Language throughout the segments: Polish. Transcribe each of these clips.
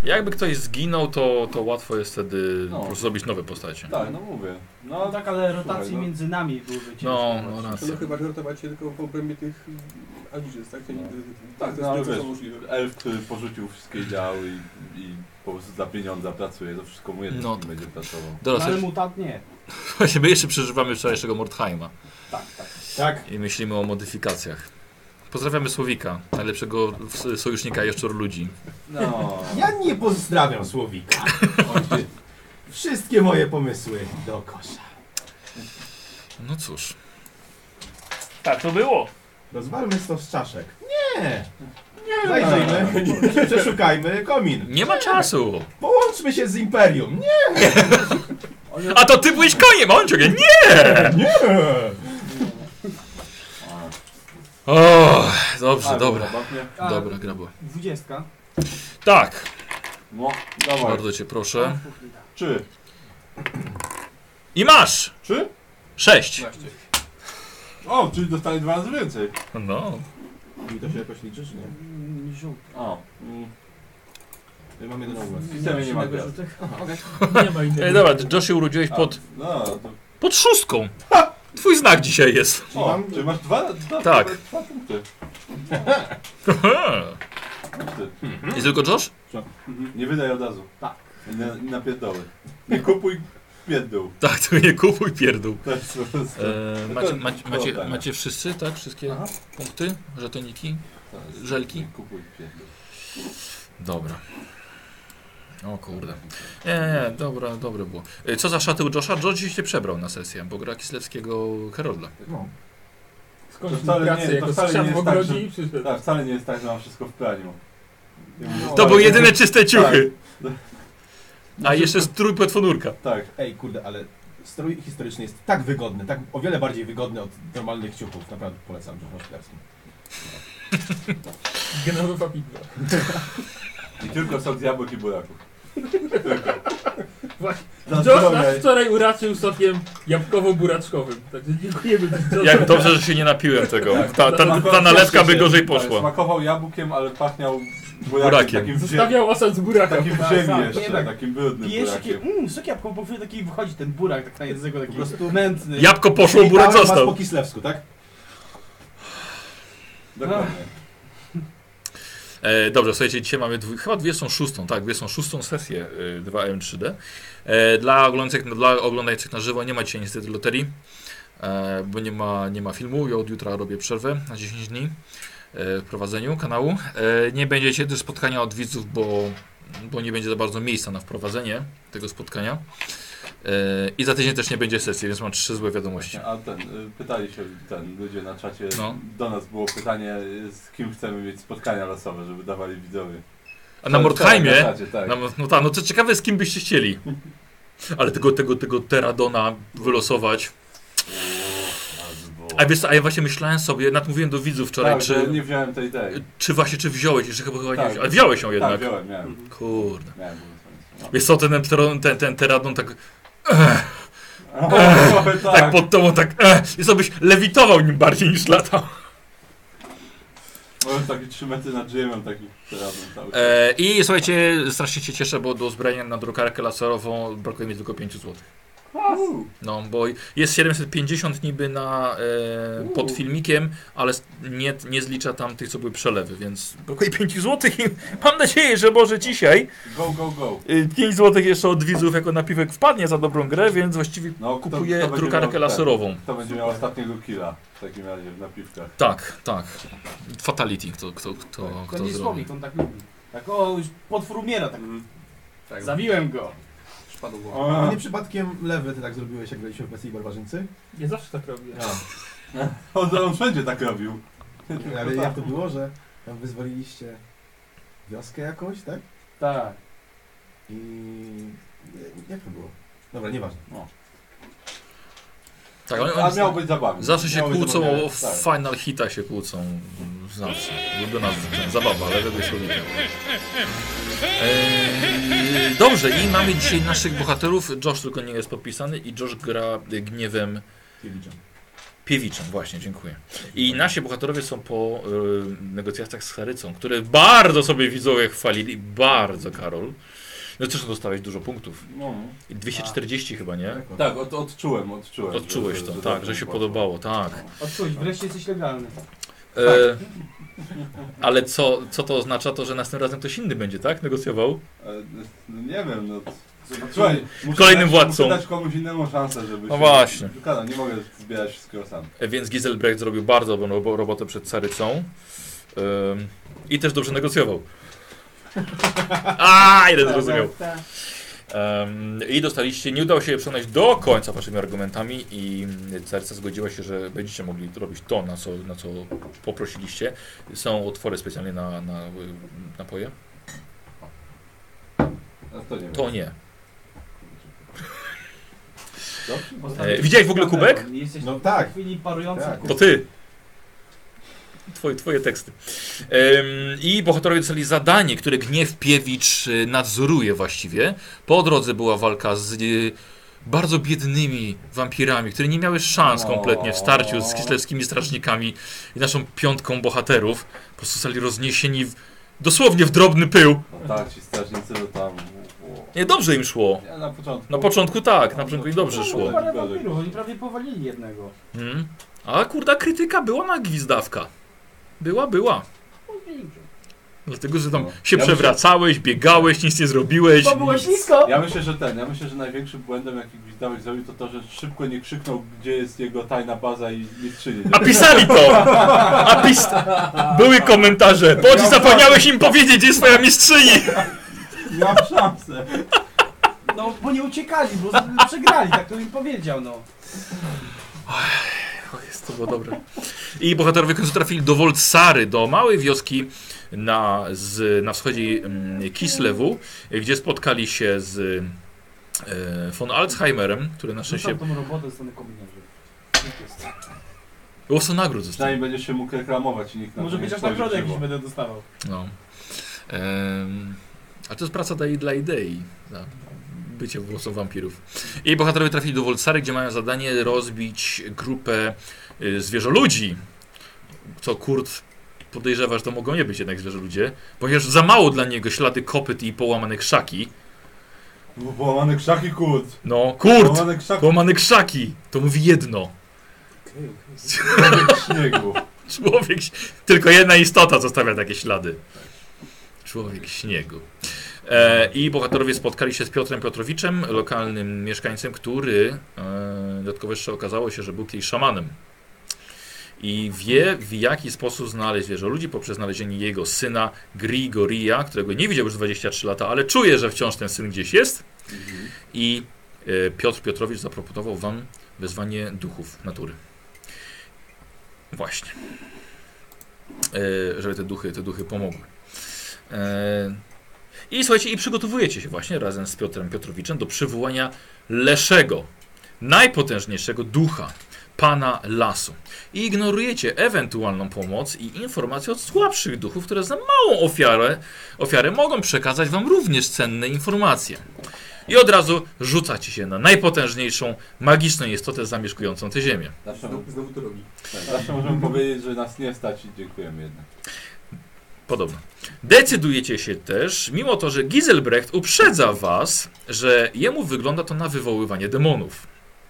Jakby ktoś zginął, to łatwo jest wtedy po prostu zrobić nowe postacie. Tak, no mówię. No tak, ale rotacji między nami byłyby ciężko. No racja. No chyba, że rotować się tylko w obrębie tych Aegis, tak? Tak, to no, jest wiesz, możliwe. elf, który porzucił wszystkie ideały i po prostu za pieniądze pracuje, to wszystko mu jedno będzie pracował. Dobra, ale mutant nie. Właśnie my jeszcze przeżywamy wczorajszego Mordheima. Tak. I myślimy o modyfikacjach. Pozdrawiamy Słowika, najlepszego sojusznika jaszczur ludzi. No. Ja nie pozdrawiam Słowika. Wszystkie moje pomysły do kosza. No cóż. Tak to było. Rozwalmy to z czaszek. Nie! Zajrzyjmy, przeszukajmy komin. Nie ma czasu. Połączmy się z Imperium. Nie! A to ty byłeś koniem, a on ciągle nie! Nie! O, dobrze, A, dobra. zabawnie. Dobra, gra była. 20. Tak. No, dawaj. Bardzo cię proszę. Czy? I masz! Czy? 6. O, czyli dostali 2 razy więcej. No. I to się jakoś liczy, czy nie? Żółty. O. Mam jeden ogłos. W systemie nie ma gwiazd. Nie ma innego. Dobra, Josh się urodziłeś No, to... pod 6. Twój znak dzisiaj jest. O, czyli masz 2 Tak. punkty. Jest tylko Josh? Nie wydaj od razu. Tak. I na pierdoły. Nie kupuj pierdół. Tak, to nie kupuj pierdół. To jest po prostu... Macie wszyscy, tak? Wszystkie punkty? Żetoniki? Żelki? Nie kupuj pierdół. Dobra. O kurde. Nie, dobre było. Co za szaty u Josha? Josh dzisiaj się przebrał na sesję, bo gra Kislewskiego Herolda. No. Skończył wcale pracę nie- jako to wcale strzał nie w jest tak, ogrodzie że- i przyszedł. Tak, wcale nie jest tak, że mam wszystko w praniu. To były jedyne czyste ciuchy. Tak. A jeszcze strój płetwonurka. Tak. Ej, kurde, ale strój historyczny jest tak wygodny, tak o wiele bardziej wygodny od normalnych ciuchów. Naprawdę polecam Josh Szklarski. Generowa pizza. I tylko sok z jabłek i buraków. Właśnie. Za Josh zdrowie. nas wczoraj uraczył sokiem jabłkowo-buraczkowy. Także dziękujemy. Jak dobrze, że się nie napiłem tego. Ta Smakował- nalewka by gorzej tak, poszła. Smakował jabłkiem, ale pachniał Burakiem. burakiem. Takim w Zostawiał osad z buraka. Takim w Tak, ziemi tak. jeszcze, Nie, tak. takim brudnym Pijesz burakiem. takie, sok jabłko, po chwili taki wychodzi ten burak tak na języku, taki po prostu mętny. Jabłko poszło, burak Witałem was został. po kislewsku, tak? Dokładnie. Dobrze, słuchajcie, dzisiaj mamy chyba 26, tak, 26 sesję 2M3D. Dla oglądających na żywo nie ma dzisiaj niestety loterii, bo nie ma filmu. Ja od jutra robię przerwę na 10 dni w prowadzeniu kanału. Nie będzie też spotkania od widzów, bo nie będzie za bardzo miejsca na wprowadzenie tego spotkania. I za tydzień też nie będzie sesji, więc mam 3 złe wiadomości. A pytali się ludzie na czacie, No. do nas było pytanie, z kim chcemy mieć spotkania losowe, żeby dawali widzowie. A na Mordheimie? Na czacie, tak. No to ciekawe, z kim byście chcieli. Ale tego Teradona wylosować. A ja właśnie myślałem sobie, mówiłem do widzów wczoraj, Tak, że nie wziąłem tej. czy wziąłeś, jeszcze chyba nie Tak. wziąłeś. Ale wziąłeś ją jednak. Tak, wziąłem, miałem. Kurde. Miałem. Wiesz co, ten Teradon tak... Tak. Tak pod tobą, tak... I co byś lewitował nim bardziej niż latał. Może taki 3 metry nad ziemią, taki teradon cały. I słuchajcie, strasznie się cieszę, bo do uzbrojenia na drukarkę laserową brakuje mi tylko 5 zł. No, bo jest 750 niby na pod filmikiem, ale nie zlicza tam tych, co były przelewy, więc brakuje 5 zł i mam nadzieję, że może dzisiaj Go. 5 zł jeszcze od widzów jako napiwek wpadnie za dobrą grę, więc właściwie No, kupuję kto będzie drukarkę miał laserową. Kto będzie miał ostatniego killa w takim razie w napiwkach? Tak. Fatality, kto To nie zrobi. Słowik, on tak lubi. Tak o, już potwór umiera, tak. Tak. Zabiłem go. Spadł A głową. nie przypadkiem lewy ty tak zrobiłeś, jak graliśmy w Bestii i Barbarzyńcy? Ja zawsze tak robię. On wszędzie tak robił. Ale jak to było, że tam wyzwoliliście wioskę jakąś, tak? Tak. I... Jak to było? Dobra, nieważne. Tak, A miał być zabawny. zawsze się Miał być kłócą, zabawny, o tak. Final Hita się kłócą. Zawsze. Ulubiona zabawa, lewego i słowika. Dobrze, i mamy dzisiaj naszych bohaterów. Josh tylko nie jest podpisany i Josh gra gniewem Piewiczem, właśnie, dziękuję. I nasi bohaterowie są po negocjacjach z Charycą, które bardzo sobie widzowie chwalili. Bardzo, Karol. No też dostałeś dużo punktów. No. 240 chyba, nie? Tak, odczułem. Odczułeś to, tak, że się podobało, tak. Odczułeś, wreszcie jesteś legalny. Ale co to oznacza? To, że następnym razem ktoś inny będzie, tak? Negocjował? No nie wiem, no. Słuchaj, Kolejnym władcą. Muszę dać komuś innemu szansę, żeby No właśnie. Szkoda, nie mogę zbierać wszystkiego sam. Więc Giselbrecht zrobił bardzo dobrą robotę przed Carycą. I też dobrze negocjował. Jeden zrozumiał. I dostaliście, nie udało się je przekonać do końca waszymi argumentami i Caryca zgodziła się, że będziecie mogli robić to, na co poprosiliście. Są otwory specjalnie na napoje? To nie. Widziałeś w ogóle kubek? Jesteś No tak. w chwili parujący Tak. kubek. To ty. Twoje teksty. I bohaterowie dostali zadanie, które Gniew Piewicz nadzoruje właściwie. Po drodze była walka z bardzo biednymi wampirami, które nie miały szans kompletnie w starciu z kislewskimi strażnikami i naszą piątką bohaterów. Po prostu zostali rozniesieni dosłownie w drobny pył. No tak, ci strażnicy to tam... Nie, dobrze im szło. Ja na początku. Na początku tak, na początku i dobrze szło. Parę wampirów, oni prawie powalili jednego. A kurda, krytyka była na gwizdawka. Była. Dlatego, że tam się przewracałeś, biegałeś, nic nie zrobiłeś. To było ślisko! Ja myślę, że największym błędem, jaki Gwizdawek zrobił, to, że szybko nie krzyknął, gdzie jest jego tajna baza i mistrzyni. A pisali to! Były komentarze. Bodzi, zapomniałeś im powiedzieć, gdzie jest twoja mistrzyni! Miałem szansę. No, bo nie uciekali, bo przegrali, tak to im powiedział, no. Jest to było dobre. I bohaterowie końcu trafili do Wolsary, do małej wioski na wschodzie Kislewu, gdzie spotkali się z von Alzheimerem, który na szczęście... Tą robotę z strony kominiarzy. Było nagród zostało. Przynajmniej będziesz się mógł reklamować i nikt na Może to nie być aż spojrzy nagrodę krzywo. jakiś będę dostawał. No. A to jest praca dla idei. Za bycie głosem wampirów. I bohaterowie trafili do Wolsary, gdzie mają zadanie rozbić grupę zwierzoludzi. Co Kurt podejrzewa, że to mogą nie być jednak zwierzoludzie, ponieważ za mało dla niego ślady kopyt i połamane krzaki. Połamane krzaki, Kurt! No, Kurt! Połamane krzaki, Połamane krzaki! To mówi jedno. człowiek śniegu. Człowiek... Tylko jedna istota zostawia takie ślady. Człowiek śniegu. I bohaterowie spotkali się z Piotrem Piotrowiczem, lokalnym mieszkańcem, który dodatkowo jeszcze okazało się, że był kiedyś szamanem. I wie, w jaki sposób znaleźć zwierzoludzi poprzez znalezienie jego syna Grigoria, którego nie widział już 23 lata, ale czuje, że wciąż ten syn gdzieś jest. I Piotr Piotrowicz zaproponował wam wezwanie duchów natury. Właśnie. Żeby te duchy pomogły. I słuchajcie, i przygotowujecie się właśnie razem z Piotrem Piotrowiczem do przywołania Leszego, najpotężniejszego ducha, pana lasu. I ignorujecie ewentualną pomoc i informacje od słabszych duchów, które za małą ofiarę mogą przekazać wam również cenne informacje. I od razu rzucacie się na najpotężniejszą, magiczną istotę zamieszkującą tę ziemię. Znowu to robi. Tak, zawsze możemy powiedzieć, że nas nie stać i dziękujemy jednak. Podobno. Decydujecie się też, mimo to, że Giselbrecht uprzedza was, że jemu wygląda to na wywoływanie demonów.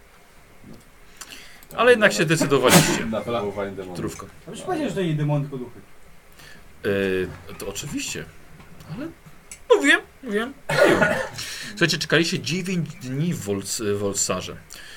Ale jednak się decydowaliście. Na wywoływanie demonów. Trówko. A już powiedział, że to nie demon, tylko duchy. To oczywiście. Ale mówiłem. Słuchajcie, czekaliście 9 dni w Wolsarze.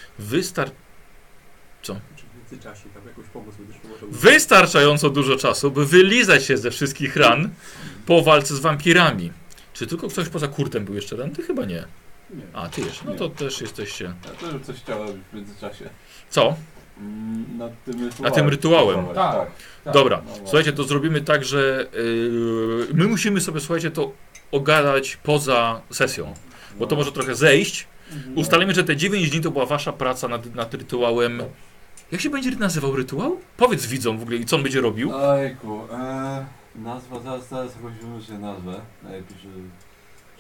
Czy w międzyczasie tam jakąś pomoc będziesz pomagał? Wystarczająco dużo czasu, by wylizać się ze wszystkich ran po walce z wampirami. Czy tylko ktoś poza Kurtem był jeszcze ranny? Chyba nie. Nie. A, ty jeszcze. No to też jesteście... Ja też bym coś chciał robić w międzyczasie. Co? Nad tym rytuałem. Tak. Dobra, No słuchajcie, to zrobimy tak, że my musimy sobie, słuchajcie, to ogadać poza sesją. Bo to może trochę zejść. Ustalimy, że te 9 dni to była wasza praca nad rytuałem. Jak się będzie nazywał rytuał? Powiedz widzom w ogóle i co on będzie robił. Ojku, nazwa, zaraz jakąś wymyślę nazwę. Najlepiej, że...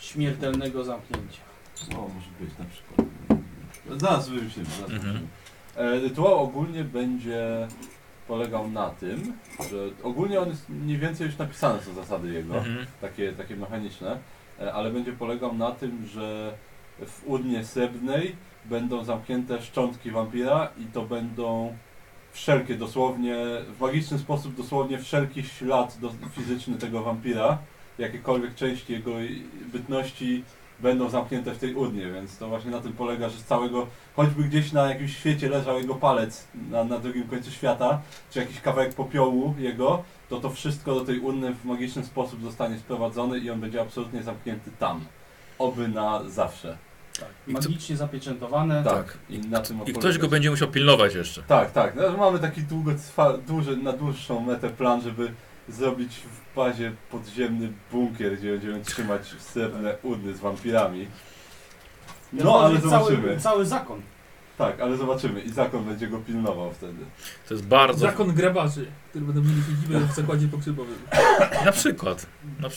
Śmiertelnego zamknięcia. O, może być na przykład. Zaraz wymyślimy. Rytuał ogólnie będzie polegał na tym, że ogólnie on jest mniej więcej już napisane są zasady jego, takie mechaniczne, ale będzie polegał na tym, że w urnie srebrnej będą zamknięte szczątki wampira i to będą wszelkie dosłownie, w magiczny sposób dosłownie wszelki ślad fizyczny tego wampira, jakiekolwiek części jego bytności będą zamknięte w tej urnie, więc to właśnie na tym polega, że z całego, choćby gdzieś na jakimś świecie leżał jego palec na drugim końcu świata, czy jakiś kawałek popiołu jego, to wszystko do tej urny w magiczny sposób zostanie sprowadzone i on będzie absolutnie zamknięty tam. Oby na zawsze. Tak. Magicznie zapieczętowane. Tak. I na tym I ktoś go będzie musiał pilnować jeszcze. Tak. No, mamy taki na dłuższą metę plan, żeby zrobić w bazie podziemny bunkier, gdzie będziemy trzymać srebrne urny z wampirami. No, ale zobaczymy. Cały zakon. Tak, ale zobaczymy. I zakon będzie go pilnował wtedy. To jest bardzo... Zakon grabarzy, który będą mieli siedzibę w zakładzie pogrzebowym. Na przykład.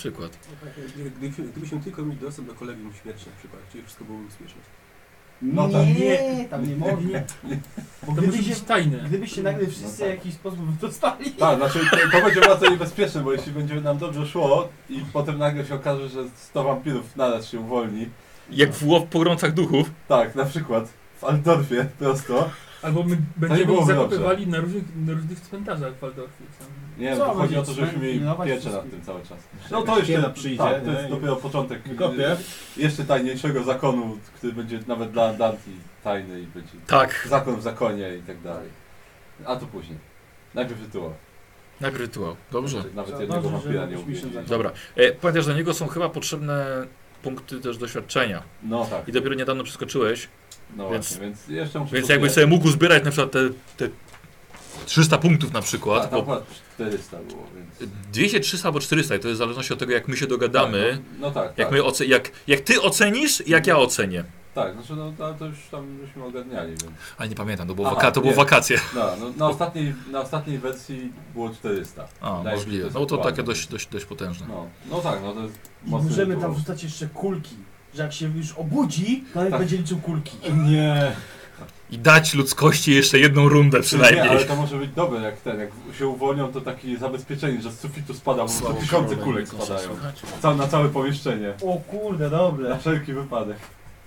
Gdybyśmy tylko mieli dostęp do kolegium śmierci na przykład, czyli wszystko byłoby bezpieczne. No tam nie, tam nie mogli. Bo To musi być tajne. gdybyście nagle wszyscy w jakiś sposób dostali. Tak, znaczy to będzie bardzo niebezpieczne, bo jeśli będzie nam dobrze szło i potem nagle się okaże, że 100 wampirów naraz się uwolni. Jak w pogromcach duchów. Tak, na przykład w Altdorfie prosto. Albo my nie będziemy ich byłoby zakopywali na różnych cmentarzach w Waldorfie. Nie, Co, to chodzi o to, będzie żebyśmy mieli pilnować pieczę nad wszystkich. tym cały czas. No to jeszcze przyjdzie, tak, to jest nie? dopiero początek Kopie. jeszcze tajniejszego zakonu, który będzie nawet dla Andanti tajny i będzie Tak. zakon w zakonie i tak dalej. A to później. Najpierw rytuał. Najpierw rytuał. Dobrze. Nawet Dobrze, jednego że wampira nie mogliśmy się ubiegli. zacząć. Dobra. Pamiętaj, że do niego są chyba potrzebne punkty też doświadczenia. No tak. I dopiero niedawno przeskoczyłeś. No Więc- właśnie, więc jeszcze muszę Więc jakbyś sobie mógł zbierać na przykład te 300 punktów na przykład. Tak, Bo akurat 400 było, więc... 200, 300 albo 400 i to jest w zależności od tego, jak my się dogadamy. Tak, no tak, Jak, tak. jak ty ocenisz, jak ja ocenię. Tak, znaczy no to już tam żeśmy ogarniali, więc... Ale nie pamiętam, to było, Aha, to było nie. wakacje. No, na ostatniej wersji było 400. A, Wydaje mi się, możliwe. że to No jest to takie aktualne. dość potężne. No tak, no to jest I mocny możemy rytuał. tam wrzucać jeszcze kulki. Że jak się już obudzi, to nawet Tak. będzie liczył kulki. Nie. I dać ludzkości jeszcze jedną rundę Nie, przynajmniej. ale to może być dobre, jak się uwolnią, to takie zabezpieczenie, że z sufitu spada, bo tysiące kulek spadają. Na całe pomieszczenie. O kurde, Na dobre. wszelki wypadek.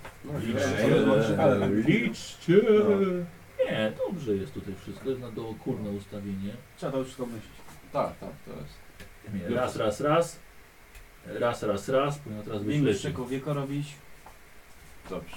Liczcie. Nie, dobrze jest tutaj wszystko, jest na dookórne ustawienie. Trzeba to już wszystko myśleć. Tak, to jest. Nie, raz. Powinno teraz być lepiej. Większego wieko robić. Dobrze.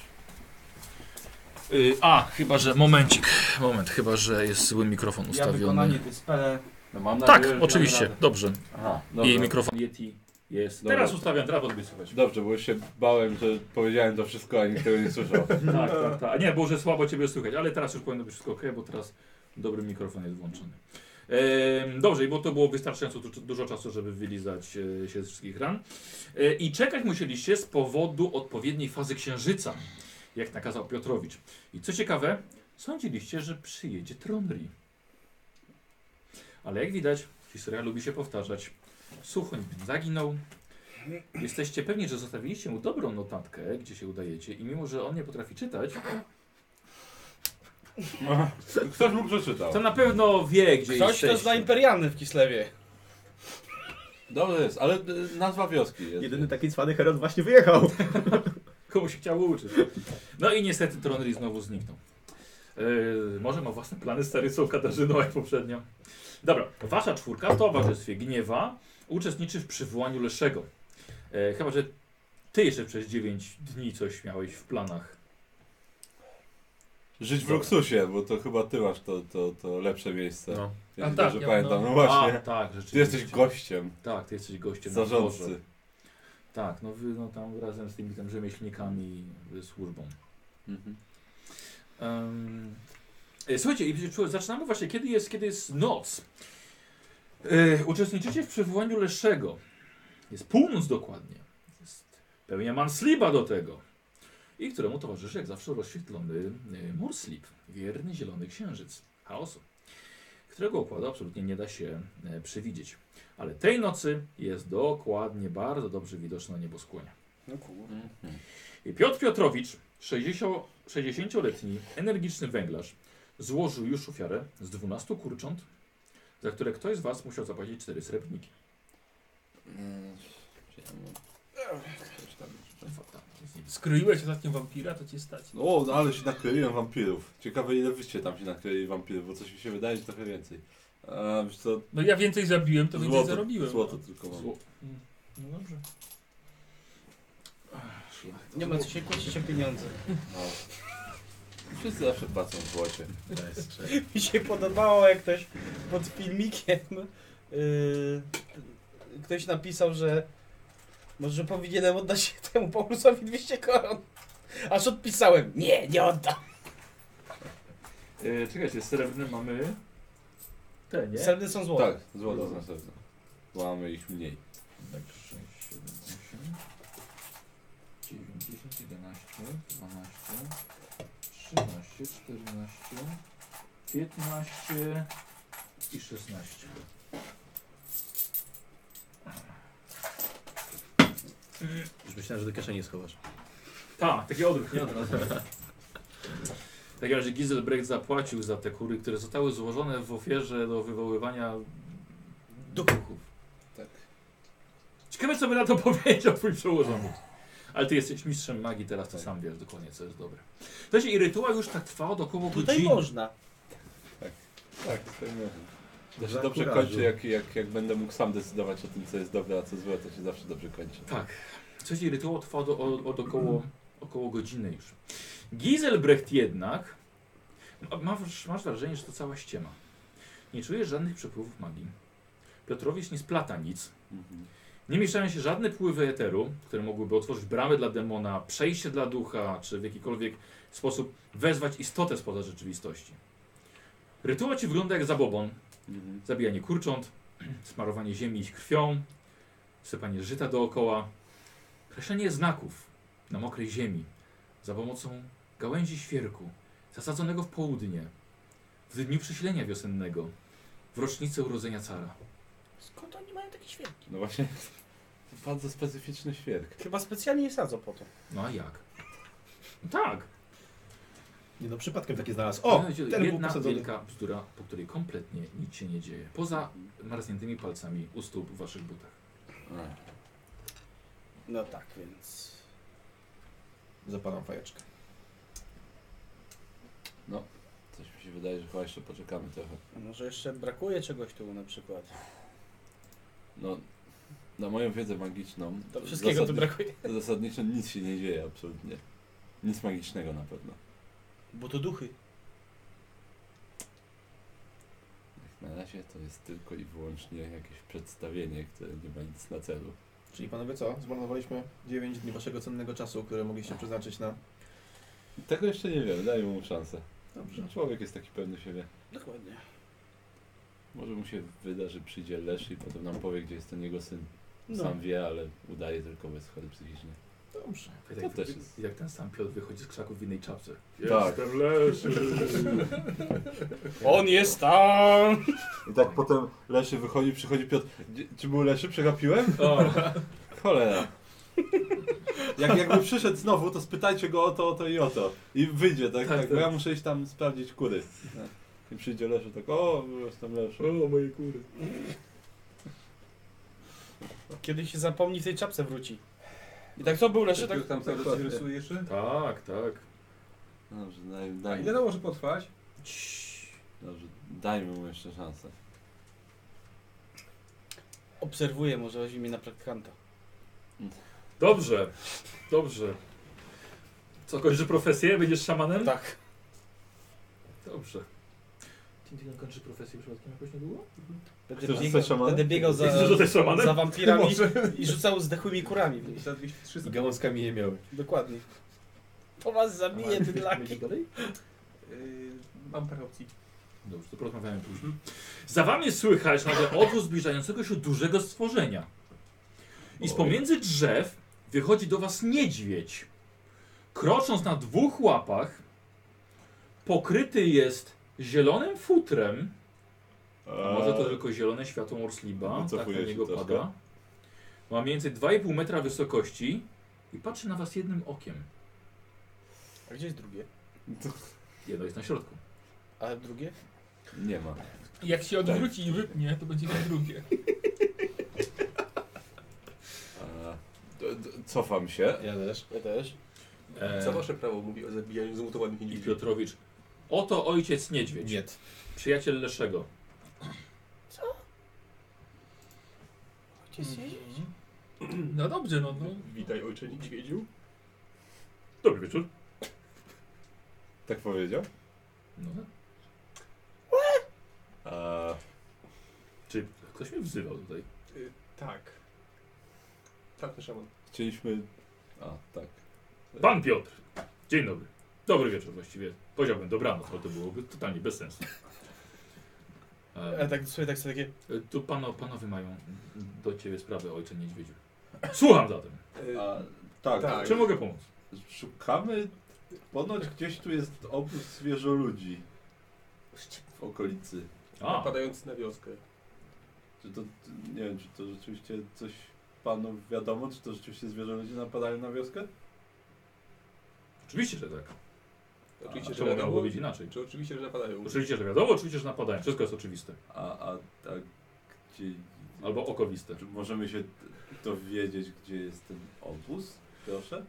Chyba że, moment, chyba że jest zły mikrofon Ja ustawiony. wykonanie tej spele. No mam Tak, nadzieję, że oczywiście, damy radę. dobrze. Aha, I dobra. mikrofon Yeti jest. Dobra. Teraz ustawiam, teraz podbij słuchać. Dobrze, bo już się bałem, że powiedziałem to wszystko, a nikt tego nie słyszał. Tak. A nie, bo że słabo ciebie słychać, ale teraz już powinno być wszystko ok, bo teraz dobry mikrofon jest włączony. Dobrze, bo to było wystarczająco dużo czasu, żeby wylizać się z wszystkich ran. I czekać musieliście z powodu odpowiedniej fazy księżyca, jak nakazał Piotrowicz. I co ciekawe, sądziliście, że przyjedzie Tronri. Ale jak widać, historia lubi się powtarzać. Suchoń zaginął. Jesteście pewni, że zostawiliście mu dobrą notatkę, gdzie się udajecie i mimo, że on nie potrafi czytać, Ktoś mu przeczytał. to na pewno wie, gdzie Ktoś, kto zna jesteście. imperialny w Kislewie. Dobrze jest, ale nazwa wioski jest. Jedyny taki cwany Herod właśnie wyjechał. Komu się chciało uczyć. No i niestety Tronri znowu zniknął. Może ma własne plany z Tarycą Katarzyną jak poprzednio. Dobra, wasza czwórka w towarzystwie Gniewa uczestniczy w przywołaniu Leszego. Chyba, że ty jeszcze przez 9 dni coś miałeś w planach. Żyć w luksusie, bo to chyba ty masz to lepsze miejsce. No. Jeśli A tak, dobrze ja- pamiętam. no. No właśnie. A, tak, Ty rzeczywiście. jesteś gościem, Tak, ty jesteś gościem na dworze. zarządcy. Tak, no wy no, tam razem z tymi tam rzemieślnikami, służbą. Mhm. Słuchajcie, i zaczynamy właśnie, kiedy jest noc. Uczestniczycie w przywołaniu Leszego. Jest północ dokładnie. Jest pełnia Mansliba do tego. I któremu towarzyszy jak zawsze rozświetlony Murslip, wierny zielony księżyc chaosu, którego układu absolutnie nie da się przewidzieć. Ale tej nocy jest dokładnie bardzo dobrze widoczne na nieboskłonie. No kurde. Mhm. I Piotr Piotrowicz, 60-letni, energiczny węglarz, złożył już ofiarę z 12 kurcząt, za które ktoś z was musiał zapłacić 4 srebrniki. Skroiłeś ostatnio wampira, to cię stać. O, no ale się nakleiłem wampirów. Ciekawe ile wyście tam się nakleili wampirów, bo coś mi się wydaje, że trochę więcej. Wiesz co? No ja więcej zabiłem, to więcej zarobiłem. Złoto tylko mam. No dobrze. Nie ma co się kłócić o pieniądze. No. Wszyscy zawsze płacą w złocie. Mi się podobało, jak ktoś pod filmikiem ktoś napisał, że może powinienem oddać temu Paulusowi 200 koron. Aż odpisałem, nie oddam. Czekajcie, srebrne mamy te, nie? Srebrne są złote. Tak, złoto na pewno. Mamy ich mniej. Tak, 6, 7, 8, 9, 10, 11, 12, 13, 14, 15 i 16. Już myślałem, że do kieszeni schowasz. Tak, taki odruch, nie od razu. W takim razie Giselbrecht zapłacił za te kury, które zostały złożone w ofierze do wywoływania duchów. Tak. Ciekawe, co by na to powiedział twój przełożony. Ale ty jesteś mistrzem magii, teraz ty sam wiesz dokładnie, co jest dobre. Słuchajcie, i rytuał już tak trwał do około Tutaj godziny. można. Tak, to nie. To się dobrze kończy, jak będę mógł sam decydować o tym, co jest dobre, a co złe, to się zawsze dobrze kończy. Tak. Słuchajcie, rytuał trwał od około godziny już. Giselbrecht jednak, masz wrażenie, że to cała ściema. Nie czujesz żadnych przepływów magii. Piotrowicz nie splata nic. Nie mieszają się żadne pływy eteru, które mogłyby otworzyć bramy dla demona, przejście dla ducha, czy w jakikolwiek sposób wezwać istotę spoza rzeczywistości. Rytuał ci wygląda jak zabobon. Zabijanie kurcząt, smarowanie ziemi ich krwią, sypanie żyta dookoła, kreślenie znaków na mokrej ziemi za pomocą gałęzi świerku, zasadzonego w południe, w dniu przesilenia wiosennego, w rocznicę urodzenia cara. Skąd oni mają takie świerki? No właśnie, to bardzo specyficzny świerk. Chyba specjalnie je sadzą po to. No a jak? No tak. Nie no, przypadkiem takie znalazł. O! Ten był Jedna posadzony. wielka bzdura, po której kompletnie nic się nie dzieje. Poza marzniętymi palcami u stóp w waszych butach. No tak, więc... Zapalam fajeczkę. Coś mi się wydaje, że chyba jeszcze poczekamy trochę. A może jeszcze brakuje czegoś tu na przykład. No, na moją wiedzę magiczną... To wszystkiego tu brakuje. Zasadniczo nic się nie dzieje, absolutnie. Nic magicznego na pewno. Bo to duchy. Jak na razie to jest tylko i wyłącznie jakieś przedstawienie, które nie ma nic na celu. Czyli panowie co? Zmarnowaliśmy 9 dni waszego cennego czasu, które mogliście przeznaczyć na... Tego jeszcze nie wiem, dajmy mu szansę. Dobrze. Człowiek jest taki pewny siebie. Dokładnie. Może mu się wyda, że przyjdzie Lesz i potem nam powie, gdzie jest ten jego syn. No. Sam wie, ale udaje tylko bez chory psychicznie. Dobrze. To też jest. Jak ten sam Piotr wychodzi z krzaków w innej czapce. Tak. Jestem Lesz. On jest tam! I tak potem Leszy wychodzi, przychodzi Piotr. Czy był Leszy? Przegapiłem? O. Cholera. Jakby przyszedł znowu, to spytajcie go o to i o to. I wyjdzie, tak? Tak, Tak, bo tak. ja muszę iść tam sprawdzić kury. I przyjdzie Leszy, tak, o, jestem Leszy. O, moje kury. Kiedy się zapomni, w tej czapce wróci. I tak to był Leszek, tak... Tam cały czas rysuje jeszcze? Tak, tak. Dobrze, A dajmy. ile to może potrwać? Dobrze, dajmy mu jeszcze szansę. Obserwuję, może weźmie mnie na praktykanta. Dobrze, dobrze. Co, kończysz profesję? Będziesz szamanem? Tak. Dobrze. Tintin kończy profesję przypadkiem jakoś niedługo? Chcesz zostać szamanem? Będę biegał Chcesz zostać szamanem? za wampirami Może. i rzucał zdechłymi kurami. w nich. Za 200-300. I gałązkami je miały. Dokładnie. To was zabije, ty laki. Będzie dalej? Mam parę opcji. Dobrze, to porozmawiamy później. Za wami słychać nagle odgłos zbliżającego się dużego stworzenia. I z pomiędzy drzew wychodzi do was niedźwiedź. Krocząc na 2 łapach, pokryty jest zielonym futrem. A może to tylko zielone światło Morsliba, tak na Wycofuje się niego troszkę. pada. Ma mniej więcej 2,5 metra wysokości i patrzy na was jednym okiem. A gdzie jest drugie? Jedno jest na środku. A drugie? Nie ma. Jak się odwróci i wypnie, to będzie na drugie. Cofam się. Ja też. Ja też. Co wasze prawo mówi o zabijaniu zmutowanych I niedźwiedzi? Piotrowicz. Oto ojciec niedźwiedź. Nie. Przyjaciel Leszego. No dobrze, no. Witaj ojcze niedźwiedziu. Dobry wieczór. Tak powiedział? No. A, Czy ktoś mnie wzywał tutaj? Tak. Czarny szaman. chcieliśmy... A, tak. Pan Piotr. Dzień dobry. Dobry wieczór właściwie. Powiedziałbym dobranoc, ale to byłoby totalnie bez sensu. A tak sobie takie... Tu panowie mają do ciebie sprawę, ojcze niedźwiedziu. Słucham zatem. A, tak. Tak. Czy mogę pomóc? Szukamy... Ponoć gdzieś tu jest obóz zwierzoludzi. W okolicy. A, Napadający na wioskę. Czy to... Nie wiem, czy to rzeczywiście coś panu wiadomo? Czy to rzeczywiście zwierzoludzi napadają na wioskę? oczywiście, że tak. Oczywiście, że Czemu miałoby wiadomo. być inaczej? Czy oczywiście, że napadają? Oczywiście, że wiadomo, oczywiście, że napadają. Wszystko jest oczywiste. A gdzie... Albo okowiste. Czy możemy się dowiedzieć, gdzie jest ten obóz? Proszę?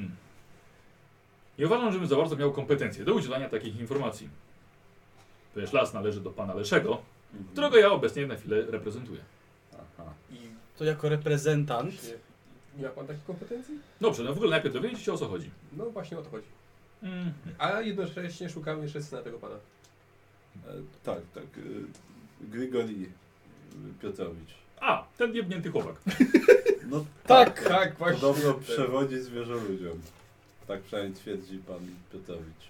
Nie uważam, żebym za bardzo miał kompetencje do udzielania takich informacji. Ponieważ las należy do pana Leszego, którego ja obecnie na chwilę reprezentuję. Aha. I To jako reprezentant... czy nie ma pan takich kompetencji? Dobrze, no w ogóle najpierw dowiedzieć się, o co chodzi. No właśnie o to chodzi. Mhm. A jednocześnie szukamy jeszcze syna tego pana. Tak. Grigori Piotrowicz. A, ten jebnięty chłopak. No Tak, tak, właśnie. Podobno przewodzi zwierzoludziom. Tak przynajmniej twierdzi pan Piotrowicz.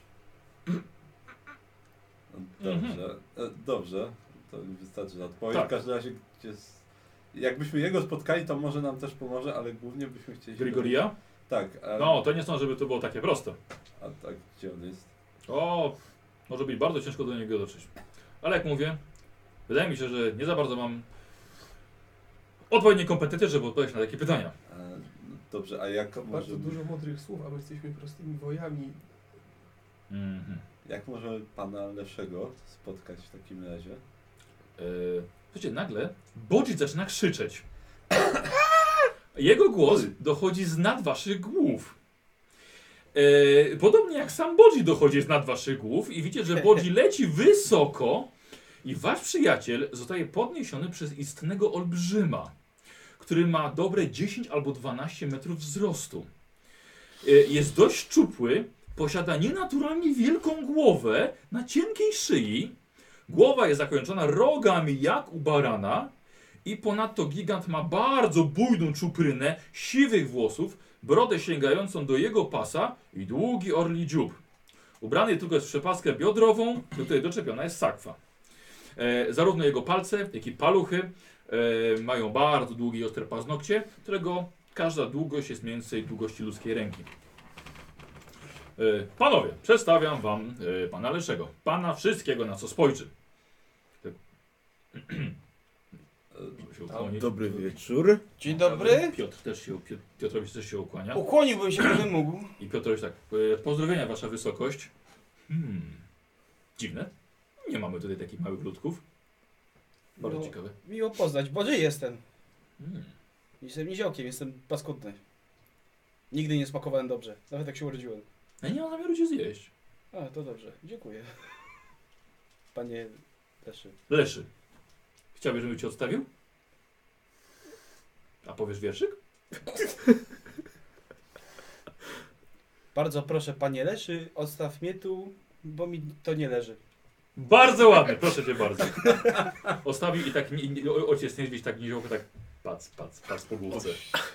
No, dobrze. Dobrze. To mi wystarczy na odpowiedź. Tak. W każdym razie, jakbyśmy jego spotkali, to może nam też pomoże, ale głównie byśmy chcieli... Grigoria? Tak. No, to nie sądzę, żeby to było takie proste. A tak, gdzie on jest? O, może być bardzo ciężko do niego dotrzeć. Ale jak mówię, wydaje mi się, że nie za bardzo mam odpowiednie kompetencje, żeby odpowiedzieć na takie pytania. No dobrze, a jak Bardzo może... dużo mądrych słów, a my jesteśmy prostymi wojami. Mhm. Jak możemy pana Leszego spotkać w takim razie? Słuchajcie, nagle Bodzi zaczyna krzyczeć. Jego głos dochodzi z nad waszych głów. Podobnie jak sam Bodzi dochodzi z nad waszych głów i widzicie, że Bodzi leci wysoko i wasz przyjaciel zostaje podniesiony przez istnego olbrzyma, który ma dobre 10 albo 12 metrów wzrostu. Jest dość szczupły, posiada nienaturalnie wielką głowę na cienkiej szyi. Głowa jest zakończona rogami jak u barana i ponadto gigant ma bardzo bujną czuprynę siwych włosów, brodę sięgającą do jego pasa i długi orli dziób. Ubrany tylko jest w przepaskę biodrową, do której doczepiona jest sakwa. Zarówno jego palce, jak i paluchy mają bardzo długie i ostre paznokcie, którego każda długość jest mniej więcej długości ludzkiej ręki. Panowie, przedstawiam wam pana Leszego. Pana wszystkiego, na co spojrzy. Żeby się ukłonić. Dobry wieczór. Dzień dobry. Piotrowicz też się ukłania. Ukłoniłbym się, gdybym mógł. I Piotrowicz tak, pozdrowienia wasza wysokość. Dziwne. Nie mamy tutaj takich małych ludków. Bardzo No, ciekawe. Miło poznać, Bodzi jestem. Hmm. Jestem niziołkiem, jestem paskudny. Nigdy nie smakowałem dobrze, nawet jak się urodziłem. Ja nie mam zamiaru cię zjeść. A, to dobrze, dziękuję. Panie Leszy. Leszy. Chciałbyś, żebym cię odstawił? A powiesz wierszyk? Bardzo proszę, panie Leszy, odstaw mnie tu, bo mi to nie leży. Bardzo ładne, proszę cię bardzo. Ostawił i tak ojciec niedźwiedź tak niziołko tak pac po główce.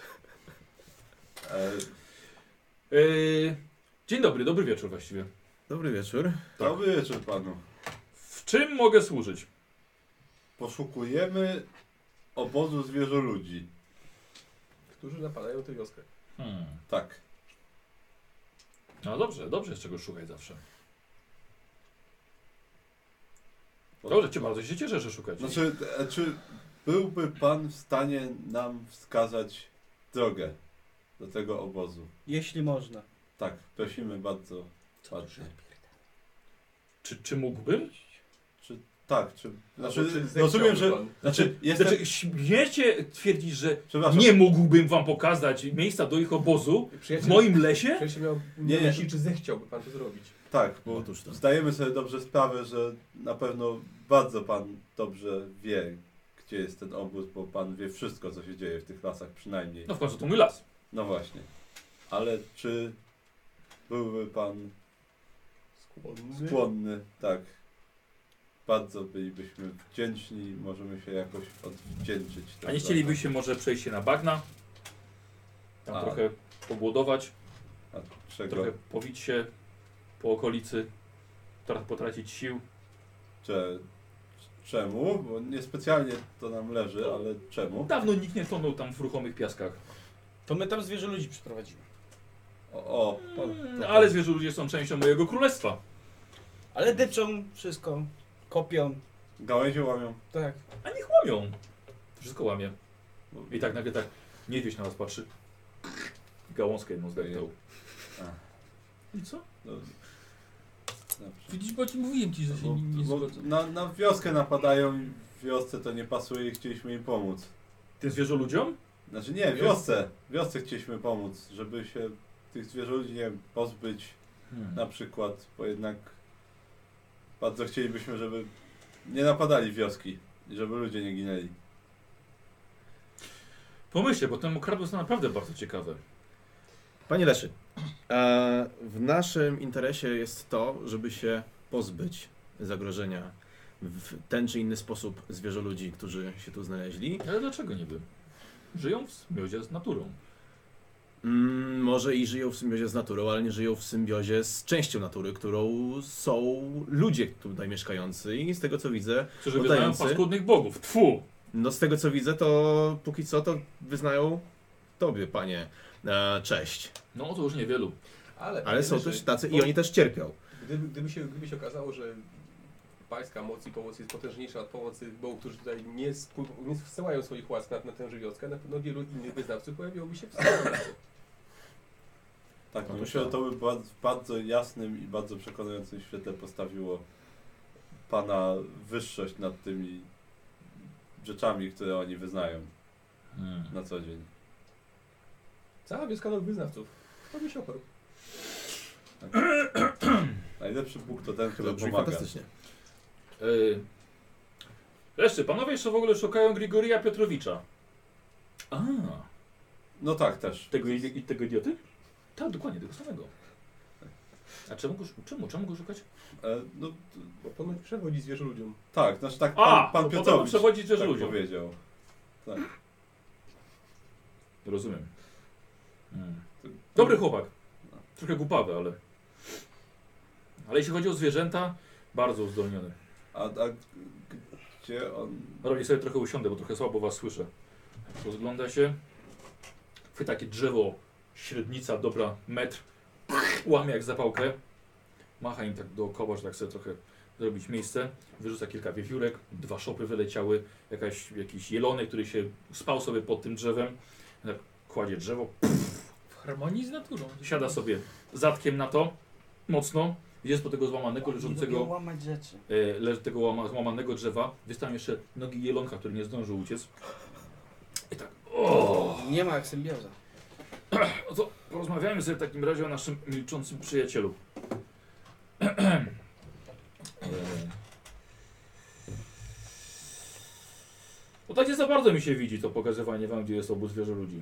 Dzień dobry, dobry wieczór właściwie. Dobry wieczór. Dobry wieczór panu. W czym mogę służyć? Poszukujemy obozu zwierzoludzi. Którzy napadają tę wioskę. Tak. No dobrze, dobrze jest czego szukać zawsze. Dobrze, cię bardzo się cieszę, że szukacie. Znaczy, czy byłby pan w stanie nam wskazać drogę do tego obozu? Jeśli można. Tak, prosimy bardzo ładnie. Czy mógłbym? Tak, czy... Znaczy, rozumiem, że... Znaczy, jestem... śmiecie twierdzić, że Przepraszam. nie mógłbym wam pokazać miejsca do ich obozu w Przyjaciel, moim lesie? przyjaciel miał Nie. na myśli, czy zechciałby pan to zrobić. Tak, bo Otóż to. zdajemy sobie dobrze sprawę, że na pewno bardzo pan dobrze wie, gdzie jest ten obóz, bo pan wie wszystko, co się dzieje w tych lasach przynajmniej. No w końcu to mój las. No właśnie. Ale czy byłby pan skłonny? Tak. Bardzo bylibyśmy wdzięczni, możemy się jakoś odwdzięczyć. A nie chcielibyście może przejść się na bagna? Tam A. trochę pogłodować, A czego? trochę powić się po okolicy, potracić sił. Czemu? Bo niespecjalnie to nam leży, ale czemu? Dawno nikt nie tonął tam w ruchomych piaskach. To my tam zwierzę ludzi przyprowadzimy. Ale zwierzę ludzie są częścią mojego królestwa. Ale dyczą wszystko, kopią, Gałęzie łamią. tak. A niech łamią. Wszystko łamie. I tak nagle tak niedźwiedź na nas patrzy. Gałązkę jedną zdejmą. I co? Dobrze. Widzisz, bo ci mówiłem ci, że się nie zgodzę. Na wioskę napadają i w wiosce to nie pasuje i chcieliśmy im pomóc. Tym zwierzę ludziom? Znaczy nie, wiosce. Wiosce chcieliśmy pomóc, żeby się tych zwierzoludzi, nie wiem, pozbyć na przykład, bo jednak bardzo chcielibyśmy, żeby nie napadali wioski i żeby ludzie nie ginęli. Pomyślcie, bo ten ukradł jest naprawdę bardzo ciekawe. Panie Leszy, w naszym interesie jest to, żeby się pozbyć zagrożenia w ten czy inny sposób zwierzoludzi, którzy się tu znaleźli. Ale dlaczego niby? Żyją w symbiozie z naturą. Może i żyją w symbiozie z naturą, ale nie żyją w symbiozie z częścią natury, którą są ludzie tutaj mieszkający i z tego co widzę, Którzy wyznają paskudnych bogów. Tfu! no z tego co widzę, to póki co to wyznają tobie, panie, cześć. No to już niewielu. Ale są też tacy i oni też cierpią. Gdyby się okazało, że pańska moc i pomoc jest potężniejsza od pomocy bogów, którzy tutaj nie zsyłają swoich łask na tę wioskę, na pewno wielu innych wyznawców pojawiłoby się w sytuacji. Tak, No to myślę, że tak. to by w bardzo jasnym i bardzo przekonującym świetle postawiło pana wyższość nad tymi rzeczami, które oni wyznają na co dzień. Cała wioska nowych wyznawców. To by się oparł. Tak. Najlepszy Bóg to ten, który Brzmi pomaga. fantastycznie. Jeszcze, panowie jeszcze w ogóle szukają Grigoria Piotrowicza. A, No tak, też. tego idioty? Tak, dokładnie, tego samego. A czemu go szukać? No Bo ponoć przewodzi zwierzę ludziom. tak, znaczy tak A, pan bo Piotrowicz potem przewodzi zwierzę tak ludziom. powiedział. Tak. Rozumiem. Dobry chłopak. Trochę głupawy, ale jeśli chodzi o zwierzęta, bardzo uzdolniony. A gdzie on... Robię sobie trochę usiądę, bo trochę słabo was słyszę. Rozgląda się. Chwyta takie drzewo, średnica, dobra, metr. Łamie jak zapałkę. Macha im tak dookoła, że tak sobie trochę zrobić miejsce. Wyrzuca kilka wiewiórek, 2 szopy wyleciały. Jakiś jelonek, który się spał sobie pod tym drzewem. Tak kładzie drzewo, W harmonii z naturą. siada sobie zadkiem na to, mocno. Jest po tego złamanego, Lubią leżącego, łamać rzeczy. tego złamanego drzewa. Wystają jeszcze nogi jelonka, który nie zdążył uciec. I tak, Nie ma jak symbioza. No to porozmawiajmy sobie w takim razie o naszym milczącym przyjacielu. Bo tak nie za bardzo mi się widzi to pokazywanie wam, gdzie jest obóz zwierzę ludzi.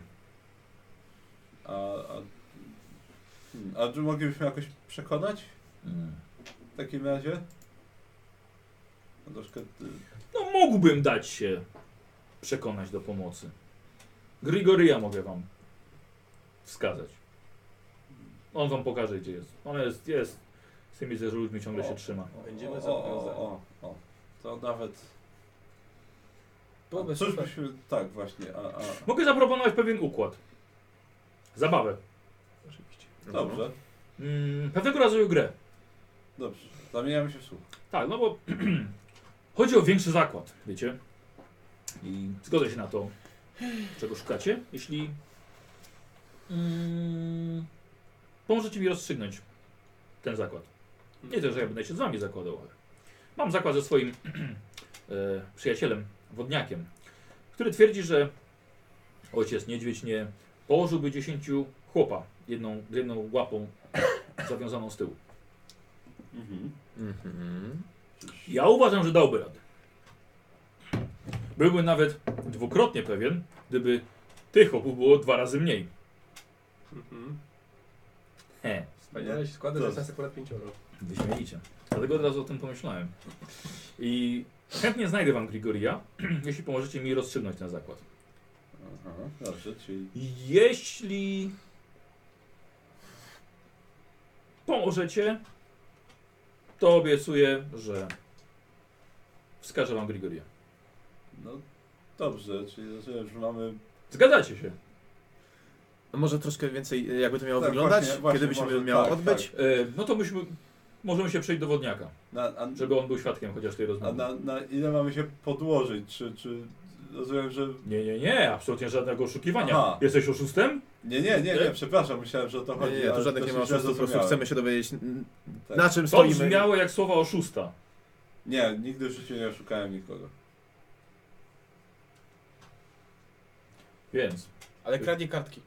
A czy moglibyśmy jakoś przekonać w takim razie? No troszkę... No mógłbym dać się przekonać do pomocy. Grigoria mogę wam wskazać. On wam pokaże, gdzie jest. On jest z tymi zwierzę ludźmi ciągle się trzyma. Będziemy zobowiązani. To nawet... Byłoby Cóż super. byśmy... Tak, właśnie. Mogę zaproponować pewien układ. Zabawę. Oczywiście. Dobrze, Pewnego rodzaju grę. dobrze. Zamieniamy się w słuch. Tak, no bo chodzi o większy zakład, wiecie? I zgodzę się na to, czego szukacie, jeśli pomożecie mi rozstrzygnąć ten zakład. Nie to, że ja będę się z wami zakładał, ale mam zakład ze swoim przyjacielem, wodniakiem, który twierdzi, że ojciec niedźwiedź nie położyłby 10 chłopa jedną łapą zawiązaną z tyłu. Ja uważam, że dałby radę. Byłbym nawet dwukrotnie pewien, gdyby tych chłopów było 2 razy mniej. Wspaniale się składa, że jest nas akurat 5. Wyśmienicie. Dlatego od razu o tym pomyślałem. I chętnie znajdę wam Grigoria, jeśli pomożecie mi rozstrzygnąć ten zakład. Aha, dobrze, czyli... Jeśli pomożecie, to obiecuję, że wskażę wam Grigoria. No dobrze, czyli rozumiem, że mamy... Zgadzacie się? No może troszkę więcej, jakby to miało Tak, wyglądać? właśnie, Kiedy by się może miało tak, odbyć? No to możemy się przejść do wodniaka, żeby on był świadkiem chociaż tej A rozmowy. na ile mamy się podłożyć? Czy rozumiem, że... Nie, absolutnie żadnego oszukiwania. Aha. Jesteś oszustem? Nie, przepraszam, myślałem, że o to chodzi. Nie, tu ale żadnych to nie ma się źle oszustów, po prostu zrozumiałem. chcemy się dowiedzieć, Tak. na czym To stoimy. brzmiało jak słowa oszusta. Nie, nigdy w życiu nie oszukałem nikogo. Więc, Ale kradnie kartki.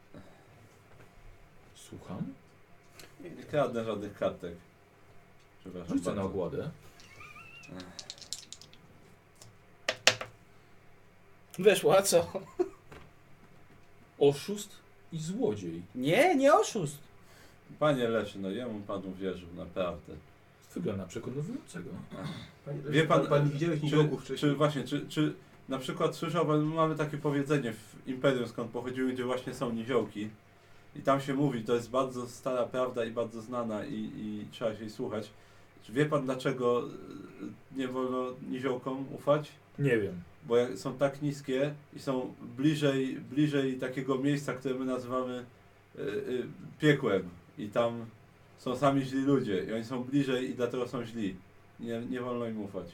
słucham. Nie kradnę żadnych kartek. Przepraszam Rzucę na bardzo. ogładę. Weszło, a co? Oszust i złodziej. Nie oszust. Panie Leszy, no jemu panu wierzył, naprawdę. Wygląda na przekonującego. Wie pan, pan widziałeś niziołków wcześniej? Czy na przykład słyszał pan, mamy takie powiedzenie w Imperium, skąd pochodziły, gdzie właśnie są niziołki. I tam się mówi, to jest bardzo stara prawda i bardzo znana i trzeba się jej słuchać. Czy wie pan, dlaczego nie wolno niziołkom ufać? Nie wiem. Bo są tak niskie i są bliżej takiego miejsca, które my nazywamy piekłem. I tam są sami źli ludzie i oni są bliżej i dlatego są źli. Nie wolno im ufać.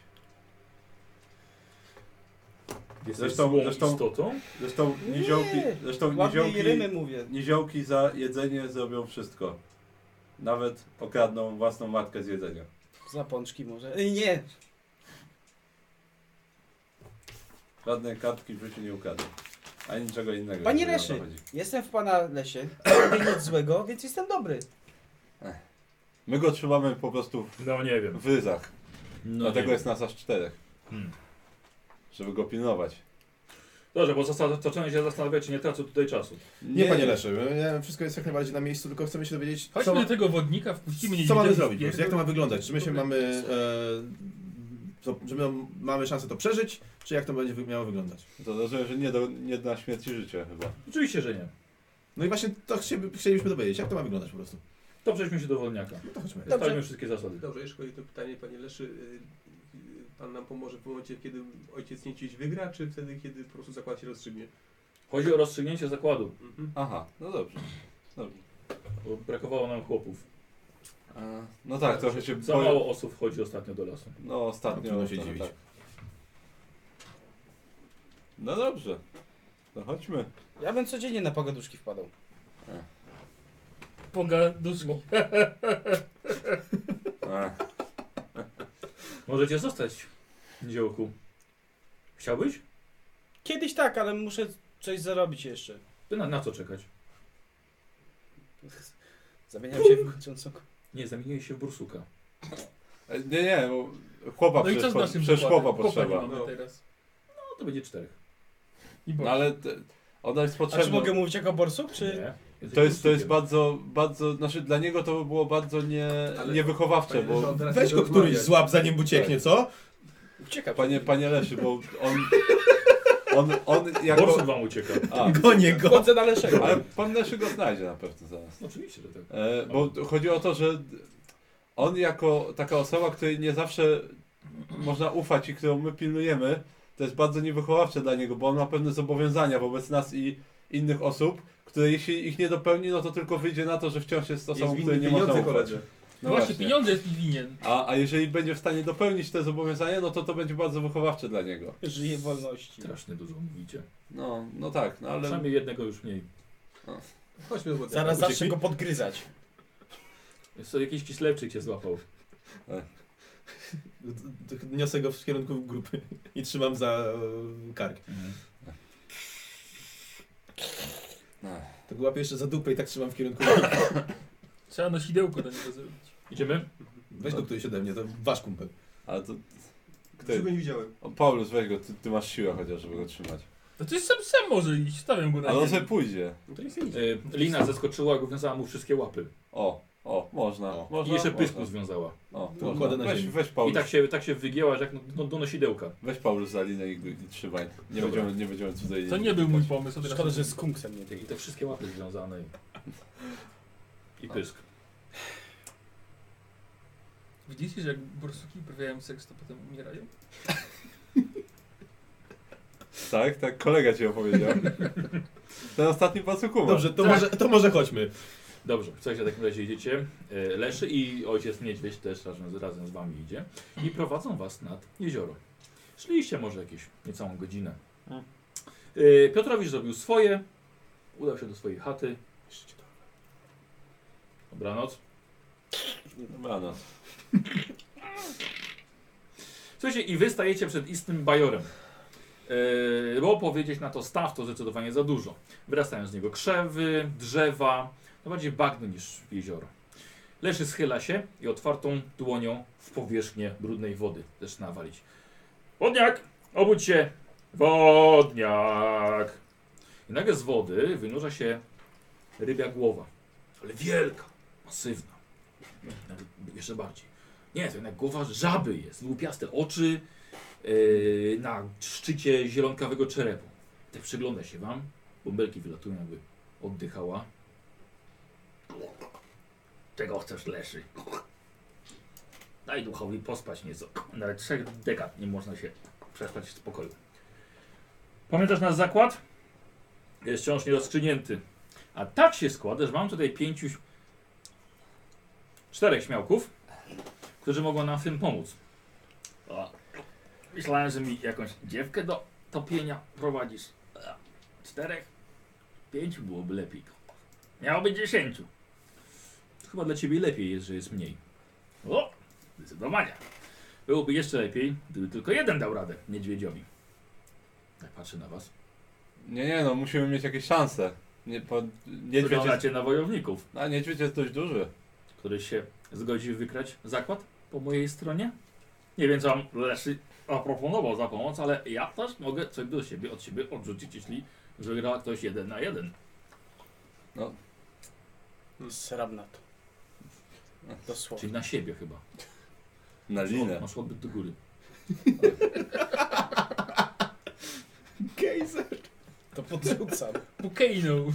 Jesteś Zresztą- złą istotą? Zresztą Ładnie rymy mówię. niziołki za jedzenie zrobią wszystko. Nawet okradną własną matkę z jedzenia. Zapączki może. Nie. Żadne kartki w życiu nie ukradną. Ani niczego innego. Panie jeżeli o to Leszy, chodzi. jestem w pana lesie. Nie robię nic złego, więc jestem dobry. My go trzymamy po prostu No nie wiem. w ryzach. No Dlatego nie jest nas aż 4. Hmm. Żeby go pilnować. Dobrze, bo zacząłem się zastanawiać, czy nie tracę tutaj czasu. Nie, panie Leszy, wszystko jest jak najbardziej na miejscu, tylko chcemy się dowiedzieć, Chodźmy do tego wodnika, wpuścimy co mamy zrobić, po prostu, jak to ma wyglądać, czy my się mamy, że my mamy szansę to przeżyć, czy jak to będzie miało wyglądać. To rozumiem, że nie na śmierć i życie chyba. Oczywiście, że nie. No i właśnie to chcielibyśmy dowiedzieć, jak to ma wyglądać po prostu. To przejdźmy się do wodniaka. No to chodźmy. Ustalmy wszystkie zasady. Dobrze, jeśli chodzi o to pytanie, panie Leszy, pan nam pomoże w momencie, kiedy ojciec niedźwiedź wygra, czy wtedy, kiedy po prostu zakład się rozstrzygnie? Chodzi o rozstrzygnięcie zakładu, Aha, no dobrze. bo brakowało nam chłopów. No tak, trochę się Za mało osób wchodzi ostatnio do lasu. No ostatnio. Trudno się trochę dziwić. tak. No dobrze. To chodźmy. Ja bym codziennie na pogaduszki wpadał. Pogaduszki. Możecie zostać, niziołku. Chciałbyś? Kiedyś tak, ale muszę coś zarobić jeszcze. Ty na co czekać? Zamieniam się w kończącą. Nie, zamieniłeś się w bursuka. Nie, bo chłopa No i co z naszym przecież zakładem? chłopa Chłopa nie potrzeba. mamy No. teraz. No to będzie 4. I No ale ona jest A potrzebna. czy mogę mówić jako borsuk, czy... Nie. To jest bursukiem. bardzo, znaczy dla niego to by było bardzo Ale- niewychowawcze, Panie Leszy, bo on teraz Weź nie go rozmawia. któryś złap, zanim ucieknie, co? Ucieka. panie Leszy, bo on jako... Borsuk wam ucieka. A, Gonię go. Chodzę na Leszego. ale pan Leszy go znajdzie na pewno zaraz. No, oczywiście, że tak. Bo chodzi o to, że on jako taka osoba, której nie zawsze można ufać i którą my pilnujemy, to jest bardzo niewychowawcze dla niego, bo on ma pewne zobowiązania wobec nas i innych osób, które jeśli ich nie dopełni, no to tylko wyjdzie na to, że wciąż jest osobą, Jest której winny nie można pieniądze ufać. koledze. No Właśnie, pieniądze jest mi winien. A jeżeli będzie w stanie dopełnić te zobowiązania, no to będzie bardzo wychowawcze dla niego. Żyje w wolności. Strasznie dużo mówicie. No tak, no ale... Przynajmniej jednego już mniej. Chodźmy do wodnika. Zaraz Uciekli? zacznę go podgryzać. Jest to jakiś Kislewczyk cię złapał. Niosę go w kierunku grupy i trzymam za kark. To go łapię jeszcze za dupę i tak trzymam w kierunku grupy. Trzeba nosidełko do niego zrobić. Idziemy? Weź go któryś ode mnie, to wasz kumpel. Ale to... Którego Kto? nie widziałem. O, Paulus, weź go, ty masz siłę chociaż, żeby go trzymać. No to jest sam może iść, stawiam go na Ale on ziemi. sobie pójdzie. No to nic nie idzie. Lina zeskoczyła, wiązała mu wszystkie łapy. Można. O. Można, I jeszcze można. pysku związała. O, To można. kładę na ziemi. Weź I Paulus. tak się wygięła, że jak do nosidełka. Weź Paulus za linę i trzymaj. Nie Dobra. będziemy tutaj... To nie był mój pomysł. Szkoda, że z kunksem nie I tej. te wszystkie łapy związane. I pysk. Widzicie, że jak borsuki uprawiają seks, to potem umierają? Tak, kolega ci opowiedział. Ten ostatni pan co kuma. Dobrze, Tak. to może chodźmy. Dobrze, słuchajcie, w takim razie idziecie. Leszy i ojciec Niedźwiedź też razem z wami idzie. I prowadzą was nad jezioro. Szliście może jakieś niecałą godzinę. Piotrowicz zrobił swoje. Udał się do swojej chaty. Dobranoc. Dobranoc. Słuchajcie, i wy stajecie przed istnym bajorem. Bo powiedzieć na to staw to zdecydowanie za dużo. Wyrastają z niego krzewy, drzewa, no bardziej bagno niż jezioro. Leszy schyla się i otwartą dłonią w powierzchnię brudnej wody zaczyna walić. Wodniak! Obudź się! Wodniak! I nagle z wody wynurza się rybia głowa. Ale wielka, masywna. Nawet jeszcze bardziej. Nie, to jednak głowa żaby jest. Łupiaste oczy na szczycie zielonkawego czerepu. Tak przygląda się wam. Bąbelki wylatują, jakby oddychała. Czego chcesz, Leszy? Daj duchowi pospać nieco. Nawet 3 dekad nie można się przespać w spokoju. Pamiętasz nasz zakład? Jest wciąż nierozstrzygnięty. A tak się składa, że mam tutaj 4 śmiałków, którzy mogą nam w tym pomóc. O, myślałem, że mi jakąś dziewkę do topienia prowadzisz. 4? 5 byłoby lepiej. Miało być 10. Chyba dla ciebie lepiej jest, że jest mniej. O, zdecydowanie. Byłoby jeszcze lepiej, gdyby tylko jeden dał radę niedźwiedziowi. Jak patrzę na was. Nie, no musimy mieć jakieś szanse. Niedźwiedź jest, Wyglądacie na wojowników. a niedźwiedź jest dość duży. Który się zgodził wykrać zakład po mojej stronie. Nie wiem, co wam Leszy proponował za pomoc, ale ja też mogę coś od siebie odrzucić, jeśli wygra ktoś 1 na 1. Sram na to. Dosłownie. Czyli na siebie chyba. Na linę. Masz odbyt do góry. Gejzer. To podrzucam. Pukejną.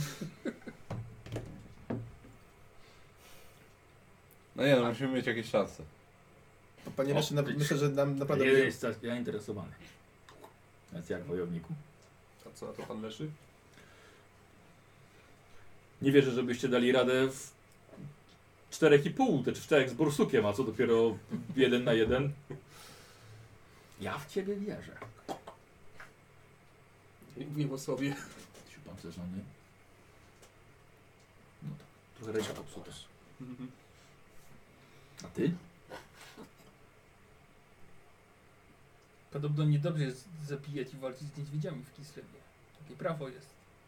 No nie, no musimy mieć jakieś szanse. Panie Leszy, myślę, że nam naprawdę... Jeden jest zainteresowany. Więc jak wojowniku. A co na to pan Leszy? Nie wierzę, żebyście dali radę w 4,5, czy 4 z borsukiem, a co dopiero 1 na 1. Ja w ciebie wierzę. Nie mówię o sobie. Jesteś pancerzony. No tak, trochę ręka popsuta. A ty? Podobno niedobrze jest zabijać i walczyć z niedźwiedziami w Kislewie. Takie prawo jest.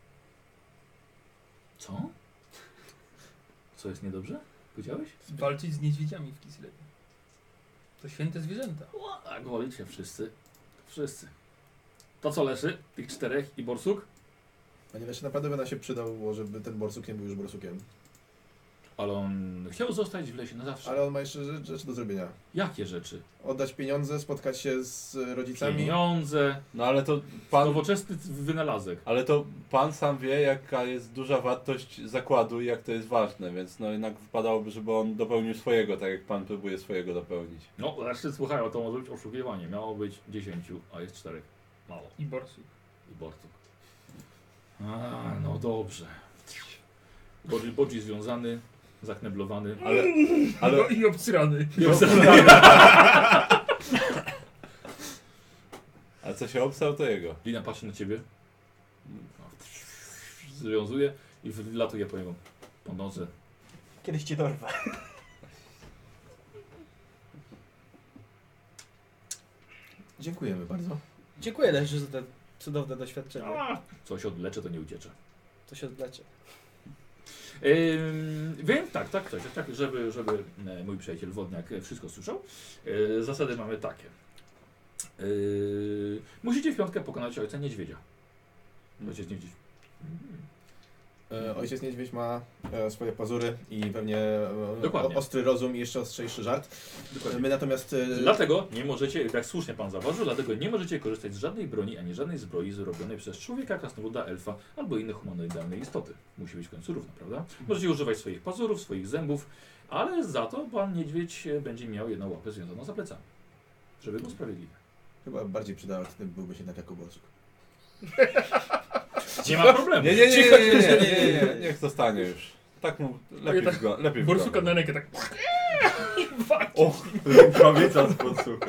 Co? Co jest niedobrze? Powiedziałeś? Walczyć z niedźwiedziami w Kislewie. To święte zwierzęta. Tak, wolicie wszyscy. Wszyscy. To co Leszy? Tych 4 i borsuk? Panie Leszy, naprawdę by nam się przydało, żeby ten borsuk nie był już borsukiem. Ale on chciał zostać w lesie na zawsze. Ale on ma jeszcze rzeczy do zrobienia. Jakie rzeczy? Oddać pieniądze, spotkać się z rodzicami. Pieniądze, No ale to pan... nowoczesny wynalazek. Ale to pan sam wie, jaka jest duża wartość zakładu i jak to jest ważne, więc no jednak wypadałoby, żeby on dopełnił swojego, tak jak pan próbuje swojego dopełnić. No, znaczy słuchaj, to może być oszukiwanie. Miało być 10, a jest 4. Mało. I borsuk. I borsuk. A, no dobrze. Bodzi związany, zakneblowany. Ale No i obsrany. a co się obstał, to jego. Lina patrzy na ciebie. Związuje i wylatuje po niego po nodze. Kiedyś cię dorwę. Dziękujemy bardzo. Dziękuję Leży za te cudowne doświadczenie. A, coś odleczę, to nie uciecze. To się odlecie. Więc tak, żeby mój przyjaciel Wodniak wszystko słyszał. Zasady mamy takie. Musicie w piątkę pokonać ojca niedźwiedzia. Ojciec niedźwiedź. Ojciec niedźwiedź ma swoje pazury i pewnie Dokładnie. ostry rozum i jeszcze ostrzejszy żart. Dokładnie. My natomiast... Dlatego nie możecie, jak słusznie pan zauważył, dlatego nie możecie korzystać z żadnej broni, ani żadnej zbroi zrobionej przez człowieka, krasnoluda, elfa albo inne humanoidalne istoty. Musi być w końcu równa, prawda? Możecie używać swoich pazurów, swoich zębów, ale za to pan niedźwiedź będzie miał jedną łapę związaną za plecami. Żeby było sprawiedliwe. Chyba bardziej przydatny byłby się tak jako borsuk. Nie ma problemu. Nie, niech zostanie już. Tak mu lepiej tak lepiej Borsuka na rękę tak. O, rękawica z borsuka.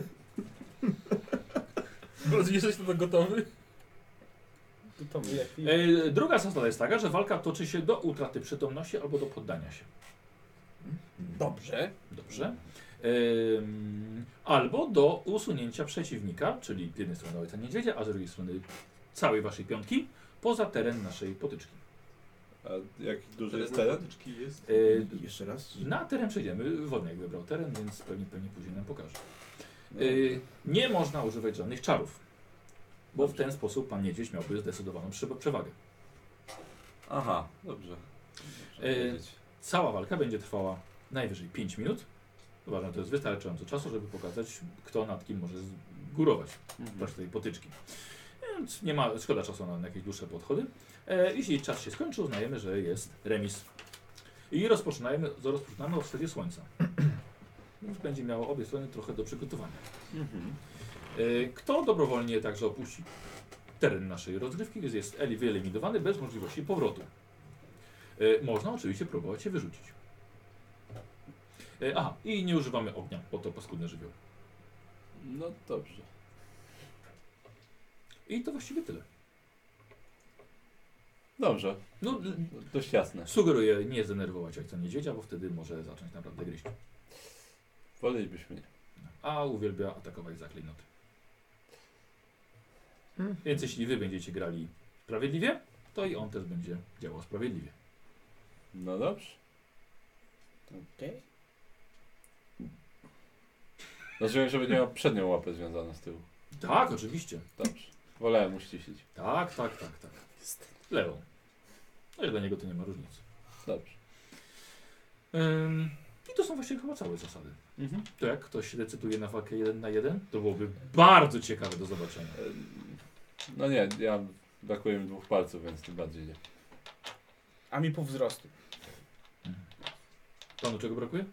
Borsu, jesteś na to gotowy? To jak Druga zasada jest taka, że walka toczy się do utraty przytomności albo do poddania się. Dobrze. Dobrze. Albo do usunięcia przeciwnika, czyli z jednej strony ojca niedźwiedzia, a z drugiej strony całej waszej piątki, poza teren naszej potyczki. A jak duży jest Teren teren? potyczki jest. Jeszcze raz? Na teren przejdziemy. Wodniak wybrał teren, więc pewnie później nam pokaże. Nie można używać żadnych czarów, bo w ten sposób pan niedźwiedź miałby zdecydowaną przewagę. Aha, dobrze. Cała walka będzie trwała najwyżej 5 minut. Uważam, że to jest wystarczająco czasu, żeby pokazać, kto nad kim może górować w czasie tej potyczki. Więc nie ma, szkoda czasu na jakieś dłuższe podchody. Jeśli czas się skończy, uznajemy, że jest remis. I rozpoczynamy o wschodzie słońca. Więc będzie miało obie strony trochę do przygotowania. Kto dobrowolnie także opuści teren naszej rozgrywki, jest wyeliminowany bez możliwości powrotu. Można oczywiście próbować się wyrzucić. Aha, i nie używamy ognia, bo to paskudny żywioł. No dobrze. I to właściwie tyle. Dobrze. No, Dość jasne. sugeruję nie zdenerwować ojca niedźwiedzia, bo wtedy może zacząć naprawdę gryźć. Wolelibyśmy nie. A uwielbia atakować za klejnoty. Więc jeśli wy będziecie grali sprawiedliwie, to i on też będzie działał sprawiedliwie. No dobrze. Okej. Rozumiem, że będzie miał przednią łapę związaną z tyłu. Tak, oczywiście. Dobrze. Wolałem uściślić. Tak. Lewą. Ale dla niego to nie ma różnicy. Dobrze. I to są właściwie chyba całe zasady. Mhm. To jak ktoś decyduje na walkę 1 na 1, to byłoby bardzo ciekawe do zobaczenia. No nie, ja brakuje mi 2 palców, więc tym bardziej nie. A mi pół wzrostu. Panu czego brakuje?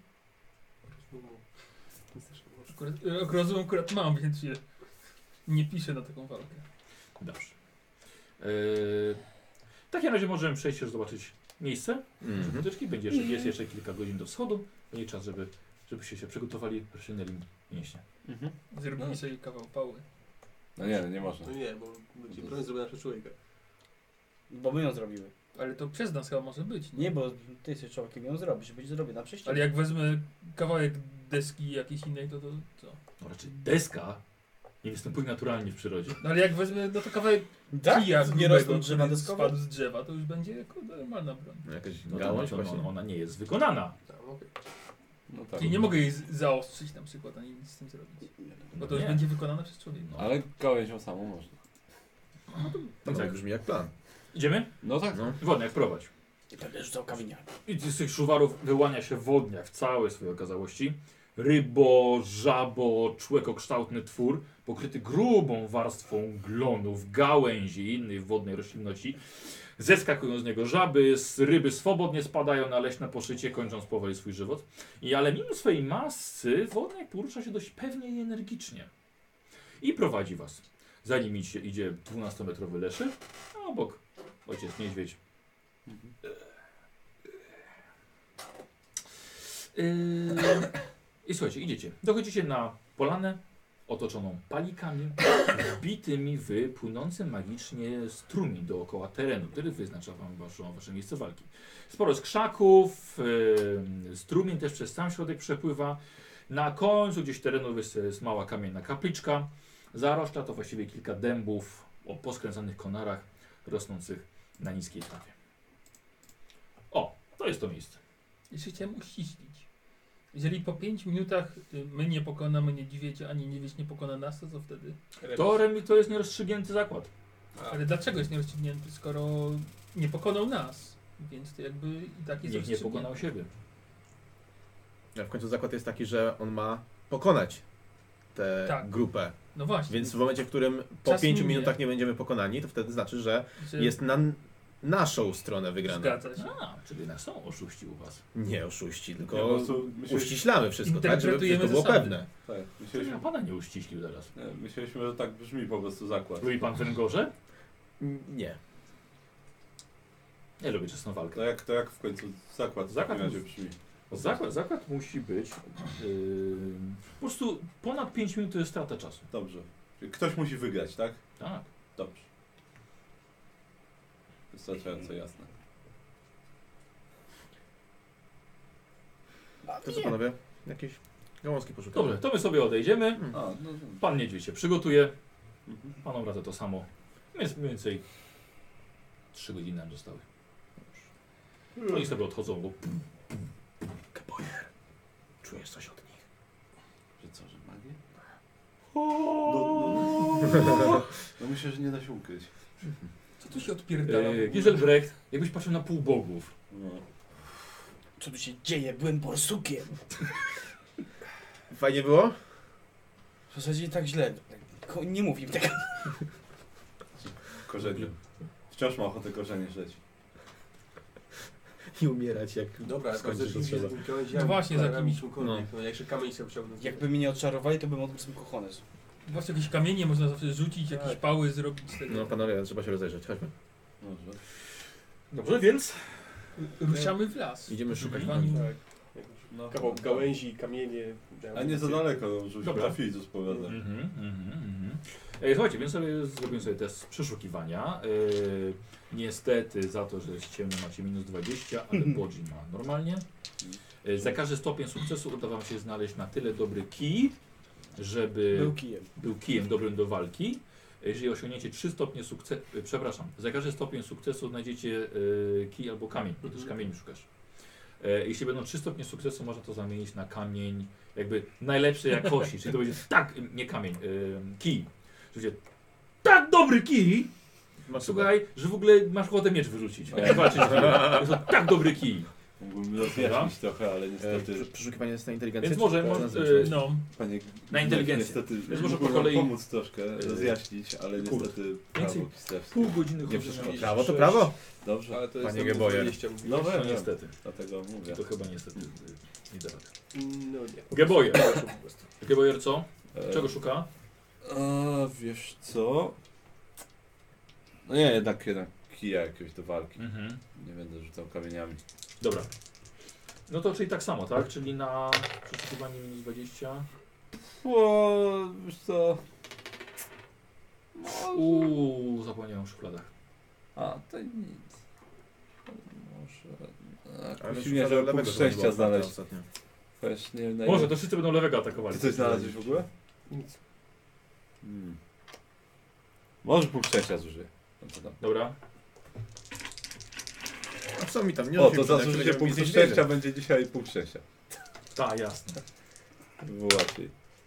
Rozum akurat mam, więc się nie piszę na taką walkę. Dobrze. W takim razie możemy przejść już zobaczyć miejsce potyczki. Jest jeszcze kilka godzin do wschodu. Będzie czas, żebyście się przygotowali, rozciągnęli mięśnie. Zrobili sobie kawał pały. No nie, no nie można. No nie, bo będzie broń zrobiona przez człowieka. Bo my ją zrobimy. Ale to przez nas chyba może być. Nie, bo ty jesteś człowiekiem, ją zrobisz, będzie zrobiona przez ciebie. Ale jak wezmę kawałek deski jakiejś innej, to co? No raczej deska nie występuje naturalnie w przyrodzie. No ale jak wezmę, no to kawałek tak? kija Nie grubego, rosną drzewa który deskowe? spadł z drzewa, to już będzie normalna broń. Jakaś No gałąź to właśnie. ona nie jest wykonana. Okay. No tak. Czyli nie mogę jej zaostrzyć na przykład, ani nic z tym zrobić. Bo to już Nie. będzie wykonane przez człowieka. No. Ale gałęzią samą można. Tak jak brzmi jak plan. Idziemy? No tak. No. Wodniak, prowadź. I pewnie rzucał kawiniami. I z tych szuwarów wyłania się wodniak w całej swojej okazałości. Rybo, żabo, człekokształtny twór, pokryty grubą warstwą glonów, gałęzi i innej wodnej roślinności. Zeskakują z niego żaby, ryby swobodnie spadają na leśne poszycie, kończąc powoli swój żywot. Ale mimo swojej masy wodniak porusza się dość pewnie i energicznie. I prowadzi was. Za nim idzie 12-metrowy leszy, a obok ojciec niedźwiedź. I słuchajcie, idziecie. Dochodzicie na polanę otoczoną palikami, wbitymi w płynący magicznie strumień dookoła terenu, który wyznacza wam wasze miejsce walki. Sporo z krzaków, strumień też przez sam środek przepływa. Na końcu gdzieś terenu jest mała kamienna kapliczka. Za reszta to właściwie kilka dębów o poskręcanych konarach rosnących na niskiej trawie. O, to jest to miejsce. Jeszcze chciałem uściślić. Jeżeli po 5 minutach my nie pokonamy niedźwiedzia, ani niedźwiedź nie pokona nas, to co wtedy? To jest nierozstrzygnięty zakład. Ale dlaczego jest nierozstrzygnięty, skoro nie pokonał nas? Więc to jakby i tak jest Nikt nie rozstrzygnięty. pokonał siebie. A w końcu zakład jest taki, że on ma pokonać tę Tak. grupę. No właśnie. Więc w momencie, w którym po Czas 5 minie. minutach nie będziemy pokonani, to wtedy znaczy, że że jest na naszą stronę wygrana. zgadza się. A, czyli jednak są oszuści u was. Nie oszuści, Nie, tylko po prostu uściślamy wszystko, tak, żeby Interpretujemy wszystko było zasady. pewne. Tak, Ja myśleliśmy, pana nie uściślił teraz. myśleliśmy, że tak brzmi po prostu zakład. Lubi pan węgorze? Nie. Nie lubię czesną walkę. To jak w końcu zakład w Zakład takim razie musi- brzmi? Zakład musi być. Po prostu ponad 5 minut to jest strata czasu. Dobrze. Czyli ktoś musi wygrać, tak? Tak. Dobrze. Wystarczająco jasne. To co panowie? Jakieś gałązki poszukamy? Dobrze, to my sobie odejdziemy. A, no, Pan niedźwiedź się przygotuje. mhm. Panom radzę to samo. Więc mniej więcej 3 godziny nam zostały. No i sobie odchodzą, bo Geboyer, czujesz coś od nich? Że co, że magię? No myślę, że nie da się ukryć. Co tu się odpierdala? Giselbrecht, jakbyś patrzył na półbogów. No. Co tu się dzieje? Byłem borsukiem. Fajnie było? W zasadzie tak źle. Nie mów im tego. Korzenie. Wciąż ma ochotę korzenie żyć. I umierać jak Dobra, to skończysz, to zacznijmy trzeba. z tymi gałęziami. No właśnie, za parami, jakimiś- czymkolwiek. No, jeszcze kamień sobie chciałbym. Jakby mnie nie odczarowali, to bym odgryzł kochones. Właśnie jakieś kamienie można zawsze rzucić, jakieś Tak. pały zrobić z tego. No panowie, trzeba się rozejrzeć, chodźmy. Może. Dobrze, więc Ruszamy w las. Idziemy szukać Mhm. magii. Tak. No. Kawał gałęzi, kamienie. A nie za daleko, żebyśmy Dobra. trafili, co z powrotem. Słuchajcie, więc zrobiłem sobie test przeszukiwania. Niestety za to, że jest ciemno macie minus 20, ale Bodzi ma normalnie. Za każdy stopień sukcesu uda wam się znaleźć na tyle dobry kij, żeby Był kijem. był kijem dobrym do walki. Jeżeli osiągniecie 3 stopnie sukcesu, przepraszam, za każdy stopień sukcesu znajdziecie kij albo kamień, bo też kamieni szukasz. Jeśli będą 3 stopnie sukcesu, można to zamienić na kamień jakby najlepszej jakości, czyli to będzie tak, nie kamień, kij. To będzie tak dobry kij, słuchaj, że w ogóle masz ochotę miecz wyrzucić. Jak walczyć z nim. Jest to tak dobry kij. Mógłbym rozjaśnić trochę, ale niestety... Przeszukiwanie jest na inteligencję? Więc czy może, na może zręczność? No. Panie, Na inteligencję. Niestety, Więc może po mógłbym kolei- wam pomóc troszkę, rozjaśnić, ale Kurde. niestety Więcej prawo pislewskie. pół godziny Nie chodzenia. przeszkoda. Prawo to prawo. Dobrze, Ale to jest Panie tam Geboyer. 20 mówię. No No wiem, niestety. dlatego mówię. To chyba niestety nie da rady. No nie. Geboyer. Geboyer co? E, Czego szuka? Wiesz co? No nie, jednak kija jakiegoś do walki. Nie będę rzucał kamieniami. Dobra. No to czyli tak samo, tak? Czyli na przeszukiwanie minus 20. Wiesz co? Zapomniałem o szufladach. A, to nic. Może... Ale Kusi mnie, żeby punkt szczęścia znaleźć. Ostatnio. Wiesz, nie, na Może, ile- to wszyscy będą lewego atakowali. Ty coś znalazłeś w ogóle? Nic. Może punkt szczęścia zużyję. No to tam. Dobra. A co mi tam nie O, robi, to za jak zużycie będziemy punktu mieć szczęścia niedźwiedzia. będzie dzisiaj punkt szczęścia. Tak, jasne. To było łatwiej.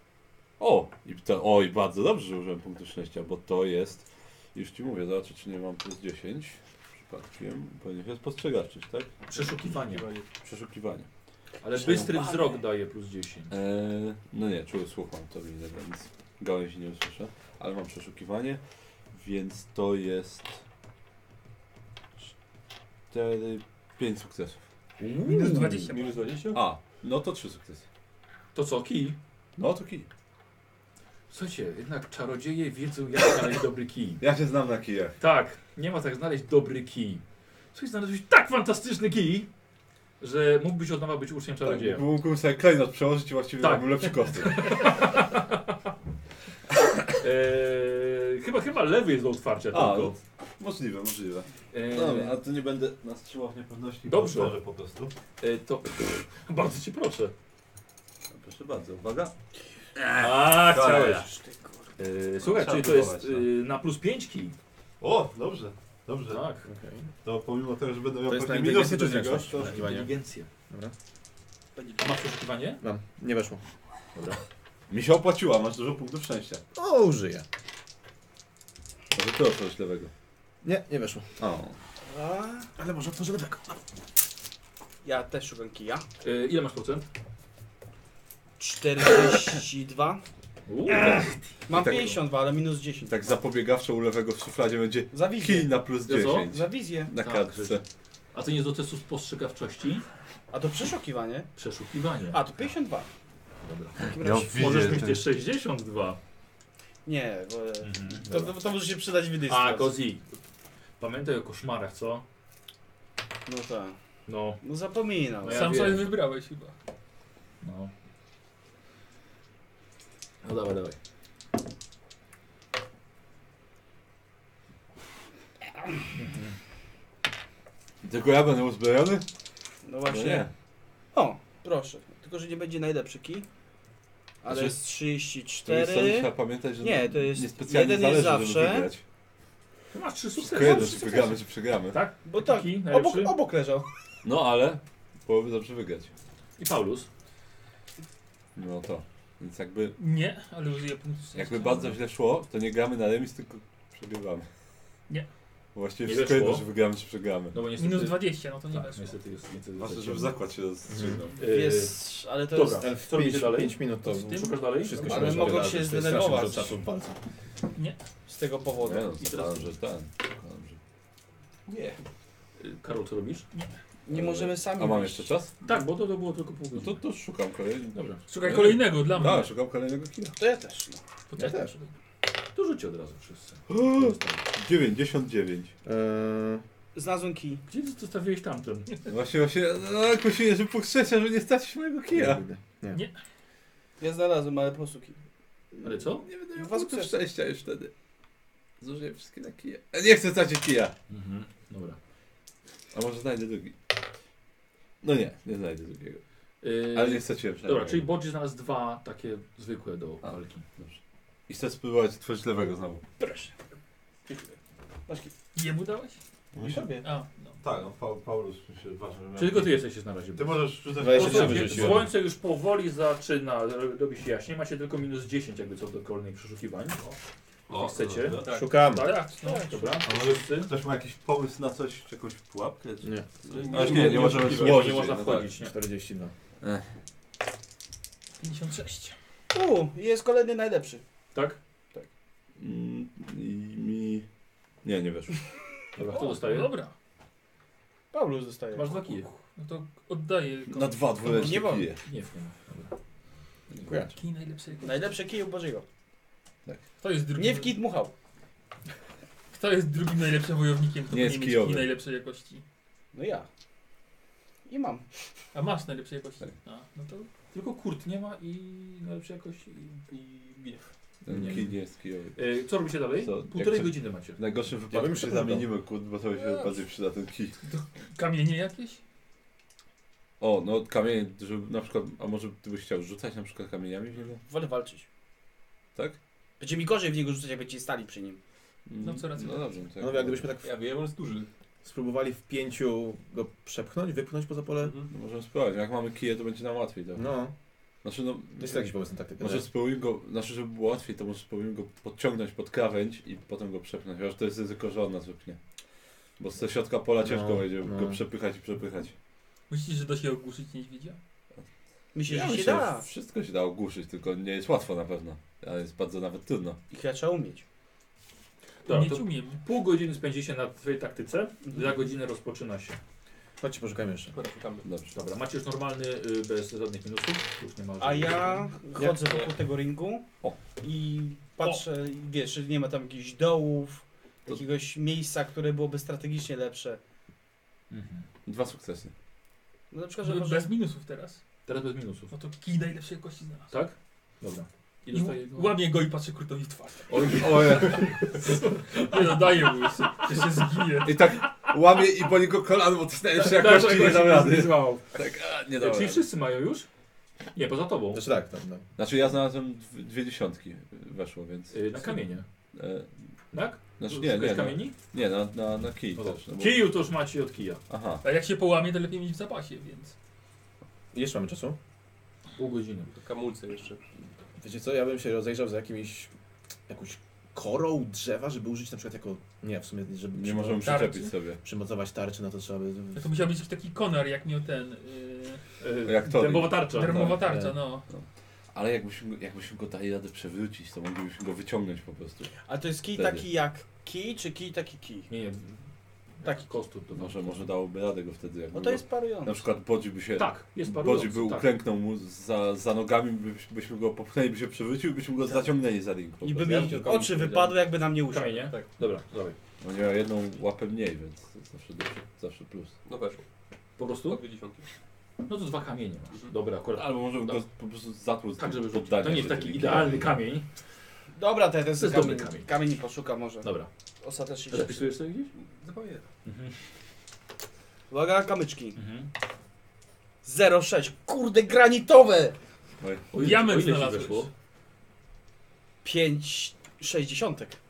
I bardzo dobrze, że użyłem punktu szczęścia, bo to jest... Już ci mówię, zobaczę czy nie mam plus 10. Przypadkiem. Powinien się spostrzegawczyć, tak? Przeszukiwanie. Przeszukiwanie. Ale bystry wzrok daje plus 10. No nie, czuły słuch mam, to widzę, więc gałęzi nie usłyszę. Ale mam przeszukiwanie, więc to jest... 5 sukcesów. Minus 20. Minus 20? A, no to 3 sukcesy. To co, kij? No to kij. Słuchajcie, jednak czarodzieje wiedzą jak znaleźć dobry kij. Ja się znam na kijach. Tak, nie ma tak znaleźć dobry kij. Słuchaj, znalazłeś tak fantastyczny kij, że mógłbyś od nowa być uczniem czarodzieja. Tak, mógłbym sobie klejnot przełożyć i właściwie Tak. był lepszy kostek. Chyba lewy jest do otwarcia A, tylko. możliwe. Eee, Dobra, a to nie będę nas trzymał w niepewności. Dobrze. Może po prostu. to bardzo cię proszę. Proszę bardzo, uwaga. A, chciałeś. Słuchaj, Trzeba czyli to jest próbować, na plus 5 kij. O, dobrze, dobrze. Tak. To pomimo tego, że będę miał To jest na pewnie inteligencję minusy czy do niego, zręczność? to... Poszukiwanie. Inteligencję. Dobra. A masz poszukiwanie? Mam. Nie weszło. Dobra. Mi się opłaciła, masz dużo punktów szczęścia. O, użyję. Może ty otworzysz lewego. Nie weszło. O. Ale może otworzę lewego. Ja też szukam kija. Ile masz procent? 42. Mam tak- 52, ale minus 10. Tak zapobiegawczo u lewego w szufladzie będzie Za wizję. kij na plus Za co? 10. Za wizję. Na Tak, kartce. A to nie jest do testu spostrzegawczości? A to przeszukiwanie? Przeszukiwanie. A, to 52. Dobra. W takim Ja razie. widzę, Możesz mieć ten- też 62. Nie, bo to może się przydać w innej A, sytuacji. Kozi. Pamiętaj o koszmarach, co? No tak. No. No zapominam. No ja Sam wiem. sobie wybrałeś chyba. No. No dawaj, dawaj. Tylko ja będę uzbrojony? No No właśnie. nie. O, proszę. Tylko, że nie będzie najlepszy kij. Ale Znaczy, jest To 34. trzeba pamiętać, że Nie, to jest niespecjalnie jeden jest zależy, żeby zawsze. wygrać. Ty masz 3 Tylko sukcesy. jedno, czy wygramy, czy przegramy. Tak? Bo tak, Kij najlepszy? obok leżał. No ale połowy dobrze wygrać. I Paulus. No to. Więc jakby Nie, ale użyję punktu szczęścia. jakby bardzo źle szło, to nie gramy na remis, tylko przegrywamy. Nie. Bo właściwie Nie wszystko weszło. jedno, czy wygramy, czy przegramy. No bo niestety... Minus 20, no to nie Tak, weszło. niestety jest... Niestety Ważne, jest żeby zakład się rozstrzygnął. Jest, ale to Dobra, jest... co robicie dalej? 5 minut to Z tym? Szukasz dalej? wszystko Dobra. się Ale może mogą wydarzyć. się To jest strasznie zdenerwować. dużo czasu w walce. z tego powodu. Nie no, I teraz- zakładam, że ten. Zakładam, że... Nie. Karol, co robisz? Nie możemy sami A mam wyjść. jeszcze czas? Tak, bo to było tylko pół No godziny. to szukam kolejnego. Dobra. Szukaj kolejnego dla mnie. Tak, szukam kolejnego kina. To ja też. No. Poczekaj. Ja też. To rzućcie od razu wszyscy. 99. Znalazłem kij. Gdzie ty zostawiłeś tamten? Właśnie, no jakoś się, że punkt szczęścia, że nie stać mojego kija. Ja znalazłem, ale po prostu kij. Ale co? Nie będę miał Dwa punktów sukcesy. szczęścia już wtedy. Zużyję wszystkie na kije. Nie chcę stracić kija. Mhm. Dobra. A może znajdę drugi. No nie znajdę drugiego. Yy, Ale nie straciłem Dobra, czyli Bodzi znalazł 2 takie zwykłe do A. walki. Dobrze. I chcę spróbować tworzyć lewego znowu. Proszę. Masz kij. Jemu dałeś? I sobie. A, no. Tak, no Paulus myślę, ważne. że Czy tylko ty jesteś na razie? Ty możesz rzucać... Weź się Posłuchajcie, wyrzuciłem. słońce już powoli zaczyna robi się jaśniej. Macie tylko minus 10 jakby co do kolejnych przeszukiwań. O, chcecie? dobrze. Tak. Szukam. Tak? No, Dobra. A może ktoś ma jakiś pomysł na coś, jakąś pułapkę? Czy... Nie. Aż nie możemy Nie, złożyć. nie można no wchodzić, nie. 42. 56. Jest kolejny najlepszy. Tak? I mi... Nie weszło. Dobra, kto O, dostaje? Dobra. Paulus dostaje. Masz 2 kije. No to oddaję. Na 2 dwuręczne Nie wolno. kije. Nie wiem. Dobra. Dziękuję. Kij najlepszy. Najlepszy kij u Bożego. Kto jest drugim? Nie w kij dmuchał. Kto jest drugim najlepszym wojownikiem? Kto Nie jest powinien mieć kijowy. kij najlepszej jakości? No ja. I mam. A masz najlepszej jakości? Tak. A, no to Tylko kurt nie ma i najlepszej jakości. i gniew. Ten Nie. kij nie jest kijowy. Co robicie dalej? Co, Półtorej jak to- godziny macie. W najgorszym bym wypadku się się poddał. zamienimy kurt, bo to się bardziej przyda ten kij. Kamienie jakieś? O, no kamienie, żeby na przykład, a może ty byś chciał rzucać na przykład kamieniami w niego? Wolę walczyć. Tak? Będzie mi gorzej w niego rzucać, jak będziecie stali przy nim. No, co racja. No dobrze. Tak. No jak gdybyśmy tak Ja wiem, on jest duży. spróbowali w 5 go przepchnąć, wypchnąć poza pole. No, możemy spróbować, jak mamy kije, to będzie nam łatwiej. Tak? No, Znaczy no, jest jakiś pomysł na taktykę. może spróbujmy go, znaczy żeby było łatwiej, to może spróbujmy go podciągnąć pod krawędź i potem go przepchnąć, chociaż to jest ryzyko, że on nas wypchnie. Bo z środka pola ciężko No, będzie no. go przepychać i przepychać. Myślisz, że da się ogłuszyć niedźwiedzia? Myślę, Ja że się myślę, da. że wszystko się da ogłuszyć, tylko nie jest łatwo na pewno. Ale jest bardzo nawet trudno. Ich trzeba umieć. Dobra, Nie to umiemy. pół godziny spędzicie na twojej taktyce. Za godzinę rozpoczyna się. Chodźcie, poszukajmy jeszcze. Dobra, szukamy. Dobrze. Dobra, macie już normalny, bez żadnych minusów. Już nie ma A ja żadnych- chodzę wokół tego ringu O. i patrzę, wiesz, czy nie ma tam jakichś dołów, To- jakiegoś miejsca, które byłoby strategicznie lepsze. Mhm. 2 sukcesy. No na przykład, że Bez może... minusów teraz. Teraz bez minusów. No to kij najlepszej jakości znalazł. Tak? Dobra. I I dostaje go. łamie go i patrzy Kurtowi w twarz. Ojej. Nie no, daję mu jeszcze. Że się zginie. I tak łamie i boli go kolano, bo to jest najlepsza jakości, nie dam rady. Tak, a, nie dam Czyli rady. wszyscy mają już? Nie, poza tobą. Znaczy tak, no. Znaczy ja znalazłem 2 dziesiątki weszło, więc... Na kamienie. E, Tak? znaczy Szukałeś kamieni? nie, na kij No też. No bo... Kiju to już macie od kija. Aha. A jak się połamie, to lepiej mieć w zapasie, więc... Jeszcze mamy czasu. Pół godziny. Kamulce jeszcze. Wiecie co, ja bym się rozejrzał za jakąś korą drzewa, żeby użyć na przykład jako... Nie, w sumie, żeby Nie możemy Tarczy? przyczepić sobie. przymocować tarczy, no to trzeba by... No to musiał być taki konar, jak miał ten... Jak to? Dębowa tarcza. darmowa tak, tarcza, tak. no. Ale jakbyśmy go dali radę przewrócić, to moglibyśmy go wyciągnąć po prostu. A to jest kij Wtedy. taki jak kij, czy kij taki kij? Nie, taki kostur. To Może dałoby radę go wtedy, jakby No to go, jest parujący. na przykład Bodzi by się... Tak, jest Bodzi parujący. by Tak. uklęknął mu za nogami, byśmy go popchnęli, by się przewrócił i byśmy go zaciągnęli za ring. po I by prostu. mi oczy wypadły, jakby na mnie usiadł. Kamienie? Tak. Dobra, dawaj. On miał jedną łapę mniej, więc to jest zawsze plus. No weszło. Po prostu? 2 dziesiątki. No to 2 kamienie masz. Dobra, akurat. Albo możemy go po prostu zatłuc Tak, żeby rzucić. poddania To nie jest się taki tymi idealny kijami. kamień. Dobra, ten To jest kamień, dobry kamień. kamień poszuka może. Dobra. Ostatecznie się... Zapisujesz sobie gdzieś? Zapamiętam. Uwaga, kamyczki. Mhm. 0,6. Kurde, granitowe! Diament O ile ci znalazłeś. weszło? 5,6.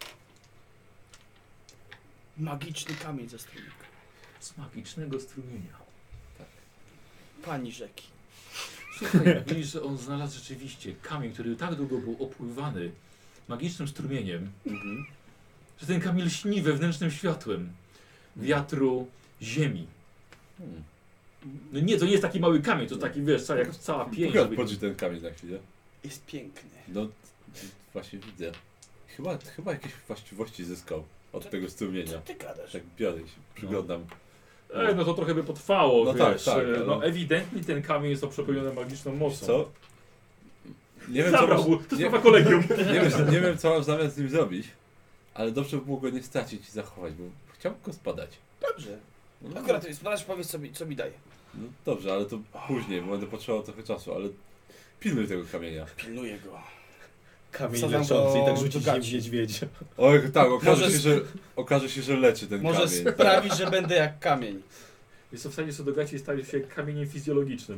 Magiczny kamień ze strumika. Z magicznego strumienia. Pani rzeki. Słuchaj, widzisz, że on znalazł rzeczywiście kamień, który tak długo był opływany magicznym strumieniem, że ten kamień lśni wewnętrznym światłem wiatru ziemi. No nie, to nie jest taki mały kamień, to taki, wiesz, jak cała pięść. Pokaż żeby- Bodzi ten kamień na chwilę. Jest piękny. No, właśnie widzę. Chyba jakieś właściwości zyskał od tego strumienia. Ty gadasz. Tak biorę i się przyglądam. No to trochę by potrwało, No wiesz. tak, No ale- ewidentnie ten kamień jest przepełniony magiczną mocą. Co? Nie wiem, co, Zabrał mu, to nie, sprawa kolegium. nie wiem, co mam zamiar z nim zrobić, ale dobrze by było go nie stracić i zachować, bo chciałbym go spadać. Dobrze. No, Akurat to jest, powiedz co mi daje. no dobrze, ale to później, bo będę potrzebował trochę czasu, ale pilnuj tego kamienia. Pilnuję go. Kamień Wsadzam leczący i go tak do rzucić gaci. nim niedźwiedzia. Oj, tak, Może okaże się, że leczy ten Może kamień. sprawić, że będę jak kamień. Jest to w stanie sobie do gaci staje się kamieniem fizjologicznym.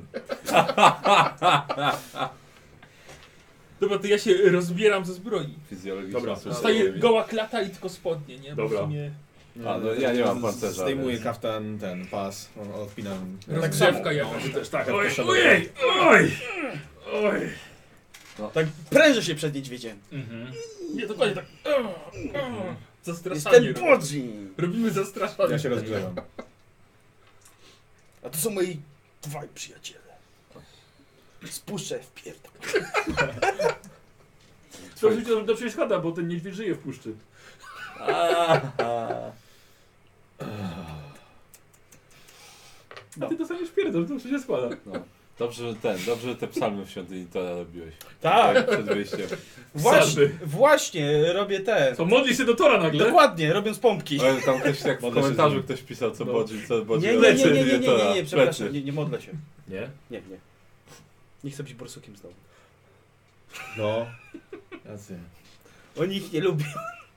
Dobra, to ja się rozbieram ze zbroi. Fizjologicznie. Dobra, Zostaje goła klata i tylko spodnie, nie? Bo Dobra. w sumie A, no ja nie mam pancerza. Zdejmuję więc- kaftan, pas, odpinam. rozgrzewka jakaś. Też tak. Oj, Ojej! Oj! Oj! Tak prężę się przed niedźwiedziem. Mhm. Nie, dokładnie tak. Zastraszanie. Jestem Bodzi. Robimy zastraszanie. Ja się rozgrzewam. A to są moi dwaj przyjaciele. Spuszczę w pierdol. To oczywiście dobrze się składa, bo ten niedźwiedź żyje w puszczy. A ty dostaniesz pierdol, to się składa. No. Dobrze, że te psalmy w świątyni Tora robiłeś. Tak. Przed wyjściem. Właśnie, robię te. Co, modli się do Tora nagle? Dokładnie, robiąc pompki. Ale tam ktoś tak w Modlę się komentarzu z nim. ktoś pisał, co No. Bodzi Nie, leczy Tora. przepraszam, Plecy. nie modlę się. Nie? Nie. Nie chcę być borsukiem znowu. No. Racja. Oni ich nie lubią.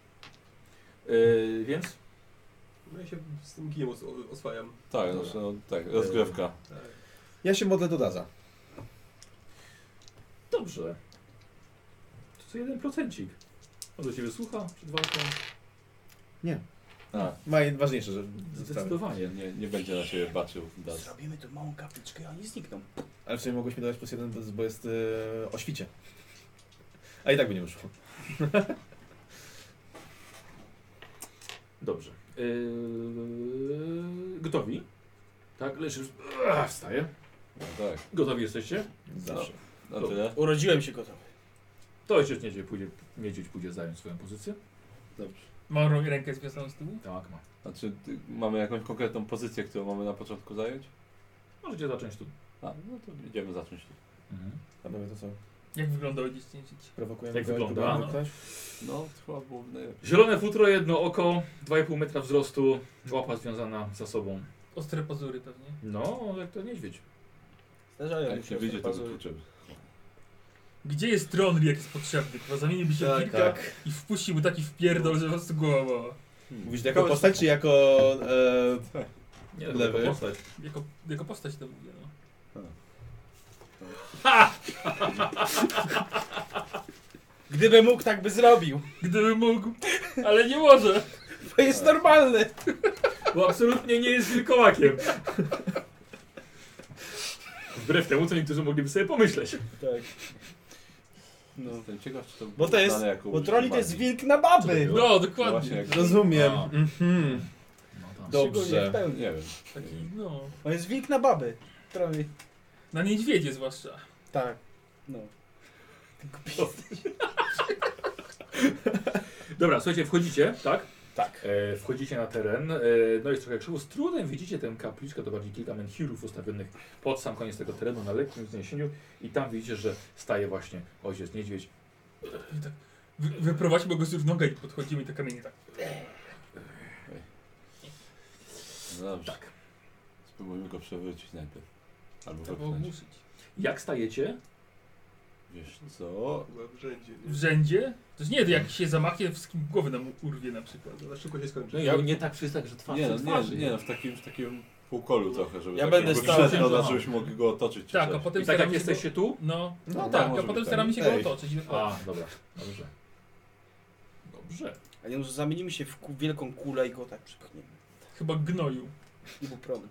Więc? No ja się z tym kijem oswajam. Tak, no, tak, rozgrzewka. Tak. Ja się modlę do Daza. Dobrze. To co 1%. On do ciebie słucha przed walką? A, Najważniejsze, że... Zdecydowanie. nie będzie na siebie baczył. Das. Zrobimy tu małą kapliczkę i oni znikną. Ale w sumie mogłeś mi dać plus jeden, bo jest o świcie. A i tak by nie wyszło. Dobrze. Gotowi? Tak, leżysz. Wstaję. No tak, Gotowi jesteście? Zawsze. na tyle. Urodziłem się gotowy. To ojciec niedźwiedź pójdzie zająć swoją pozycję. Dobrze. Mam rękę związaną z tyłu? Tak, ma. Znaczy, mamy jakąś konkretną pozycję, którą mamy na początku zająć? Możecie zacząć tu. A, no to idziemy zacząć tu. Panowie, to co? Jak wygląda ojciec niedźwiedź? Prowokujemy Jak kogoś, wygląda? próbujemy No. ktoś? No, to chyba byłoby najlepiej. Zielone futro, jedno oko, 2,5 metra wzrostu, łapa związana za sobą. Ostre pazury pewnie. No, jak to niedźwiedź. A Zdarzają jak nie wyjdzie, to wykluczymy. Gdzie jest Tronry, jak jest potrzebny? Chyba zamieniłby się w wilka Tak. i wpuścił mu taki wpierdol, że po prostu głowa bolała. Mówisz jako postać, czy jako... Nie, Lewy. to postać. Jako postać to mówię, no. Gdyby mógł, tak by zrobił. Gdyby mógł, ale nie może. To jest normalne. Bo absolutnie nie jest wilkołakiem. Wbrew temu, co niektórzy mogliby sobie pomyśleć. Tak. No. Jestem ciekaw, czy to Bo to jest, znane jako bo użycie Trolli to jest magii. wilk na baby. No, No dokładnie. właśnie, jak... Rozumiem. A. Mhm. No tam. Dobrze. Szczególnie w pełni. Nie wiem. Taki, no. On jest wilk na baby. Trolli. Na niedźwiedzie zwłaszcza. Tak. No. Dobra, słuchajcie, wchodzicie, tak? Tak. Wchodzicie na teren, no jest trochę krzywo. Z trudem widzicie tę kapliczkę, to bardziej kilka menhirów ustawionych pod sam koniec tego terenu na lekkim wzniesieniu i tam widzicie, że staje właśnie ojciec niedźwiedź. I tak wyprowadźmy go z równowagi i podchodzimy i te kamienie tak. No dobrze. Tak. Spróbujmy go przewrócić najpierw. Albo Trzeba było wepchnąć. muszyć. Jak stajecie? Wiesz co? Chyba w rzędzie. W rzędzie? To jest nie, to jak się zamachnie, z kim głowę nam urwie na przykład. To za szybko się skończy. No ja nie tak przystak, że twarz Nie, przy no, twarzy. nie, w takim półkolu trochę, żeby Ja tak będę jakby stał- wszedł do nas, Aha. żebyśmy mogli go otoczyć. czy Tak, a coś. potem I tak jak staramy się jesteście tu? Go, no, No no tak, tak, może a potem być staramy się tak. go Ej. otoczyć. A, dobra, dobrze. Dobrze. A nie może zamienimy się w wielką kulę i go tak przepchniemy. Chyba gnoju. Ibuprofen.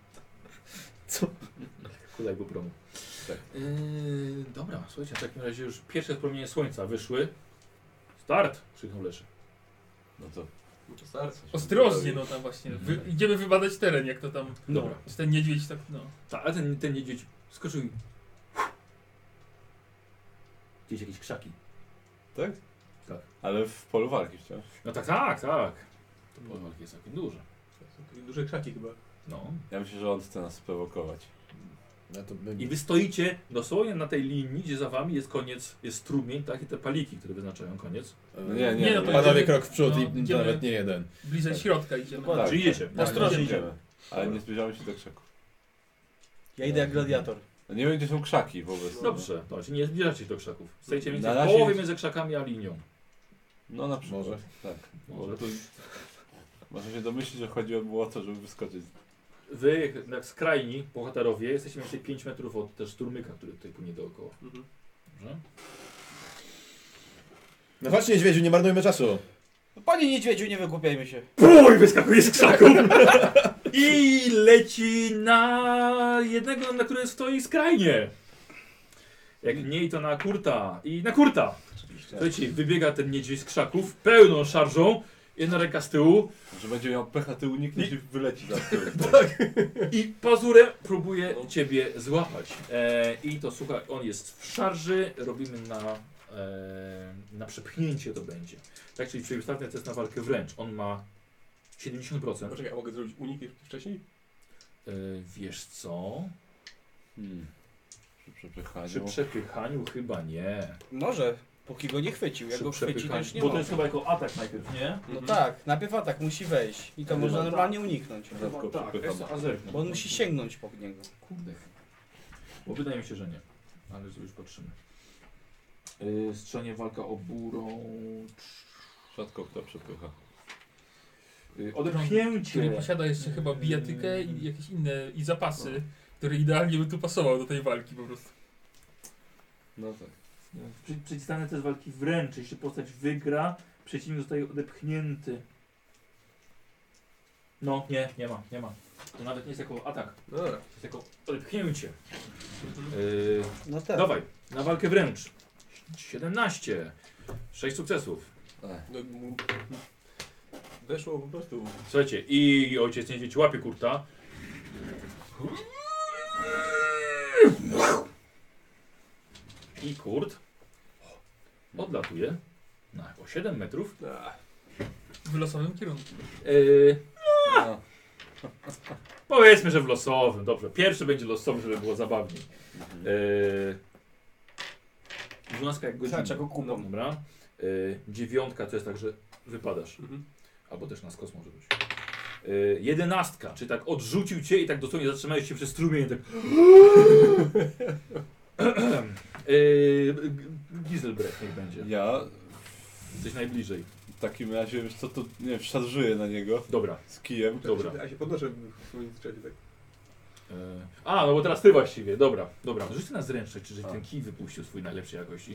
Kulej go promu. Tak. Dobra, słuchajcie, w takim razie już pierwsze promienie słońca wyszły. Start! Krzyknął Leszy. No to No to starczy. Ostrożnie, no tam właśnie. Idziemy wybadać teren, jak to tam. Dobra. Czy ten niedźwiedź tak, no. Tak, a ten niedźwiedź skoczył i... Gdzieś jakieś krzaki. tak? Tak. Ale w polu walki wciąż. No tak, tak, tak. To pole walki jest całkiem duże. Są takie duże krzaki chyba. No. Ja myślę, że on chce nas sprowokować. No to by... I wy stoicie dosłownie na tej linii, gdzie za wami jest koniec, jest strumień, tak? I te paliki, które wyznaczają koniec. No nie, Nie, no to Panowie idziemy- krok w przód no, i idziemy- nawet nie jeden. Bliżej środka idziemy. Dokładnie. Tak. Czyli idziecie. Ostrożnie idziemy. Ale nie zbliżamy się do krzaków. Ja idę jak gladiator. No nie wiem, gdzie są krzaki wobec. Dobrze, to czyli nie zbliżacie się do krzaków. Stoicie mniej Na więcej w razie- połowie między krzakami a linią. No na przykład. Może. Tak. Może. Bo tu... Można się domyślić, że chodziło o to, żeby wyskoczyć. Wy, jak skrajni bohaterowie, jesteście mniej więcej 5 metrów od też szturmyka, który tutaj płynie dookoła. Mhm. Dobrze? No chodź niedźwiedziu, nie marnujmy czasu. No, panie niedźwiedziu, nie wygłupiajmy się. Pój, wyskakuje z krzaków! I leci na jednego, na którym stoi skrajnie. Jak mniej, to na Kurta. I na Kurta! Słuchajcie, wybiega ten niedźwiedź z krzaków pełną szarżą. Jedna ręka z tyłu Że będzie miał pecha, ty unikniesz i wyleci za tył. i pazurem próbuje ciebie złapać. I to słuchaj, on jest w szarży, robimy na przepchnięcie to będzie. Tak, czyli przeciwstawny test na walkę wręcz. On ma 70%. Poczekaj, a mogę zrobić unik jeszcze wcześniej? Wiesz co? Przy przepychaniu. Przy przepychaniu chyba nie. Może, póki go nie chwycił. Jak Przy go chwyci, to przepychaniu. już nie Bo to może. jest chyba jako atak najpierw, nie? No tak, najpierw atak musi wejść. I to Chyba można tak. normalnie uniknąć. Rzadko Tak, przepycham. a zerknę. Bo on musi sięgnąć po niego. Kurde. Bo wydaje mi się, że nie. Ale już patrzymy. Strzelanie walka oburą. Rzadko kto przepycha. Odepchnięcie. Który posiada jeszcze chyba bijatykę i jakieś inne i zapasy, który idealnie by tu pasował do tej walki po prostu. No tak. Przeciwstawny test walki wręcz. Jeśli postać wygra, przeciwnik zostaje odepchnięty. No, nie ma. To nawet nie jest jako atak. No dobra. To jest jako odepchnięcie. No tak. Dawaj, na walkę wręcz. 17. 6 sukcesów. No, weszło po prostu. Słuchajcie, i ojciec niedźwiedź łapie Kurta. I Kurt odlatuje na o 7 metrów. W losowym kierunku. No. Powiedzmy, że w losowym. Dobrze, pierwszy będzie losowy, żeby było zabawniej. 12 jak godzina. Czego kupą. Dobra. 9 to jest tak, że wypadasz. Mhm. Albo też na skos może być. 11, czyli tak odrzucił cię i tak dosłownie zatrzymałeś się przez strumień. Tak. Giselbrecht niech będzie. Ja Jesteś najbliżej. w takim razie, wiesz co, to nie wiem, szarżuję na niego Dobra. z kijem. Dobra. A się podnoszę w międzyczasie tak. No bo teraz ty właściwie, dobra. Rzuć ty na zręczność, czy ten kij wypuścił swój najlepszej jakości.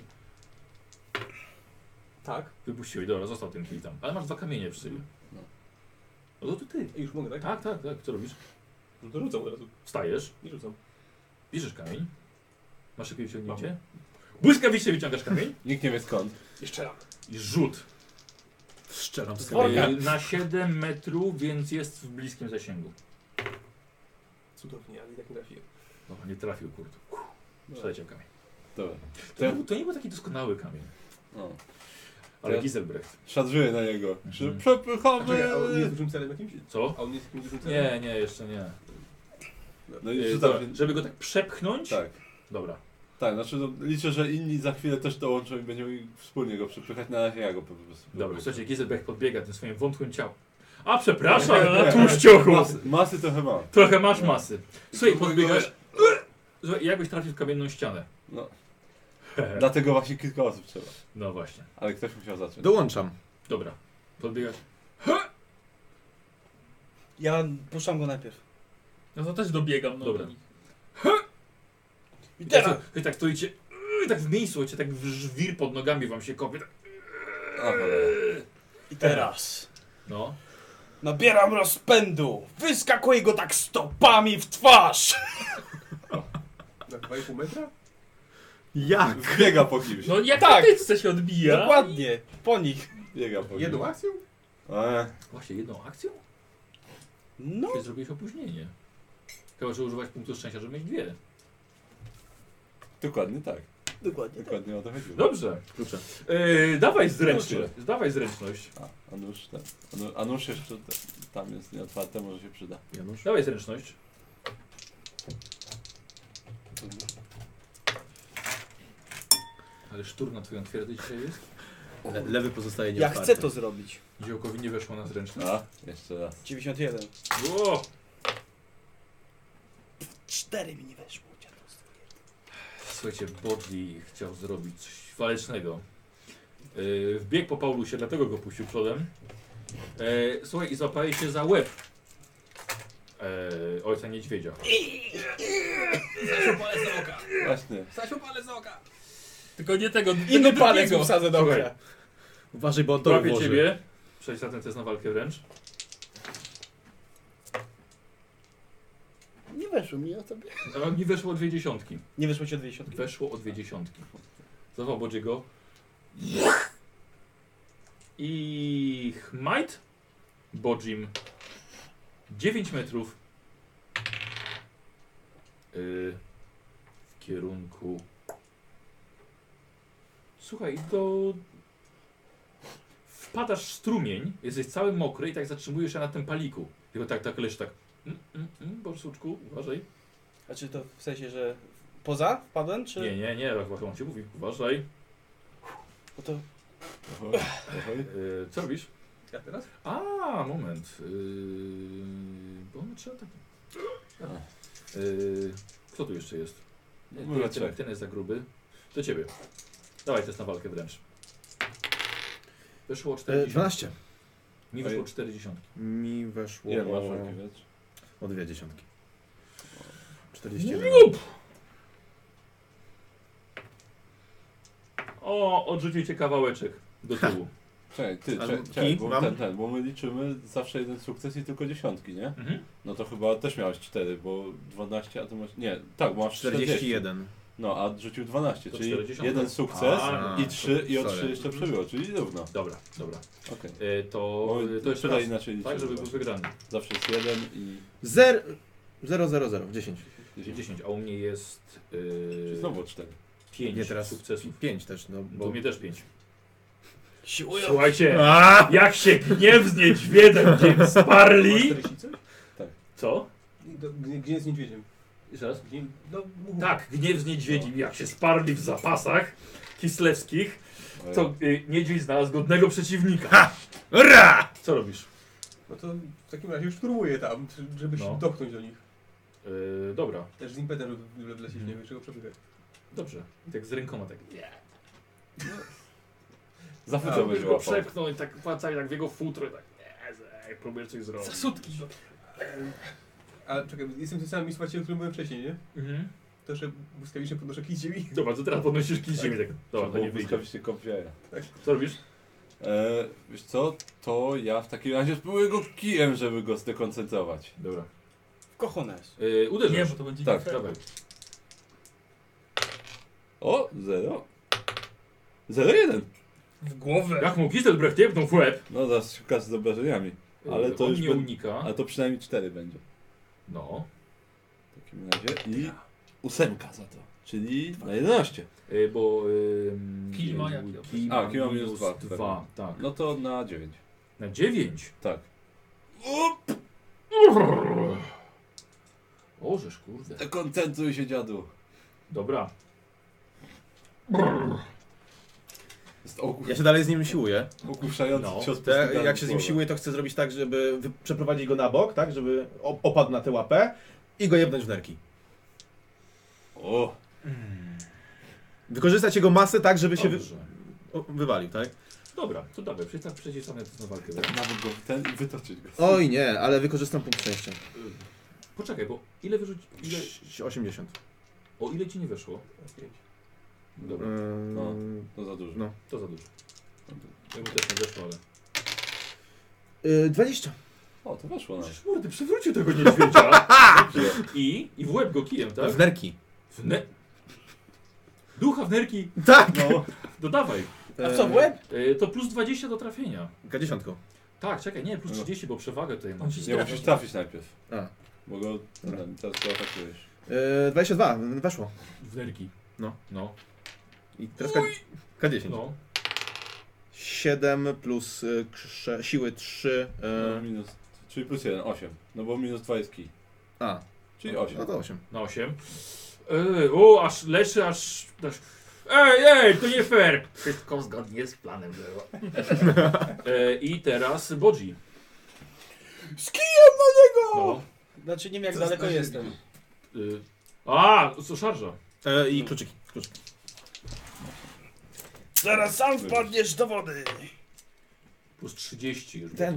Tak. Wypuściłeś, dobra, został ten kij tam. Ale masz 2 kamienie przy sobie. No to ty. Już mogę, tak? Tak, co robisz? No to rzucam od razu. Wstajesz, I rzucam. bierzesz kamień. Masz szybkie wyciągnięcie. Błyskawicznie wyciągasz kamień Nikt nie wie skąd. Jeszcze raz. i rzut. Szczeram z Na 7 metrów, więc jest w bliskim zasięgu. Cudownie, ale i tak nie trafiłem. Dobra, nie trafił, kurde. Przeleciał kamień. Dobra. To nie był taki doskonały kamień. No. Ale Ja- Giselbrecht. Szarżuję na niego. Mhm. Przepychamy! A on nie jest dużym celem jakimś? Co? A on jest jakimś dużym celem? Nie, jeszcze nie. No i Dobra, rzucam. żeby go tak przepchnąć? Tak. Dobra. Tak, znaczy liczę, że inni za chwilę też dołączą i będziemy wspólnie go przepychać. Na razie ja go po prostu. Dobra, słuchajcie, Giselbrecht podbiega tym swoim wątłym ciałem. A przepraszam, tłuściochu! Masy trochę mam. Trochę masz masy. Słuchaj, podbiegasz. Słuchaj, jakbyś trafił w kamienną ścianę. No. Dlatego właśnie kilka osób trzeba. No właśnie. Ale ktoś musiał zacząć. Dołączam. Dobra. Podbiegasz. Ja puszczam go najpierw. No to też dobiegam, no. Dobra. do nich. I teraz! I tak stoicie. Tak w miejscu, słuchajcie, tak żwir pod nogami wam się kopie. Tak. A, cholera. I teraz! No. Nabieram rozpędu! Wyskakuję go tak stopami w twarz! Na 2,5 metra? Jak? Biega po kimś. No jak Tak. tak. się odbija. Dokładnie, po nich. Biega po kimś. Jedną akcją? Właśnie jedną akcją? No. Ty zrobiłeś opóźnienie. Chyba, że używać punktu szczęścia, żeby mieć 2. Dokładnie tak. Dokładnie. Dokładnie o to chodziło. Dobrze. Klucze. Dawaj zręczność. Dawaj zręczność. A nóż ten. A nóż jeszcze tam jest nieotwarte, może się przyda. Janusz. Dawaj zręczność. Ale sztur na twoją twierdzę dzisiaj jest? Lewy pozostaje Ja nieotwarty. chcę to zrobić. Dziełkowi nie weszło na zręczność. A, jeszcze raz. 91. O! 4 mi nie weszło. Słuchajcie, Bodley chciał zrobić coś walecznego. Wbiegł po Paulusie, dlatego go puścił przodem. Słuchaj, i złapałeś się za łeb ojca niedźwiedzia. Stasiu, palec do oka! Właśnie. Stasiu, palec do oka! Tylko nie tego. Inny tego palec drugiego. wsadzę do Słuchaj. oka. Uważaj, bo on to Łapie włoży. ciebie. Przejdź na ten test na walkę wręcz. Nie weszło mi o tobie. A mi weszło o 2 dziesiątki. Nie weszło ci o 2 dziesiątki. Weszło o 2 dziesiątki. Zawał Bodziego. I Chmajt. Bodzim. 9 metrów. W kierunku. Słuchaj, to. Wpadasz w strumień, jesteś cały mokry i tak zatrzymujesz się na tym paliku. Tylko tak leży tak. Borsuczku, uważaj. A czy to w sensie, że poza wpadłem, czy? Nie, jak on ci mówi, uważaj. No to Co robisz? Ja teraz? A, moment. Bo on trzeba tak. Kto tu jeszcze jest? Ten jest za gruby. Do ciebie. Dawaj test na walkę wręcz. Weszło 40. 12. Mi weszło 40. Mi weszło Ile masz walki, wiesz? o 2 dziesiątki. 41. O, odrzucił cię kawałeczek do tyłu. Czekaj, Ale czekaj, bo, mam? bo my liczymy zawsze jeden sukces i tylko dziesiątki, nie? Mhm. No to chyba też miałeś 4, bo 12, a ty masz... Nie, tak, bo masz 40. 41. No, a odrzucił 12, To czyli 40. jeden sukces A, i 3 i o sorry. 3 jeszcze przebyło, czyli równo. Dobra. Okej. To jeszcze tutaj raz. inaczej liczymy. Tak, żeby był wygrany. Zawsze jest 1 i 0, 10. 10, a u mnie jest Czy znowu 4. 5 Nie, teraz sukcesów. 5 też, no Bo u mnie też 5. siłują. Słuchajcie, jak się gniew z niedźwiedem dzień sparli. 40 coś? Co? Gdzie jest niedźwiedziem? Jeszcze raz? Gdzie, no, mów. Tak, gniew z niedźwiedzim, jak się sparli w zapasach kislewskich, to niedźwiedź znalazł godnego przeciwnika. Ra! Co robisz? No to w takim razie już szturmuję tam, żeby się No. dopchnąć do nich. Dobra, Też z impetem wlecieć, nie wiem czego przepychać. dobrze. I tak z rękoma tak. Zachwycam Próbujesz będzie go łapał. przepchnąć, tak płacaj tak w jego futro i tak. Nie, próbujesz coś zrobić. Zasutki. A czekaj, jestem tym samym mistrzem, którym byłem wcześniej, nie? Mhm. To, że błyskawicznie podnoszę kij z ziemi. Dobra, to teraz podnosisz kij z ziemi. Tak. Dobra, to nie wyjdzie. błyskawicznie kąp jaja. Co robisz? Wiesz co, to ja w takim razie spróbuję go kijem, żeby go zdekoncentrować. Dobra. W cojones. Uderzysz. Nie, bo to będzie Tak, nie fair. Dawaj. O, 0. 0,1. W głowę. Jak mu Kistelbrecht jebnął w łeb. No zaraz się z obrażeniami. Ale to on już nie ben- unika. Ale to przynajmniej 4 będzie. No. W takim razie. I 8 za to. Czyli na 11. Bo... Kij ma jakie? Kij A, ma kij ma minus minus 2, 2, tak. No to na 9. Na 9. Tak. Ożesz, kurde. Dekoncentruj się, dziadu. Dobra. Jest Ja się dalej z nim siłuję. ogłuszający No. cios To prostyganem jak się z nim w głowę. siłuję, to chcę zrobić tak, żeby przeprowadzić go na bok, tak, żeby opadł na tę łapę i go jebnąć w nerki. O! Wykorzystać jego masę tak, żeby się Dobrze. wywalił, tak? Dobra, to dawaj, przecież sam na walkę. Nawet go ten i wytoczyć go. Oj nie, ale wykorzystam punkt szczęścia. Poczekaj, bo ile wyrzuć... Ile... 80. O ile ci nie weszło? Dobra, No. To za dużo. No. to za dużo. Jemu też nie weszło, ale... 20. O, to weszło nawet. Przecież mordy, przywrócił tego niedźwiedzia. I w łeb go kijem, tak? W nerki. Ducha w nerki. Tak! No. Dodawaj. A co, w łeb? To plus 20 do trafienia. K10. Tak, czekaj, nie, plus 30, bo przewagę tutaj On macie. ci Nie, musisz trafić najpierw. A. Bo go teraz go atakujesz. 22, weszło. W nerki. No. No. I teraz K10. No. 7 plus siły 3. No, minus, czyli plus 1, 8. No bo minus 2 jest kij. A, Czyli 8. no to 8. Na 8. Aż leszy, aż... Ej, to nie fair! Wszystko zgodnie z planem było. I teraz Bodzi. Z kijem na niego! No. Znaczy nie wiem jak daleko jestem. Co szarża. I kluczyki. Zaraz sam wpadniesz do wody. Plus 30 już. Ten.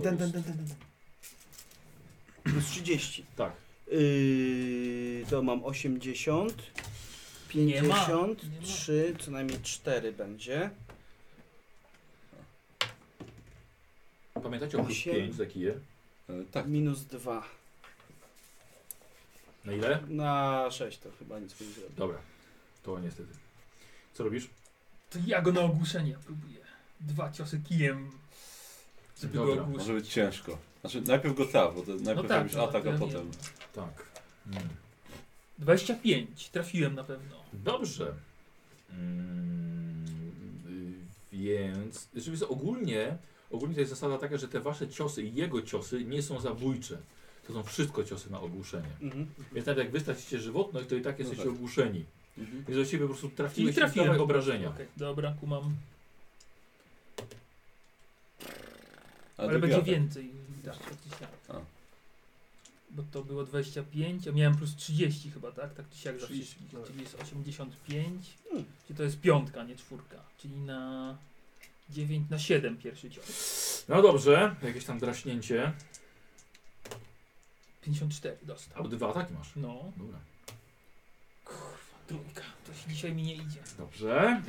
Plus 30. Tak. To mam 80. Nie ma. 53, co najmniej 4 będzie. Pamiętacie o plus 8. 5 za kije? Tak. Minus 2. Na ile? Na 6 to chyba nic nie zrobię. Dobra. To niestety. Co robisz? To ja go na ogłuszenie próbuję. 2 ciosy kijem, żeby Dobra, go ogłuszyć. Może być ciężko. Znaczy najpierw go traf, bo to najpierw tak, robisz no, atak, to a ja potem... Tak. 25, trafiłem na pewno. Dobrze. Więc rzeczywiście ogólnie to jest zasada taka, że te wasze ciosy i jego ciosy nie są zabójcze. To są wszystko ciosy na ogłuszenie. Mhm. Więc nawet jak wy stracicie żywotność, to i tak jesteście tak. ogłuszeni. Mhm. Więc właściwie po prostu I trafiłeś i trafiłem. dawaj obrażenia. Okej, dobra, kumam. Ale Ale drugi będzie atak. więcej. Tak, tak. A. Bo to było 25, a miałem plus 30 chyba, tak? Tak czy siak za 30, wszystkich. dobra. Czyli jest 85. Czyli to jest piątka, nie czwórka. Czyli na 9, na 7 pierwszy cios. No dobrze, jakieś tam draśnięcie. 54 dostał. A 2 ataki masz. No, Dobra. kurwa, trójka. To się dzisiaj mi nie idzie. Dobrze.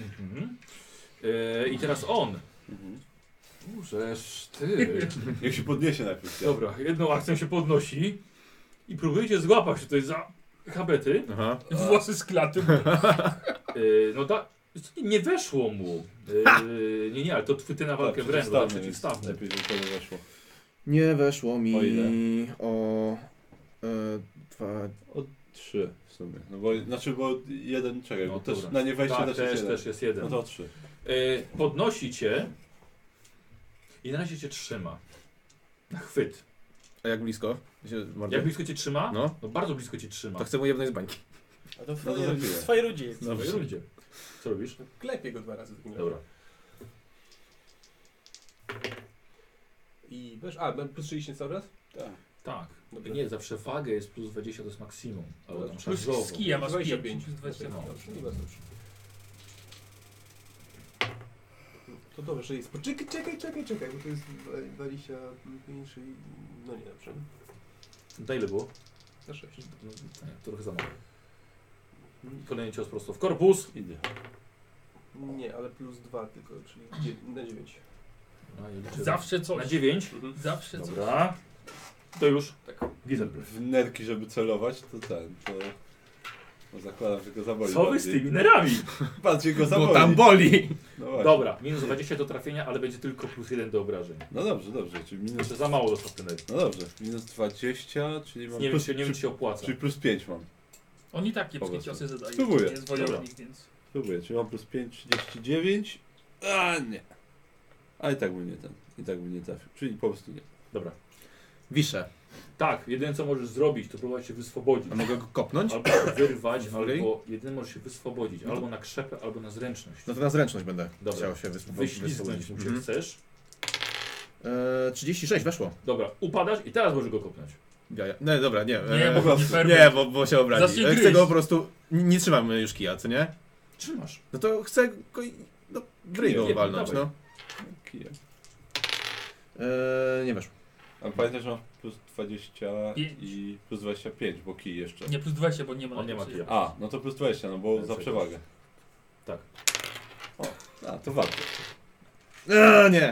I teraz on. Mhm. Żeż ty. Niech się podniesie najpierw. Dobra, jedną akcją się podnosi i próbujecie złapać się tutaj za habety. Aha. Włosy z klaty. No nie weszło mu. Nie, ale to ty na walkę wręcz, przeciwstawny. Lepiej, żeby to nie weszło. Nie weszło mi O ile? o 2. O 3 w sumie. No bo, znaczy, bo jeden, czekaj, No bo też dobra. na nie wejście Tak, też jest jeden. też jest jeden. No to 3. Podnosi cię i na razie cię trzyma. Na chwyt. A jak blisko? Jak blisko cię trzyma? No. No bardzo blisko cię trzyma. To chcę mu jebnąć z bańki. A to w No to za chwilę. twojej ludzie jest. W swojej rundzie. Co robisz? Klepię go 2 razy w takim razie. Dobra. I wiesz, plus 30 cały raz? Tak. Tak. Dobra. Nie, za przewagę jest plus 20 to jest maksimum. Albo tam Plus szarżowo. z kija masz 25. 5, plus 20. No. Dobrze, nie bardzo dobrze. To dobrze, że jest. Czekaj, bo to jest 25, czyli... No nie, dobrze. To ile było? Na 6. No, nie, trochę za mało. Kolejny cios prosto w korpus. Idę. Nie, ale plus 2 tylko, czyli na 9. No, i liczę Zawsze coś. na 9. Zawsze coś. Dobra. To już. Tak. Giselbrecht. W nerki, żeby celować, to no zakładam, że go zaboli. Co wy z tymi nerami? Patrz, go zaboli. Bo tam boli! No właśnie. Dobra, minus 20 do trafienia, ale będzie tylko plus 1 do obrażeń. No dobrze, czyli minus... Jeszcze za mało dostał ten nerw. No dobrze, minus 20, czyli mam Nie wiem, plus, czy nie wiem, czy się opłaca. czyli plus 5 mam. On i tak kiepskie Po prostu. ciosy zadaje. Spróbuję. Jest wojownik, więc... Spróbuję, czyli mam plus 5, 39. A nie. A i tak by nie trafił. Czyli po prostu nie. Dobra. Wiszę. Tak, jedyne co możesz zrobić, to próbować się wyswobodzić. A mogę go kopnąć? Albo wyrwać, W ryj? albo jedynie możesz się wyswobodzić. No to- Albo na krzepę, albo na zręczność. No to na zręczność będę Dobra. chciał się Wyślizgnąć mu się Mhm. chcesz. 36 weszło. Dobra, upadasz i teraz możesz go kopnąć. Nie, dobra, nie. Nie, bo nie fair nie, bo się obrazi. Zacznie Chcę gryźć. go po prostu... Nie trzymam już kija, co nie? Trzymasz. No to chcę go... No, w ryj go Kijem, walnąć, dawaj. no. Kijem. Nie weszło. A pamiętaj, że mam plus 20 Pięć. i plus 25, bo kij jeszcze. Nie plus 20, bo nie ma. On nie ma kija. A, no to plus 20, no bo Więcej za przewagę. Tak. A, to warto. Nie.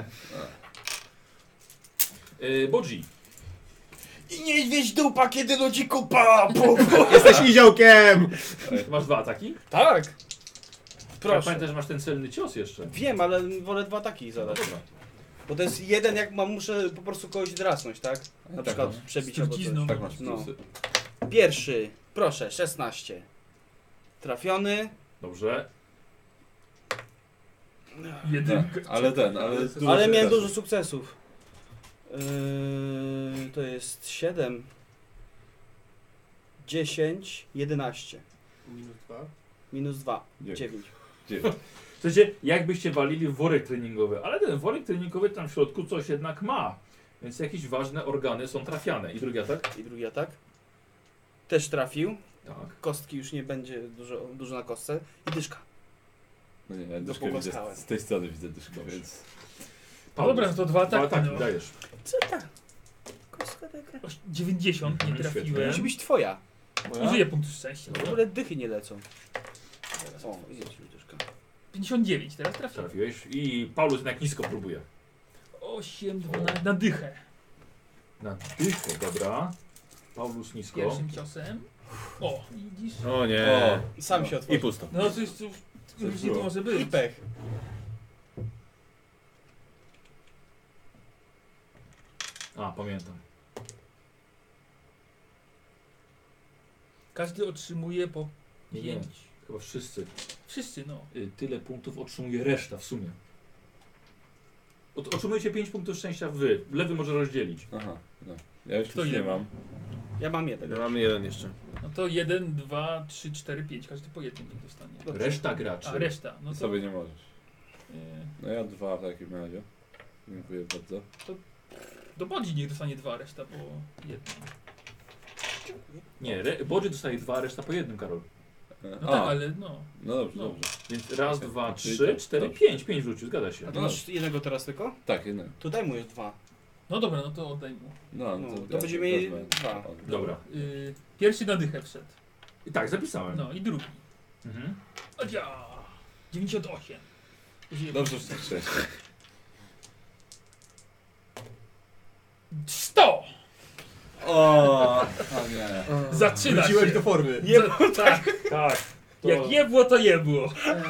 Bodzi. I niedźwiedź dupa, kiedy ludzi kupa! Jesteś niziołkiem! Masz 2 ataki? Tak! Proszę. Proszę. Pamiętaj, że masz ten celny cios jeszcze. Wiem, ale wolę 2 ataki zadać. Dobra. Bo to jest jeden, jak muszę po prostu kogoś drasnąć, tak? Na Tak, przykład no. przebić albo coś. Trucizną. Tak masz No. plusy. Pierwszy, proszę, 16. Trafiony. Dobrze. Jedynkę. Ale dużo Ale miałem sukcesów. dużo sukcesów. To jest 7, 10, 11. Minus 2. Minus 2, Dziewięć. 9. W sensie, jakbyście walili w worek treningowy, ale ten worek treningowy tam w środku coś jednak ma. Więc jakieś ważne organy są trafiane. I drugi atak? I drugi atak. Też trafił. Tak. Kostki już nie będzie dużo na kostce. I dyszka. No nie, ja Go dyszkę widzę, pogłaskałem. z tej strony widzę dyszkę, więc... No dobra, no to 2 Dwa ataki. ataki No. dajesz. Co ta? Kostka taka. 90 nie Mhm, trafiłem. Musi być twoja. Użyję punktu szczęścia. W ogóle dychy nie lecą. O, jest już dyszka. 59 teraz trafiłem. Trafiłeś. I Paulus jednak nisko próbuje. 8, 12 na dychę. Na dychę, dobra. Paulus nisko. Pierwszym ciosem. O, widzisz? O nie. O, Sam się I otworzył. pusto. No to już różnie to może I być. pech. A, pamiętam. Każdy otrzymuje po Nie, 5. nie. Chyba wszyscy. Wszyscy, no. Tyle punktów otrzymuje reszta w sumie. Otrzymujecie 5 punktów szczęścia wy. Lewy może rozdzielić. aha, no. Ja już Kto nic nie jeden? mam. Ja mam jeden. Mamy jeden jeszcze. No to 1, 2, 3, 4, 5. Każdy po jednym niech dostanie. Reszta graczy. A reszta, no Ty to... sobie nie możesz. Yy, No ja 2 w takim razie. Dziękuję bardzo. do Bodzi niech dostanie 2, reszta po jednym. Nie, Bodzi dostaje 2, reszta po jednym, Karol. No tak, ale no. No dobrze, No. dobrze. Więc raz, Okej. dwa, Czyli trzy, tak, 4, dobrze. 5. 5 wrzucił, zgadza się. A ty masz jednego teraz tylko? Tak, jednak. To daj mu już 2. No dobra, no to oddaj mu. No, No, to ja będziemy się mieli wezmę. dwa. O, Dobra. Pierwszy na dychę wszedł. I tak, zapisałem. No i drugi. Mhm. Odzia! 98. Użyję Dobrze, że tak szczęście. 100! O nie. Zaczyna Wróciłeś się. do formy. Jebło, tak. Tak. To... Jak jebło, to jebło.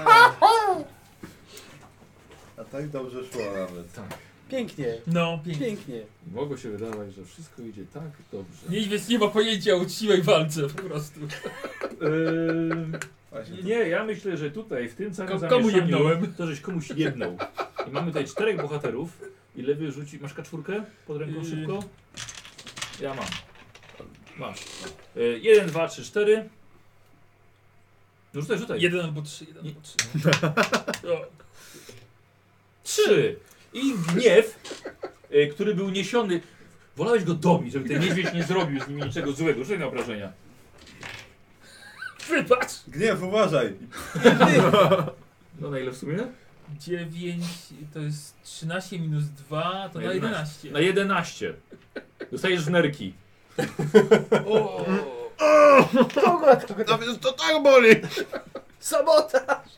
A tak dobrze szło nawet. Tak. Pięknie. No, pięknie. Pięknie. Mogło się wydawać, że wszystko idzie tak dobrze. Niedźwiedź nie ma pojęcia o uczciwej walce po prostu. Właśnie Nie, ja myślę, że tutaj w tym całym Komu zamieszaniu jebnąłem? to żeś komuś jednął. I mamy tutaj 4 bohaterów. I lewy rzuci... Masz K4 pod ręką szybko? Ja mam. Masz. 1, 2, 3, 4. No rzucaj, rzucaj. 1 albo 3, 1 albo 3. 3. I gniew, który był niesiony. Wolałeś go dobić, żeby ten niedźwiedź nie zrobił z nimi niczego złego. Rzucaj na obrażenia. Wybacz! Gniew, uważaj! No na ile w sumie? 9 to jest 13 minus 2 to Na na 11. Na 11. Dostajesz w nerki. To tak boli! Sabotaż!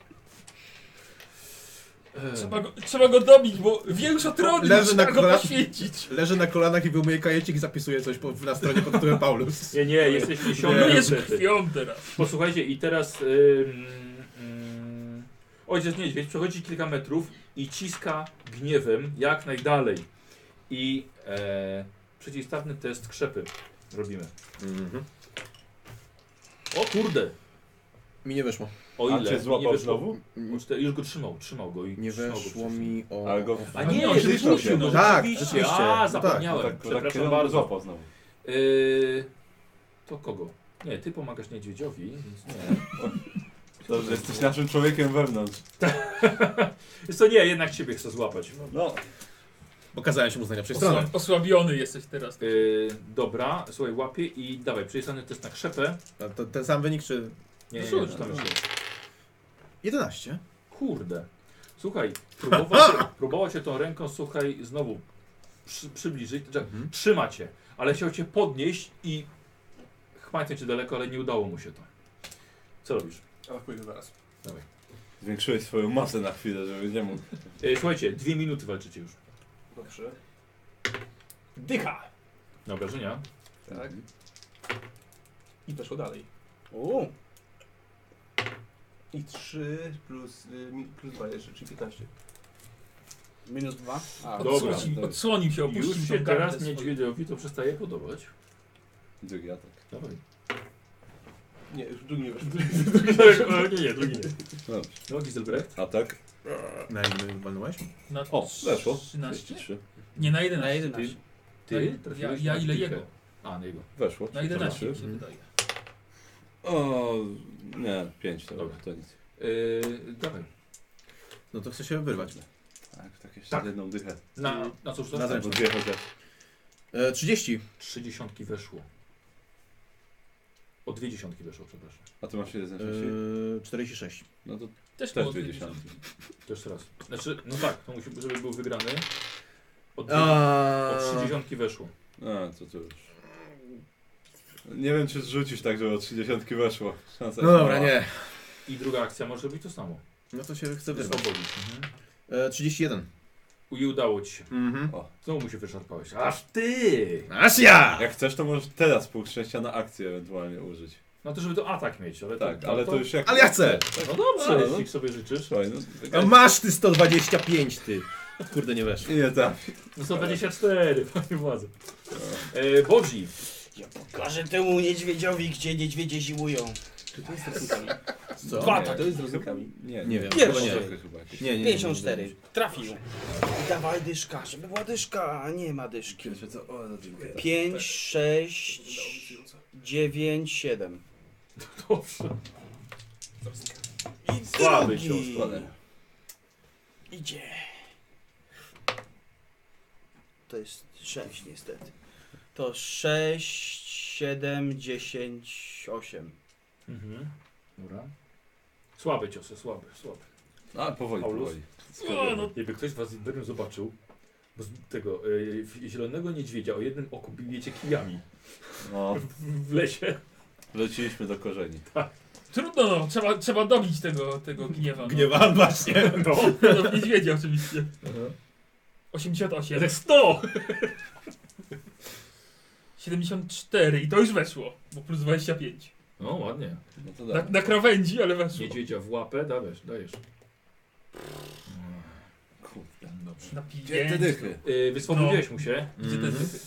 Trzeba go dobić, bo większa troli Leży na trzeba go kolanach. poświęcić. Leży na kolanach i wyjmuje kajecik i zapisuje coś na stronie pod tytułem Paulus. Nie, jesteś Ciągnujesz niesiony. krwią teraz. Posłuchajcie, i teraz ojciec niedźwiedź przechodzi kilka metrów i ciska gniewem jak najdalej. I przeciwstawny test krzepy robimy. O kurde! Mi nie wyszło. O A ile? cię Mi złapał nie wyszło. znowu? Już go trzymał go i Nie trzymał go weszło wcześniej. mi o... Ale go... A nie, on że się wypuścił wypuścił, go, no. Tak, rzeczywiście. rzeczywiście. A, Tak, zapomniałem. Tak, Przepraszam bardzo. złapał znowu. To kogo? Nie, ty pomagasz niedźwiedziowi, więc nie. Dobrze, jesteś naszym człowiekiem wewnątrz. Jest to nie, jednak ciebie chcę złapać. No. Pokazałem się mu z najlepszej strony. Osłabiony jesteś teraz. Dobra, słuchaj, łapie i dawaj, przejrzany test na krzepę. A to ten sam wynik, czy... Nie, Rzuć tam już jest. 11. Kurde. Słuchaj, próbował cię tą ręką, słuchaj, znowu przybliżyć, trzyma cię, ale chciał cię podnieść i chmacnąć cię daleko, ale nie udało mu się to. Co robisz? Ale pójdę zaraz. Dawaj. Zwiększyłeś swoją masę na chwilę, żeby nie mógł. Słuchajcie, 2 minuty walczycie już. Dobrze. Dycha! Na obrażenia. Tak. I weszło dalej. I 3 plus 2 jeszcze, czyli 15. Minus 2. A, Dobra. Odsłonił się, opuścił Już tą się teraz gardę swoją. niedźwiedziowi to przestaje podobać. Drugi atak. Dawaj. Nie, już drugi nie weszło. nie, drugi nie. Dobrze. No, Giselbrecht. Atak. Na ile walnąłeś? Na O, weszło. 13? 33. Nie, na 11. na 11. Ty? Trafiłeś Ja na ile kilka. jego? A, na jego. Weszło. Na 11 mi 43. się wydaje. O, nie, 5 to, Dobra. to nic. Dawaj. No to chcę się wyrwać. Tak, tak jeszcze Tak. jedną dychę. Na cóż to? Na Albo dwie chociaż. 30. 30 weszło. O 20 weszło, przepraszam. A ty masz ile zręczności? 46. No to Też też było dwie 2 dziesiątki. To jeszcze raz. Znaczy, no tak, to musi, żeby był wygrany. O 30 weszło. A, to już. Nie wiem, czy zrzucisz tak, żeby o 30 weszło. Szansa No jest dobra, mała. nie. I druga akcja może być to samo. No to się chcę wyrwać. Wyswobodzić. Mhm. 31. I udało ci się. Mhm. Znowu mu się wyszarpałeś. Aż ty! Aż ja! Jak chcesz, to możesz teraz pół szczęścia na akcję ewentualnie użyć. No to żeby to atak mieć, ale Tak, to, ale to już jak... Ale ja chcę! No dobrze, Ale jeśli no. sobie życzysz. Słuchaj, no... A masz ty 125, ty! Kurde, nie weszło. Nie, tak. No 124, panie władzy. Bodzi. Ja pokażę temu niedźwiedziowi, gdzie niedźwiedzie zimują. To jest z rysunkami. Co? Dwa Nie. tak. To jest z rysunkami. Nie wiem. Pierwszy. Chyba Chyba jakieś. Nie. 54. Trafił. I dawaj dyszka, żeby była dyszka, a nie ma dyszki. Pierwsze co? O, no dziękuję. 5, 6, 9, 7. Dobrze. I Słaby drugi. cios, Idzie. To jest 6 niestety. To 6, 7, 10, 8. Mhm. Dobra. Słabe ciosy, słabe. A, powoli, Paulus? powoli. No, jakby ktoś z was z Imperium zobaczył, bo z tego zielonego niedźwiedzia o jednym oku bijecie kijami No, w lesie. wróciliśmy do korzeni. Trudno, no. Trzeba dobić tego gniewa. No. Gniewam właśnie. No. No, niedźwiedzia oczywiście. 88. Jak 100! 74 i to już weszło, bo plus 25. No ładnie. No to Na, dawaj. na krawędzi, ale weszło. Niedźwiedzia w łapę, dajesz. Kurde. Dobrze. Na Gdzie te 5. dychy? Wyswobodziłeś mu się. Gdzie te dychy?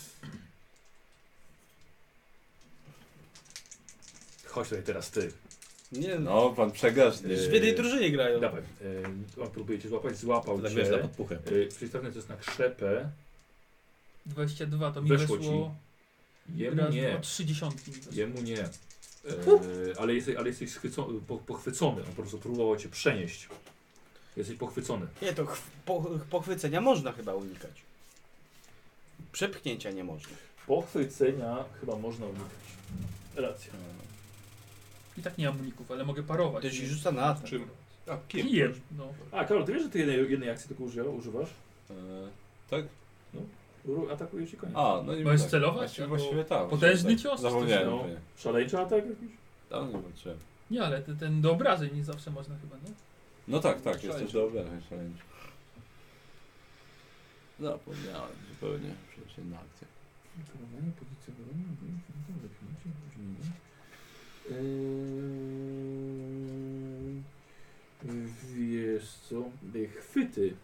Chodź tutaj teraz ty. Nie no. No, pan przegrasz. W jednej drużynie grają. Dawaj. On próbuje cię złapać, złapał Tak cię. wiesz, na podpuchę. Przeciwstawny to jest na krzepę. 22 to mi Weszło weszło. Jemu Raz, nie. dwa, 30 mi weszło. Jemu nie. Ale jesteś pochwycony. On po prostu próbował cię przenieść. Jesteś pochwycony. Nie, to pochwycenia można chyba unikać. Przepchnięcia nie można. Pochwycenia chyba można unikać. Racja. I tak nie mam uników, ale mogę parować. To się rzuca na atak. Czym? A, kijem. Kijem. No. A, Karol, ty wiesz, że ty jednej akcji tylko używasz? Tak? Atakuje ci koniec. A, no nie Możesz tak. celować? Właściwie tak. Potężny tak. cios? Zapomniałem. No. pewnie. Szaleńczy atak jakiś? Tam nie patrzyłem. Nie, ale ten do obrażeń nie zawsze można chyba, nie? No tak, jest Szaleńczy. też dobre, szaleńczy. Zapomniałem zupełnie, przecież inna akcja. Wiesz co? Chwyty.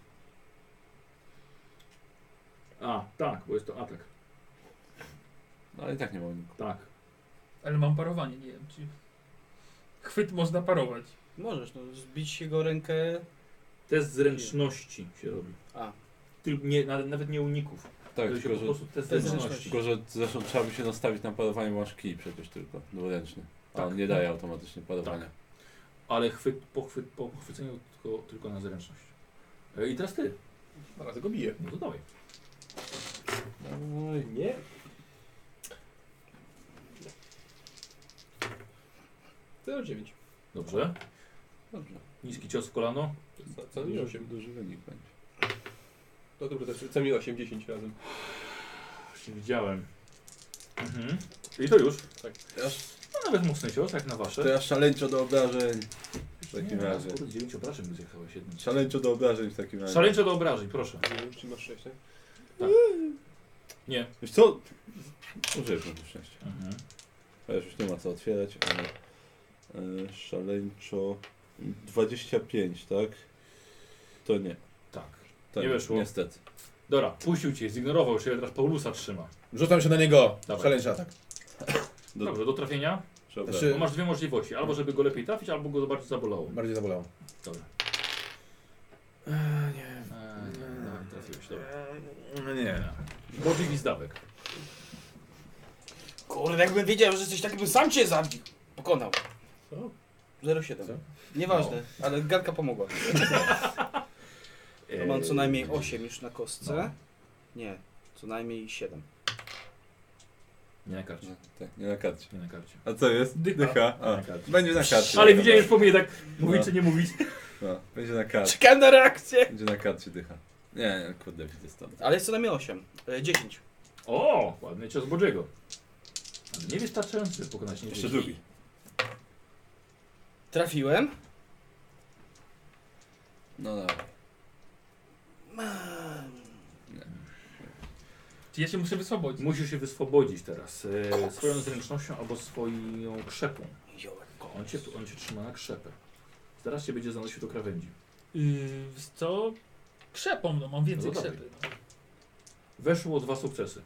A, tak, bo jest to atak. No ale i tak nie mam nikogo. Tak. Ale mam parowanie, nie wiem czy... Chwyt można parować. Możesz, no, zbić jego rękę. Test zręczności się robi. A. Nie, nawet nie uników. Tak, To się tylko po że, prostu test test zręczności. zręczności. tylko że zresztą trzeba by się nastawić na parowanie, masz kij przecież tylko, dwuręczny. A Tak. on nie daje automatycznie parowania. Tak. Ale po chwyceniu tylko na zręczność. I teraz ty. Zaraz go biję. No to dawaj. Oj, Nie. To 9. Dobrze. dobrze. Niski cios w kolano. Co mi 8? Duży wynik będzie. No dobra, to co mi 8, 10 razem. Właśnie widziałem. Mhm. I to już. Tak. No nawet mocny cios, jak na wasze. To ja szaleńczo do obrażeń. W takim Nie, razie. kurde, 9 obrażeń by zjechałeś jednym. Szaleńczo do obrażeń w takim razie. Szaleńcze do obrażeń, proszę. Czyli masz 6, tak? Nie. Wiesz co? Użyję punktu szczęścia. Mhm. Chociaż już nie ma co otwierać, ale szaleńczo 25, tak? To nie. Tak. To Nie weszło. Niestety. Dobra, puścił cię, zignorował się, teraz Paulusa trzyma. Rzucam się na niego. Dawaj. Szaleńczy atak. Dobrze, do trafienia. Znaczy- Bo masz dwie możliwości. Albo żeby go lepiej trafić, albo go bardziej zabolało. Bardziej zabolało. Dobra. Nie. Dawaj, trafiłeś, dobra. Nie. Bodzi gwizdawek. Kurde, jakbym wiedział, że coś takiego, sam cię zabił. Pokonał. Co? 0,7. Nieważne, ale gadka pomogła. To mam co najmniej 8 już na kostce. No. Nie, co najmniej 7. Nie na karcie. Nie, tak, nie na karcie. Nie na karcie. A co jest? Dycha. A, Na karcie. będzie na karcie. Ale widziałem, już po mnie tak mówić No. czy nie mówić. No, będzie na karcie. Czekam na reakcję! Będzie na karcie dycha. Nie, kurde, widzę stąd. Ale jest co najmniej 8. 10. O, ładny cios Bodziego. Ale niewystarczający, żeby pokonać nie Jeszcze drugi. Trafiłem. No dobra. Czy ja się muszę wyswobodzić? Musisz się wyswobodzić teraz swoją zręcznością albo swoją krzepą. On cię trzyma na krzepę. Zaraz cię będzie zanosił do krawędzi. Wiesz co? Krzepą, no mam więcej No to krzepy. No. Weszło 2 sukcesy.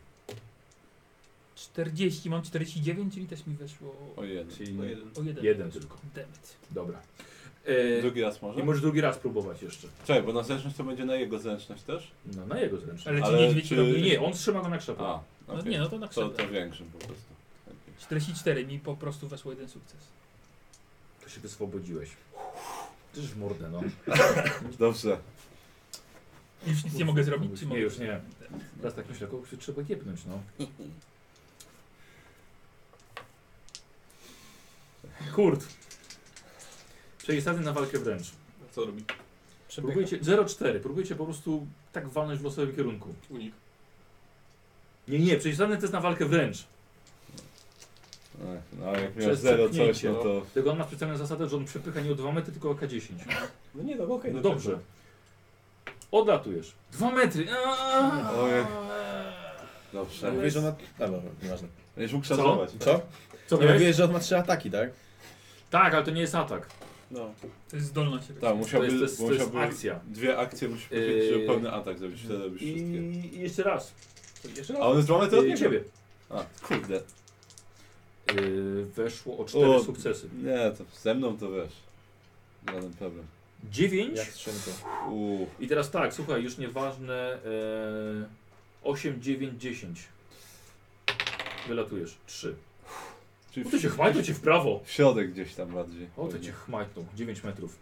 40, mam 49, czyli też mi weszło O jeden. Czyli o 1. jeden tylko. Demet. Dobra. Drugi raz może? I możesz drugi raz próbować jeszcze. Czekaj, bo na zręczność to będzie na jego zręczność też? No na jego zręczność. Ale ci Ale niedźwiedź czy- robi... Nie, on trzyma go na krzepę. A, No okej. nie, no to na To krzepę. większym po prostu. Okay. 44, mi po prostu weszło jeden sukces. To się wyswobodziłeś. Też w mordę, no. Dobrze. Już nic nie mogę zrobić, czy Nie, mogę? już nie. Teraz tak myślę, kogoś trzeba kiepnąć, no. Kurt. Przejistany na walkę wręcz. Co robi? Próbujcie 0,4. Próbujcie po prostu tak walnąć w losowym kierunku. Unik. Nie, przejistany to jest na walkę wręcz. No ale jak miał Przez 0 coś, przepchnięcie, no to... Tylko on ma specjalną zasadę, że on przepycha nie o 2 metry, tylko o K10. No nie, no okej. No dobrze. Odlatujesz. 2 metry. Ojej. Dobrze. Mówisz, że on ma... Dobra, nieważne. Będziesz mógł szarżować. Co? Co Nie miałeś? mówiłeś, że on ma 3 ataki, tak? Tak, ale to nie jest atak. No. To jest zdolność. Tak, musiałby, To jest musiałby akcja. 2 akcje musisz poświęcić, żeby pełny atak zrobić, wtedy robisz wszystkie. I jeszcze raz. Jeszcze A raz? on jest 2 metry od Yy, niego? ciebie. A, kurde. Weszło o 4 O, sukcesy. Nie, to ze mną to wiesz. Żaden problem. 9. Jak skrzynko. I teraz tak, słuchaj, już nieważne. 8, 9, 10. Wylatujesz. 3. Czyli O, to cię chmajtło cię w prawo. w środek gdzieś tam bardziej. O, to pewnie. cię chmajtło. 9 metrów.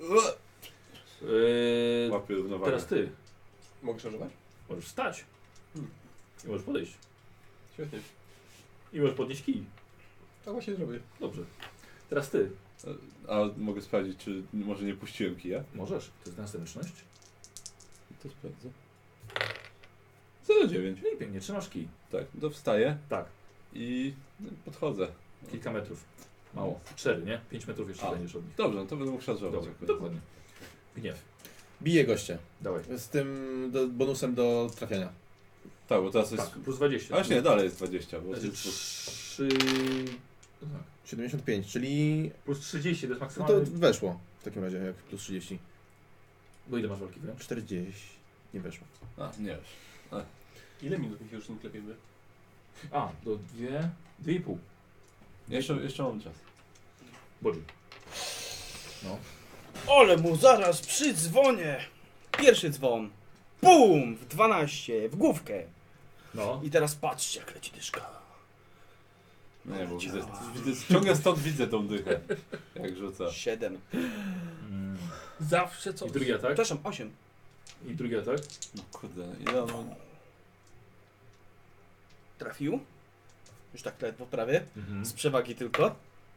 Łapie równowagę. Teraz ty. Mogę szarżować? Możesz wstać. I możesz podejść. Świetnie. I możesz podnieść kij. Tak właśnie zrobię. Dobrze. Teraz ty. A mogę sprawdzić, czy może nie puściłem kija? Możesz. To jest na zręczność. To sprawdzę. 09. No i pięknie, trzymasz kij. Tak, to wstaję Tak, i podchodzę. kilka metrów. Mało. 4, nie? 5 metrów jeszcze A. będziesz od nich. Dobrze, no to będę mógł szarżować. Dobra, akurat. dokładnie. Gniew. Bije gościa. Dawaj. Z tym bonusem do trafiania. Tak, bo teraz jest... Tak, plus 20. A właśnie, dalej jest 20, bo to jest... 3... No tak. 75, czyli... Plus 30 to jest No maksymalnie. to weszło w takim razie, jak plus 30. Bo ile masz walki wręcz? 40. Nie weszło. A, nie wiesz. Ile minut mi się już nim klepiemy? A, do 2,5. Jeszcze mam czas. Bodzi. Ole mu zaraz przydzwonię. Pierwszy dzwon. Bum! W 12, w główkę. No. I teraz patrzcie, jak leci dyszka. Nie, bo widzę, ciągle stąd widzę tą dychę, jak rzuca. 7. Zawsze coś. I drugi atak? Przepraszam, 8. I drugi atak? No kurde, ile on... Trafił. Już tak ledwo prawie. Mhm. Z przewagi tylko.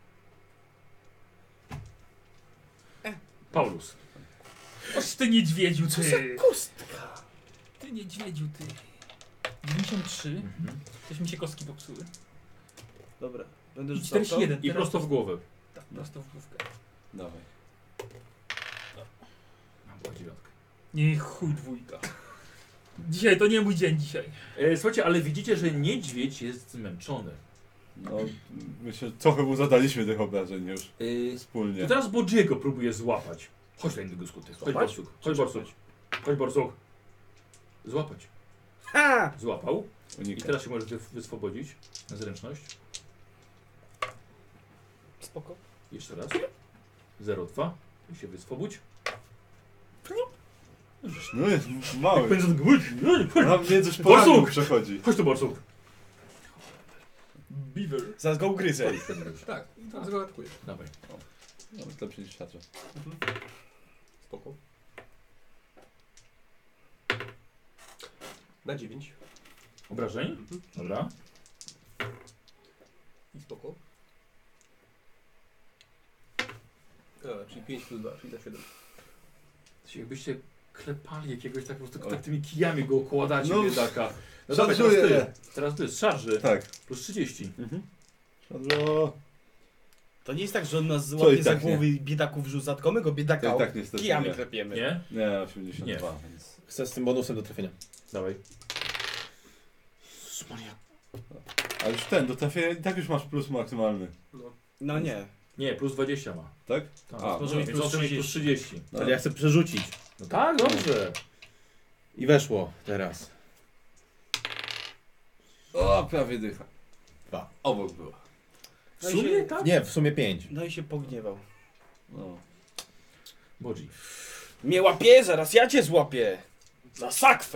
Paulus. Oż ty niedźwiedziu, ty. Kostka. Ty niedźwiedziu, ty. 93. Mhm. Coś mi się kostki popsuły. Dobra, będę I rzucał to. 41. I teraz prosto w głowę. Tak, prosto w główkę. Dawaj. Mam była 9. Nie, chuj dwójka. Dzisiaj to nie mój dzień dzisiaj. Słuchajcie, ale widzicie, że niedźwiedź jest zmęczony. No, myślę, że trochę mu zadaliśmy tych obrażeń już To wspólnie. teraz Bodziego próbuje złapać. Chodź tutaj, innego skuty. Chodź Złapać? borsuk. Chodź borsuk. Chodź borsuk. Złapać. Ha! Złapał. I Unika. teraz się możesz wyswobodzić na zręczność. Spoko. Jeszcze raz. 0,2. I się wyswobódź. No jest mały. Chodź Tam między szporami Borsuk! przechodzi. tu borsuk. Beaver. Zaraz go ugryzę. Tak, i teraz go atakuję. Dawaj. No, lepszy niż szarża. Spoko. Na 9. Obrażeń? Dobra. I spoko. Czyli 5 plus 2, czyli na 7. Jakbyście klepali jakiegoś tak po prostu tak tymi kijami go okładacie, No, biedaka. No dawaj, teraz szarżuję. ty. Teraz ty, z szarży. Tak. Plus 30. Szarżo. To nie jest tak, że on nas Co złapie i za tak głowy i biedaków rzuca, tylko my go biedaka To i tak niestety kijami nie. klepiemy. Nie? Nie, 82, więc... Chcę z tym bonusem do trafienia. Dawaj. A już ten, do trafienia i tak już masz plus maksymalny. No nie. Nie, plus 20 ma. Tak? Tak. A, może no, mieć więc plus on chce mieć plus 30. No. Czyli ja chcę przerzucić. No tak, dobrze. I weszło teraz. O, prawie dycha. 2. Obok była. W No i sumie się- tak? Nie, w sumie 5. No i się pogniewał. No. Bodzi. Mnie łapie, zaraz ja cię złapię. Za sakwę.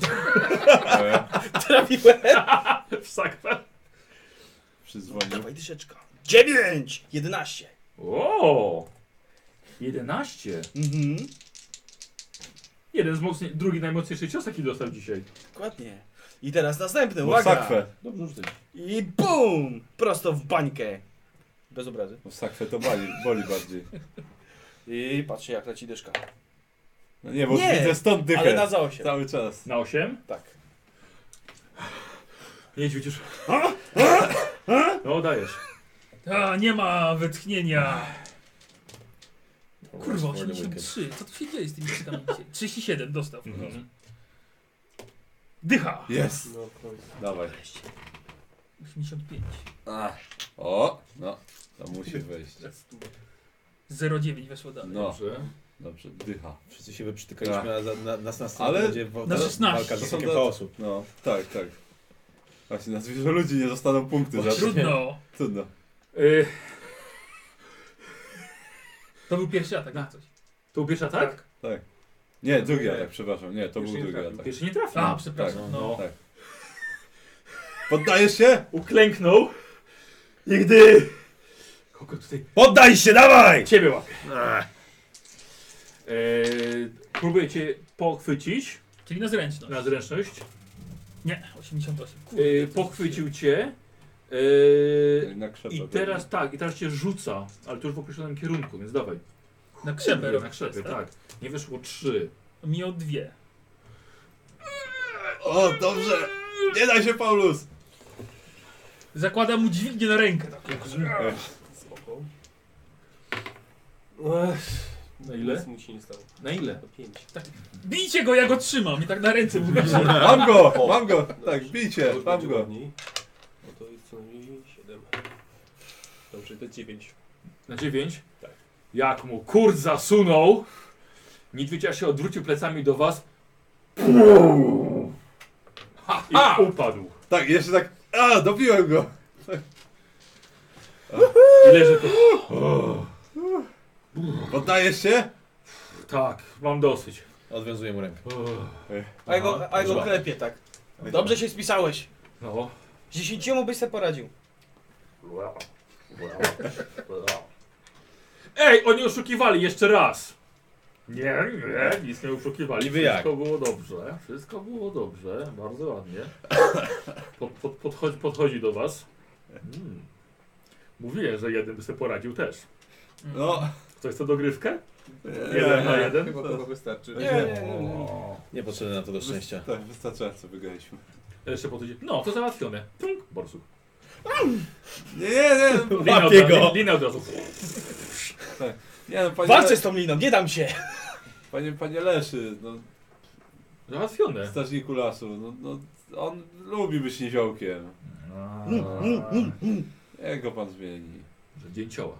Trafiłem. W sakwę. Przyzwonił. Dawaj dyszeczka. 9! 11. O! 11. Mhm. Jeden z drugi najmocniejszy cios, jaki dostał dzisiaj. Dokładnie. I teraz następny, Bo uwaga. sakwę. Dobrze rzucaj. I BUM! Prosto w bańkę. Bez obrazy. Bo sakwę to boli bardziej. I patrzcie jak leci dyszka. No nie, bo Nie, widzę stąd dychę. Ale na za 8. Cały czas. Na 8? Tak. Niedźwiedź już. No, dajesz. A, nie ma wytchnienia. Kurwa, 83. Co tu się dzieje z tymi cytami dzisiaj? 37 dostał. Mhm. Dycha. Jest. No, w końcu. Dawaj. 85. O, no. To musi wejść. 0,9 weszło dalej. No, Dobrze. dobrze, dycha. Wszyscy się wyprztykaliśmy na scenie, Ale- będzie Na 16. walka z To są atakiem do- chaosu. No, tak, tak. Właśnie na zwierzę ludzi nie dostaną punkty za to. Trudno. Trudno. To był pierwszy atak, na coś. To był pierwszy atak? Tak. Nie, drugi atak, przepraszam. Nie, to Pierwszy był nie drugi trafił. atak. Pierwszy nie trafił. A, przepraszam. tak, No. Tak. Poddajesz się? Uklęknął. I gdy... Kogo tutaj... Poddaj się, dawaj! Ciebie łapię. Próbuję cię pochwycić Czyli na zręczność. na zręczność. Nie, 88. Kurde, Pochwycił cię. Na krzepę. I teraz tak, i teraz cię rzuca, ale to już w określonym kierunku, więc dawaj. Na krzepę. Na krzepie, tak. Nie wyszło 3. Mi o 2. O, dobrze! Nie daj się, Paulus! Zakładam mu dźwignię na rękę. Tak. Spoko. Na ile? Nic mu się nie stało. Na ile? To 5. Bijcie go, ja go trzymam i tak na ręce mu Mam go! Mam go! Tak, bijcie, mam go. No to jest co najmniej 7. Dobrze, to 9. Na 9? Tak. Jak mu kurt zasunął, niedźwiedzia się odwrócił plecami do was i upadł. Tak, jeszcze tak. A, dobiłem go! I leży tu. Poddajesz się? Tak, mam dosyć. Odwiązuję mu rękę. A ja go klepie tak. Dobrze się spisałeś. No. Z 10 byś sobie poradził. Ej, oni oszukiwali jeszcze raz. Nie, nic nie oszukiwali. Niby jak? Wszystko było dobrze. Wszystko było dobrze. Bardzo ładnie. Podchodzi do was. Mówiłem, że jeden by sobie poradził też. No. Ktoś chce dogrywkę? 1 na 1? Chyba to wystarczy. Nie potrzebne na to do szczęścia. Tak, wystarczająco wygraliśmy. Jeszcze podchodzi. No, to załatwione. Tunk, borsuk. Nie. Łapie go. Linę od razu. Nie no, Walczę z tą liną, nie dam się. Panie Leszy, no, Załatwione. strażniku lasu, no, on lubi być niziołkiem. Jak go pan zmieni? Że dzień cioła.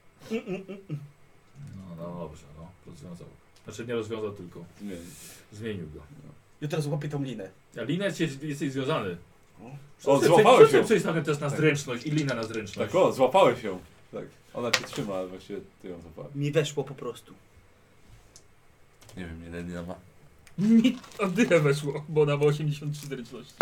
No dobrze, no. Rozwiązał. Znaczy nie rozwiązał, tylko Zmieni. zmienił go. Ja teraz łapię tą linę. A linę jesteś związany. O, złapałeś ją. Przecież nawet test na Tak. zręczność i linę na zręczność. Tak, o, złapałeś ją. Tak, ona cię trzyma, ale właśnie ty ją złapałeś. Mi weszło po prostu. Nie wiem, ile lina ma. Mi oddychę weszło, bo ona ma 83 zręczności.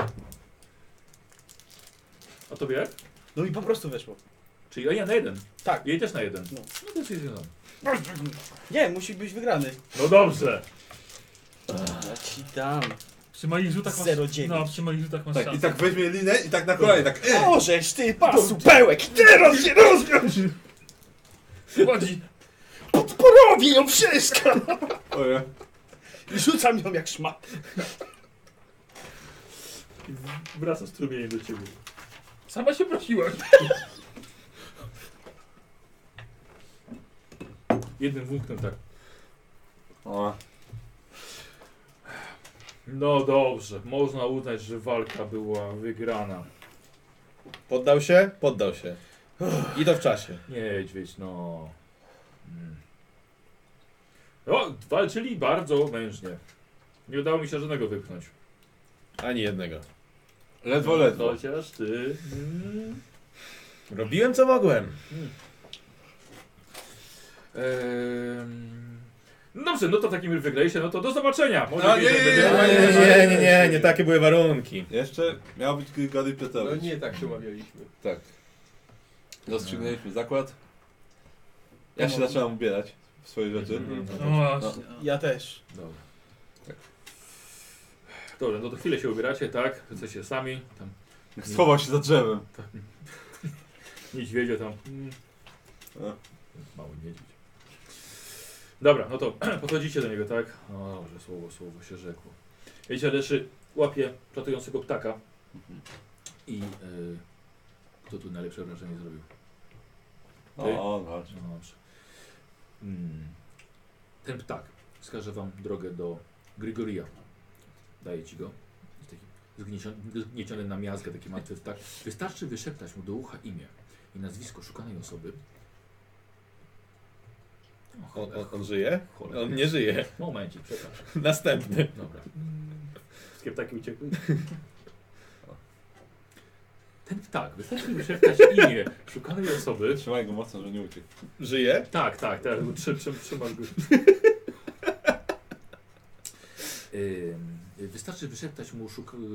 A tobie jak? No mi po prostu weszło. Czyli ja na 1. Tak. Jej też na 1. No. No to jesteś związany. Nie, musi być wygrany. No dobrze. Ja ci dam. Przy moich rzutach masz... 0,9. No, przy moich rzutach masz Tak, szansę. i tak weźmie linę i tak na kolanie, tak Możesz ty, pasu, pełek, teraz się rozwiąż! Chodzi. Podporowię ją wszystko! Oje. I rzucam ją jak szmat. Wraca strumieniem do ciebie. Sama się prosiłaś. Jednym włóknem tak. O. No dobrze. Można uznać, że walka była wygrana. Poddał się? Poddał się. I to w czasie. Niedźwiedź, no. O, walczyli bardzo mężnie. Nie udało mi się żadnego wypchnąć. Ani jednego. Ledwo. Chociaż ty... Robiłem co mogłem. Dobrze, no to w takim razie wygraliście, no to do zobaczenia. Może No, kiedyś nie, będzie- Nie, takie były warunki. Jeszcze miał być Grigori No Piotrowicz. nie tak się umawialiśmy. Tak. Rozstrzygnęliśmy zakład. Ja się zacząłem ubierać w swoje rzeczy. No właśnie. Ja też. Dobra. Dobrze, no to chwilę się ubieracie, tak? Jesteście sami. Tam Schował się za drzewem. niedźwiedzie tam. No. Mały niedźwiedź. Dobra, no to podchodzicie do niego, tak? O, dobrze, słowo się rzekło. Wiecie, Leszy łapie przelatującego ptaka i kto tu najlepsze wrażenie zrobił? O, on walczy. No dobrze. Ten ptak wskaże wam drogę do Grigoria. Daje ci go. Jest taki zgnieciony na miazgę, taki martwy ptak. Wystarczy wyszeptać mu do ucha imię i nazwisko szukanej osoby. On żyje? Cholera. On nie żyje. Momencik, przepraszam. Następny. Dobra. Wszystkie ptaki uciekły. Ten ptak, wystarczy wyszeptać imię szukanej osoby. Trzymaj go mocno, że nie uciekł. Żyje? Tak, trzymasz go. Wystarczy wyszeptać mu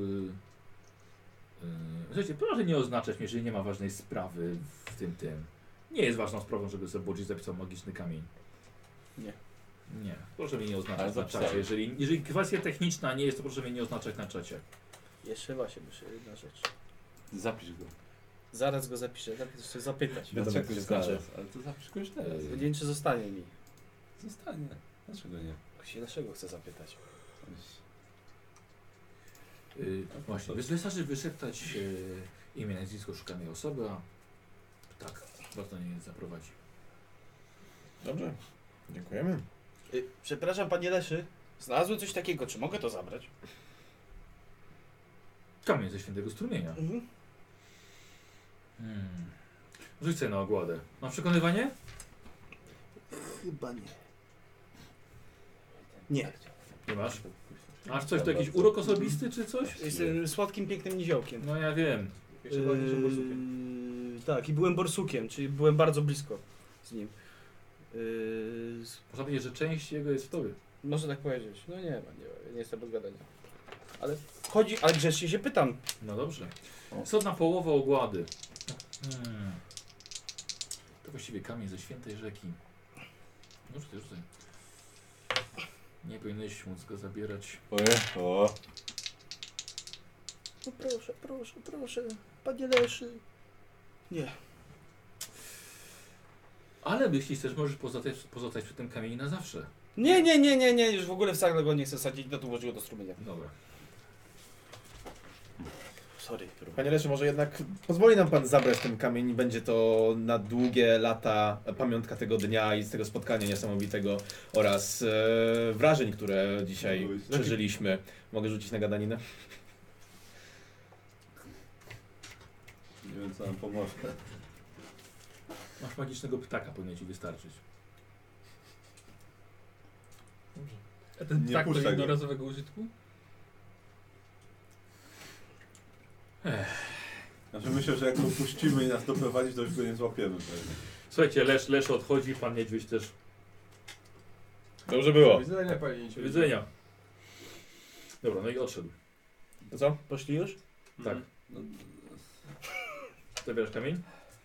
słuchajcie, proszę nie oznaczać mnie, jeżeli nie ma ważnej sprawy w tym. Nie jest ważną sprawą, żeby sobie Bodzi zapisał magiczny kamień. Nie. Nie, proszę mnie nie Ale oznaczać na zapisałem. czacie. Jeżeli kwestia techniczna nie jest, to proszę mnie nie oznaczać na czacie. Jeszcze właśnie muszę jedna rzecz. Zapisz go. Zaraz go zapiszę, najpierw chcę zapytać. Wiadomo, Dlaczego jak się zaraz? zdarzy. Ale to zapisz go już teraz. Nie wiem, czy zostanie mi. Zostanie. Dlaczego nie? Dlaczego chcę zapytać? Właśnie, wystarczy wyszeptać imię, nazwisko szukanej osoby, a tak, bardzo nie zaprowadzi. Dobrze, dziękujemy. Przepraszam, panie Leszy. Znalazłem coś takiego, czy mogę to zabrać? Kamień ze świętego strumienia. Rzuć sobie na ogładę. Masz przekonywanie? Chyba nie. Nie. Nie masz? Masz coś, to jakiś urok osobisty czy coś? Jestem słodkim, pięknym niziołkiem. No ja wiem. Jeszcze bardziej niż borsukiem. Tak, i byłem borsukiem, czyli byłem bardzo blisko z nim. Można powiedzieć, że część jego jest w tobie. Można tak powiedzieć. No nie jestem bez gadania. Ale chodzi, ale grzecznie się pytam. No dobrze. Sodna połowa ogłady. To właściwie kamień ze świętej rzeki. No rzucaj. Nie powinieneś móc go zabierać. O. No proszę, panie Leszy. Nie. Ale jeśli chcesz, możesz pozostać przy tym kamieniu na zawsze. Nie, już w ogóle wcale go nie chcę sadzić, no to włożyło do strumienia. Dobra. Sorry. Panie Leszy, może jednak pozwoli nam pan zabrać ten kamień i będzie to na długie lata pamiątka tego dnia i z tego spotkania niesamowitego oraz wrażeń, które dzisiaj przeżyliśmy. Mogę rzucić na gadaninę? Nie wiem, co nam pomoże. Masz magicznego ptaka, powinien ci wystarczyć. A ten Nie ptak to puszczaj go. jednorazowego użytku? Znaczy myślę, że jak go puścimy i nas doprowadzi, to już go nie złapiemy. Pewnie. Słuchajcie, Lesz odchodzi, pan niedźwiedź też. Dobrze było. Do widzenia, panie Do niedźwiedzie. widzenia. Dobra, no i odszedł. To co? Poszli już? Tak. No, Zabierasz kamień?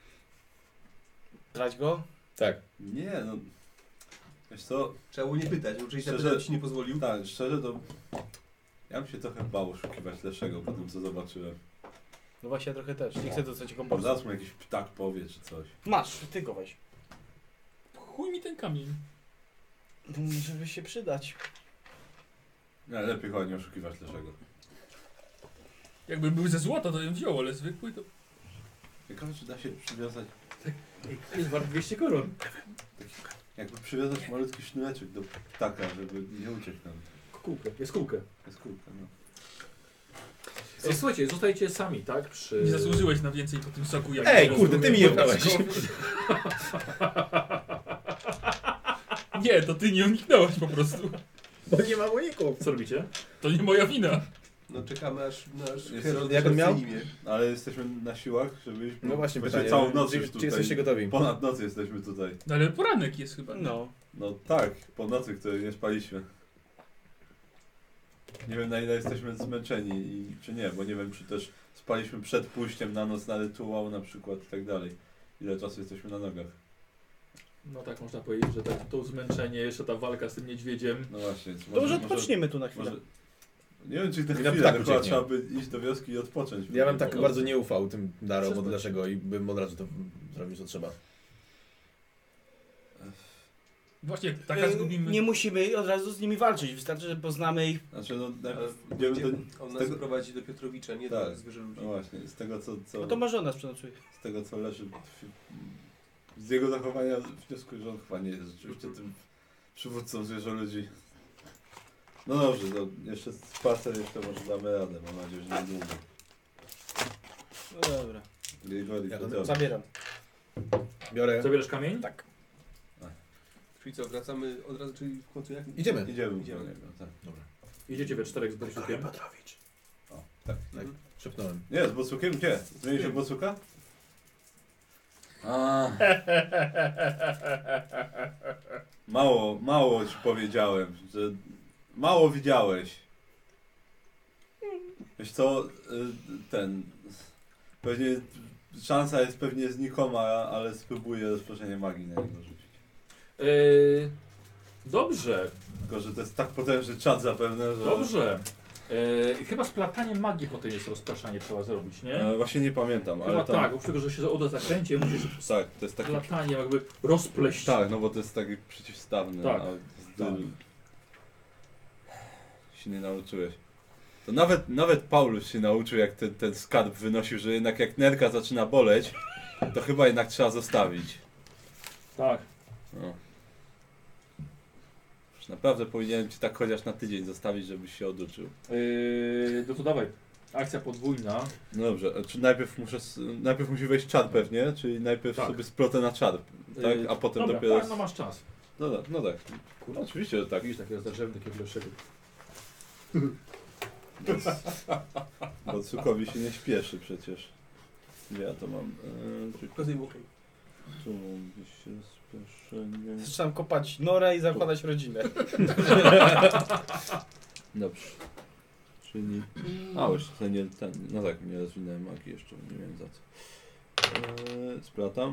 Brać go? Tak. nie, no. Wiesz co, Trzeba było nie pytać, bo jeżeli Szczerze- zapytać ci nie pozwolił. tak, szczerze to... Ja bym się trochę bał oszukiwać Leszego po tym, co zobaczyłem. No właśnie, ja trochę też. Nie chcę dostać go borsu. Zaraz mu jakiś ptak powie, czy coś. Masz, ty go weź. Chuj mi ten kamień. Żeby się przydać. Nie, lepiej chyba nie oszukiwać Leszego. Jakby był ze złota, to bym wziął, ale zwykły to... Ciekawe, czy da się przywiązać... Jest wart 200 koron. Jakby przywiązać malutki sznureczek do ptaka, żeby nie uciekł nam. Kółkę, jest kółkę. Jest kulka, no. Słuchajcie, zostajecie sami, tak? Przy... Nie zasłużyłeś na więcej po tym soku jak... Ej, kurde, ty mi je dałeś. Nie, to ty nie uniknąłeś po prostu. Bo nie ma uników. Co robicie? To nie moja wina. No czekamy aż nasz Jest- herald jak on miał? imię. Ale jesteśmy na siłach, żeby iść... No właśnie Właściwie pytanie, całą noc czy, już czy tutaj. jesteście gotowi? Ponad noc jesteśmy tutaj. No ale poranek jest chyba. No. No tak, po nocy, której nie spaliśmy. Nie wiem, na ile jesteśmy zmęczeni i czy nie, bo nie wiem, czy też spaliśmy przed pójściem na noc na rytuał na przykład i tak dalej. Ile czasu jesteśmy na nogach. No tak można powiedzieć, że tak, to zmęczenie, jeszcze ta walka z tym niedźwiedziem. No właśnie. Więc To może odpoczniemy tu na chwilę. może, nie wiem, czy na I na chwilę, ptaku chyba cieknie. trzeba by iść do wioski i odpocząć. Ja bym tak Po bardzo nocy. nie ufał tym darom od Przestań. Leszego i bym od razu to zrobił, co trzeba. Właśnie, taka zgubimy. Nie musimy od razu z nimi walczyć. Wystarczy, że poznamy ich. Znaczy, no Ale najpierw idziemy do... on z nas tego- prowadzi do Piotrowicza, nie Tak. do zwierzę ludzi. No właśnie, z tego co No to może on nas przenocuje. z tego co leży z jego zachowania wnioskuję, że on chyba nie jest rzeczywiście tym przywódcą zwierzę ludzi. No dobrze, to jeszcze spacer jeszcze może damy radę, mam nadzieję, że niedługo. No dobra. Grigori, Ja to to ty. zabieram. Biorę. Zabierasz kamień? Tak. Czyli co, wracamy od razu, czyli w końcu jak? Idziemy. Idziemy. Idziemy. Tak. Dobra. Idziecie we czterech z Borsukiem. Petrowicz. O, tak. Tak, szepnąłem. Nie, z bocukiem gdzie? Zmieni się w bocuka? A. Mało ci powiedziałem, że mało widziałeś. Wiesz co, pewnie szansa jest pewnie znikoma, ale spróbuję rozproszenie magii na niego rzucić. Dobrze, Tylko, że to jest tak potężny czat zapewne, że... dobrze. Chyba splatanie magii potem jest rozpraszanie trzeba zrobić, nie? Właśnie nie pamiętam, Chyba ale tam... tak, oprócz tego, że się uda zakręcie, musisz Tak, to jest taki... splatanie jakby rozpleść. Tak, no bo to jest taki przeciwstawny, Tak. a styl... się nie nauczyłeś. To nawet Paulus się nauczył, jak ten skarb wynosił, że jednak jak nerka zaczyna boleć, to chyba jednak trzeba zostawić. Tak. No. Już naprawdę powinienem cię tak chociaż na tydzień zostawić, żebyś się oduczył. No to dawaj. Akcja podwójna. No dobrze, czy najpierw musi wejść czar pewnie, czyli najpierw Tak. sobie splotę na czar, tak? A potem Dobra, dopiero... tak, no masz czas. No tak. Kurde, Oczywiście, że tak. widzisz, takiego zdarzyłem takiego lepszego. Bo Cukowi się nie śpieszy przecież. Gdzie ja to mam? Pokazuj mu okej. Tu mówi się spieszenie. Zaczynam kopać norę i zakładać rodzinę. Dobrze. Czyli... A, już to nie ten... No tak, nie rozwinąłem magii jeszcze, nie wiem za co. Splatam.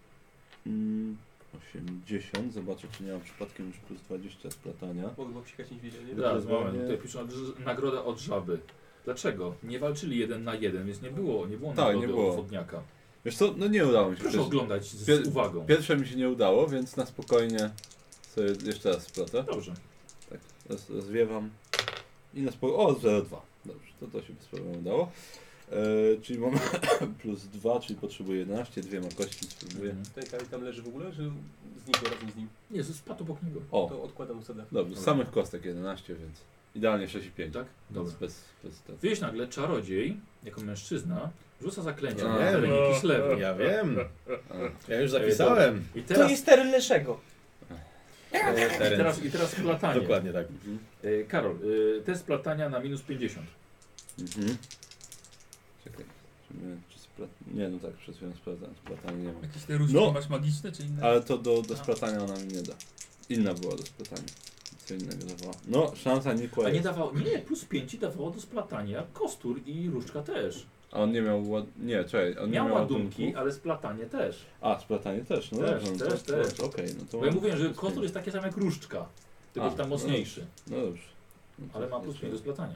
80. Zobaczę, czy nie mam przypadkiem już plus 20 splatania. Mogę go psikać niedźwiedzia, nie? Zaraz, Dobra, moment. nie. Tutaj piszą nagroda od żaby. Dlaczego? Nie walczyli 1 na 1, więc nie było Tak, nagrody nie było. od wodniaka. Wiesz co, no nie udało mi się. Proszę oglądać z Pier- uwagą. Pierwsze mi się nie udało, więc na spokojnie sobie jeszcze raz splatę. Dobrze. Tak, rozwiewam. I na spokojnie... O, 0,2. Dobrze, to się bez problemu udało. Czyli mam plus 2, czyli potrzebuję 11, 2 kości spróbuję. Ten kamień tam leży w ogóle, że znikł razem z nim? Nie, spadł obok niego. O, To odkładam mu sobie. dobrze, z samych kostek 11, więc idealnie 6,5. Tak? Dobra. Bez tego. Wiesz nagle, czarodziej, jako mężczyzna, rzuca zaklęcie Ja na wiem. terenie Kislewu. Ja wiem. A, Ja już zapisałem. I To teraz, jest teren Leszego. i teraz splatanie. Dokładnie tak. Karol, test splatania na minus 50. Mhm. Czekaj. Nie, no tak, przed chwilą sprawdzałem. Splatanie nie mam. Jakieś te różdżki No. masz magiczne, czy inne? Ale to do splatania ona mi nie da. Inna była do splatania. Co innego dawała. No, szansa nikła A nie jest. dawało, nie, plus 5 dawało do splatania kostur i różdżka też. A on nie miał Nie, czekaj, on nie Miał miał ładunki, ale splatanie też. A, splatanie też, no Też, dobrze, no też, to, też. to okej, no to Bo ja mam mówiłem, że plus kostur pięć. jest taki sam jak różdżka, tylko A, tam no mocniejszy. No dobrze. No to Ale ma plus jeszcze- 5 do splatania.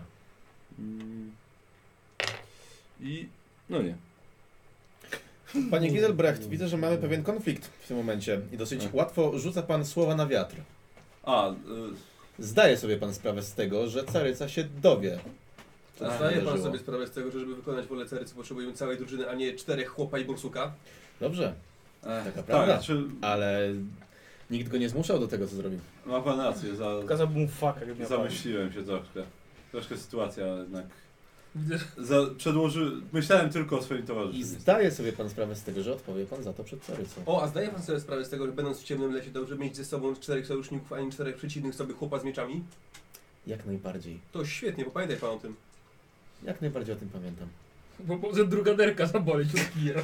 I... no nie. Panie Giselbrecht, widzę, że mamy pewien konflikt w tym momencie i dosyć łatwo rzuca pan słowa na wiatr. Zdaje sobie pan sprawę z tego, że caryca się dowie. co się Zdaje pan wydarzyło. sobie sprawę z tego, że żeby wykonać wolę carycy potrzebujemy całej drużyny, a nie 4 chłopa i borsuka? Dobrze, Taka prawda. Tak, czy ale nikt go nie zmuszał do tego, co zrobił. ma pan rację, Pokazałbym mu fuck, jakby miał zamyśliłem się troszkę. Troszkę sytuacja jednak... Widzę, Myślałem tylko o swoim I towarzyszu. zdaje sobie pan sprawę z tego, że odpowie pan za to przed carycą. O, a zdaje pan sobie sprawę z tego, że będąc w ciemnym lesie dobrze mieć ze sobą 4 sojuszników, a nie 4 przeciwnych sobie chłopa z mieczami? Jak najbardziej. To świetnie, bo pamiętaj pan o tym. Jak najbardziej o tym pamiętam. bo może druga derka zaboleć od kija.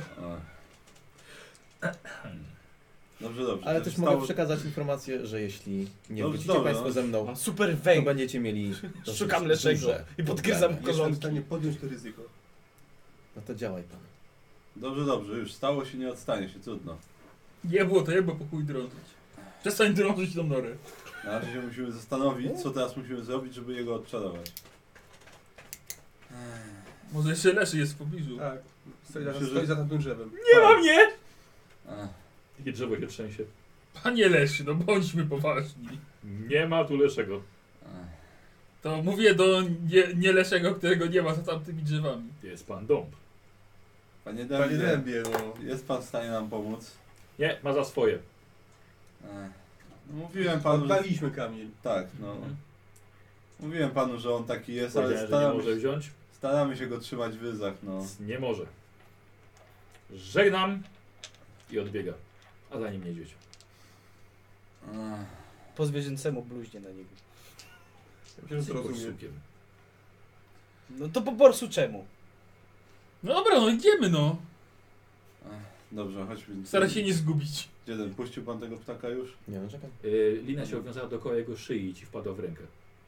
Dobrze, dobrze. Ale to też stało- mogę przekazać informację, że jeśli nie Dobrze, wrócicie dobra, państwo no. ze mną, Mam super to węg. będziecie mieli dosyć Szukam Leszego duże i podgryzam problemy. Jestem w korzonki. stanie podjąć to ryzyko. No to działaj pan. Dobrze, już stało się, nie odstanie się, trudno. Nie było to, jakby po chuj drążyć. Przestań drążyć tą norę. Na razie się musimy zastanowić, co teraz musimy zrobić, żeby jego odczarować. Może jeszcze Leszy jest w pobliżu. Tak, stoi Myślę, że- za tamtym drzewem. Nie ma mnie! Takie drzewo się trzęsie. Panie Leszy, no bądźmy poważni. Nie ma tu Leszego. To mówię do nie Leszego, którego nie ma za tamtymi drzewami. Jest pan dąb. Panie Panie Dębie, Dębie, no. jest pan w stanie nam pomóc? Nie, ma za swoje. No, mówiłem panu, że... Oddaliśmy kamień. Tak, no. Mówiłem panu, że on taki jest, Powiedziałem, ale że nie może wziąć. staramy się go trzymać w ryzach, no. Nie może. Żegnam i odbiega. A za nim niedźwiedź. Po zwierzęcemu bluźnie na niego. Ja myślę, że to rozumiem. Borsukiem. No to po borsu czemu? No dobra, no idziemy no. Dobrze, chodźmy. Staraj się nie zgubić. Jeden, puścił pan tego ptaka już? Nie no, czekam. Lina się obwiązała dookoła jego szyi i ci wpadła w rękę.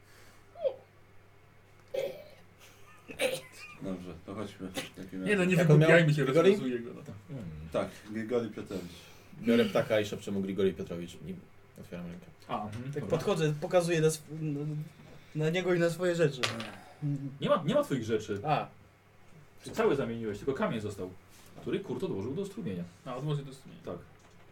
Dobrze, to chodźmy. w takim Nie no, razie. nie Jak on wygłupiajmy miał? się, Grigori? rozwiązuje go. No. Tak, Grigori Piotrowicz. Biorę ptaka i szepczę mu Grigori Piotrowicz i otwieram rękę. Tak podchodzę, pokazuję na niego i na swoje rzeczy. Nie ma twoich rzeczy. A, Całe zamieniłeś, tylko kamień został. Który Kurt odłożył do strumienia. A, odłożę do strumienia. Tak.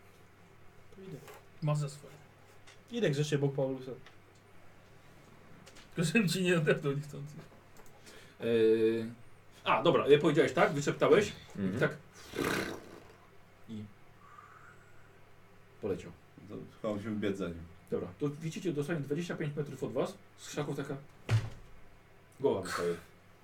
Masz za swoje. idę grzecznie obok Paulusa. Tylko żebym ci nie odepnął niechcący. Dobra, powiedziałeś tak, wyszeptałeś i tak i poleciał. To chyba musimy biec za nim. Dobra, to widzicie dosłownie 25 metrów od was, z krzaków taka głowa wystaje.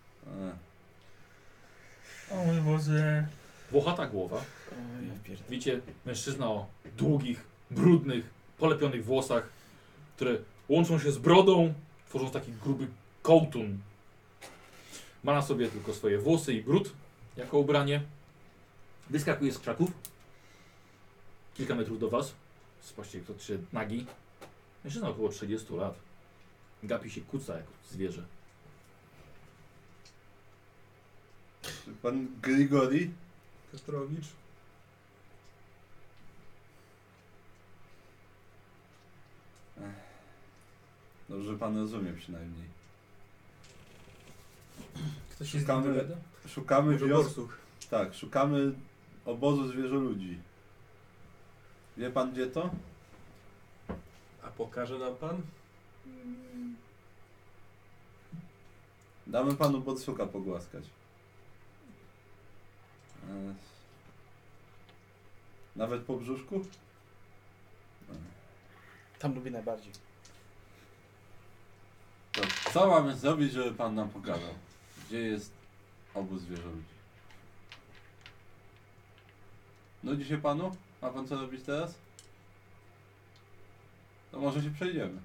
O mój Boże. Włochata głowa. Widzicie mężczyzna o długich, brudnych, polepionych włosach, które łączą się z brodą, tworząc taki gruby kołtun. Ma na sobie tylko swoje włosy i brud jako ubranie. Wyskakuje z krzaków. Kilka metrów do was. Zobaczcie, kto się nagi. Mężczyzna około 30 lat. Gapi się, kuca jak zwierzę. Pan Grigori? Piotrowicz. Dobrze, że pan rozumie przynajmniej. Ktoś się Szukamy- z nim dogada? Szukamy Borsuk. Tak, szukamy obozu zwierzoludzi. Wie pan gdzie to? A pokaże nam pan? Damy panu Borsuka pogłaskać. Nawet po brzuszku? Tam lubię najbardziej. To co mamy zrobić, żeby pan nam pokazał? Gdzie jest obóz zwierzoludzi? Nudzi się panu? Ma pan co robić teraz? To może się przejdziemy.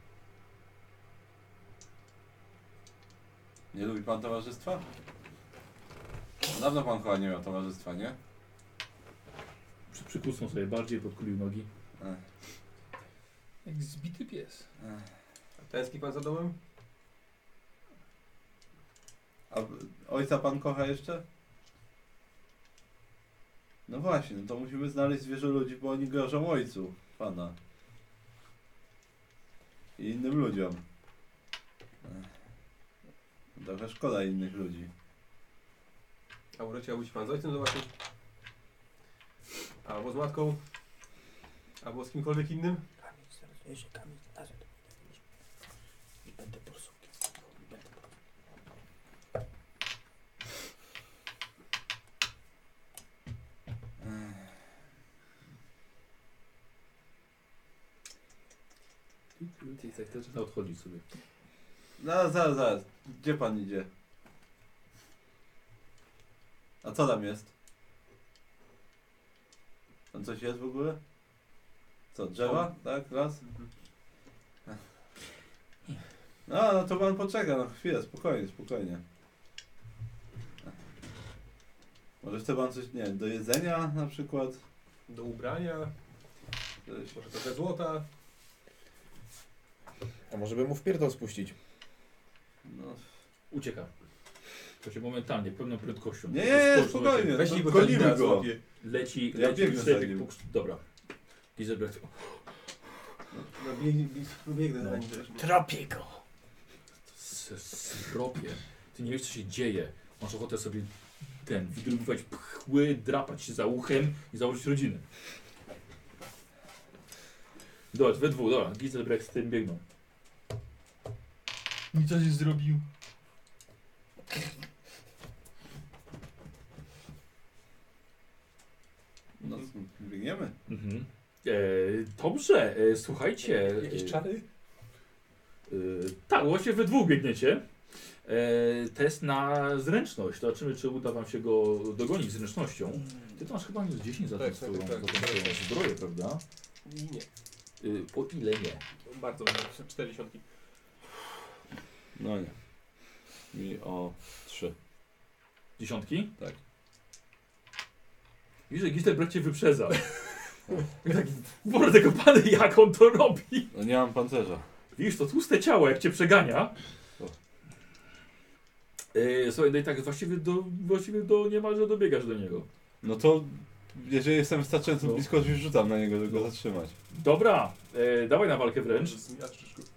Nie lubi pan towarzystwa? Dawno pan chyba nie miał towarzystwa, nie? Przykusnął sobie bardziej, podkulił nogi. Jak zbity pies. A tęskni pan za domem? A ojca pan kocha jeszcze? No właśnie, no to musimy znaleźć zwierzoludzi, bo oni grożą ojcu pana. I innym ludziom. Trochę szkoda innych ludzi. A może chciałbyś pan z ojcem zobaczyć? Albo z matką? Albo z kimkolwiek innym? Kamil, zaraz wiesz, Kamil, zaraz. Nie będę borsukiem. Nie będę borsukiem. Zaczyna odchodzić sobie. No zaraz. Gdzie pan idzie? A co tam jest? Tam coś jest w ogóle? Co, drzewa? Tak? Las? No to pan poczeka, no chwilę, spokojnie. Może chce pan coś, nie wiem, do jedzenia na przykład? Do ubrania? Może trochę złota? A może by mu w pierdol spuścić? No. Ucieka. To się momentalnie, pełną prędkością. Nie, spokojnie, Weź no, go gonimy go. Leci, Ja leci biegnę za nim. Dobra. Giselbrecht. No biegnę za nim też. Tropię go. Stropie. Ty nie wiesz, co się dzieje. Masz ochotę sobie wydrukować pchły, drapać się za uchem i założyć rodzinę. Dobra, we dwóch, dobra. Giselbrecht z tym biegną. I co się zrobił? No, biegniemy. Mhm. Dobrze, słuchajcie. Jakieś czary? Tak, właśnie we dwóch biegniecie. Test na zręczność. Zobaczymy, czy uda wam się go dogonić zręcznością. Ty to masz chyba minus 10 za Tak, tą tak, swoją tak. za tą swoją zbroję, prawda? I nie. O ile nie? Bardzo, 40. No nie. Mi o 3. Dziesiątki? Tak. Widzisz, że Giselbrecht cię wyprzedza. I tak, Boże tego pana, jak on to robi? No nie mam pancerza. Widzisz, to tłuste ciało, jak cię przegania. Słuchaj, no i tak właściwie do niemalże dobiegasz do niego. No to jeżeli jestem wystarczająco No. blisko, to już rzucam na niego, żeby go zatrzymać. Dobra, dawaj na walkę wręcz. Zmiażdżysz go.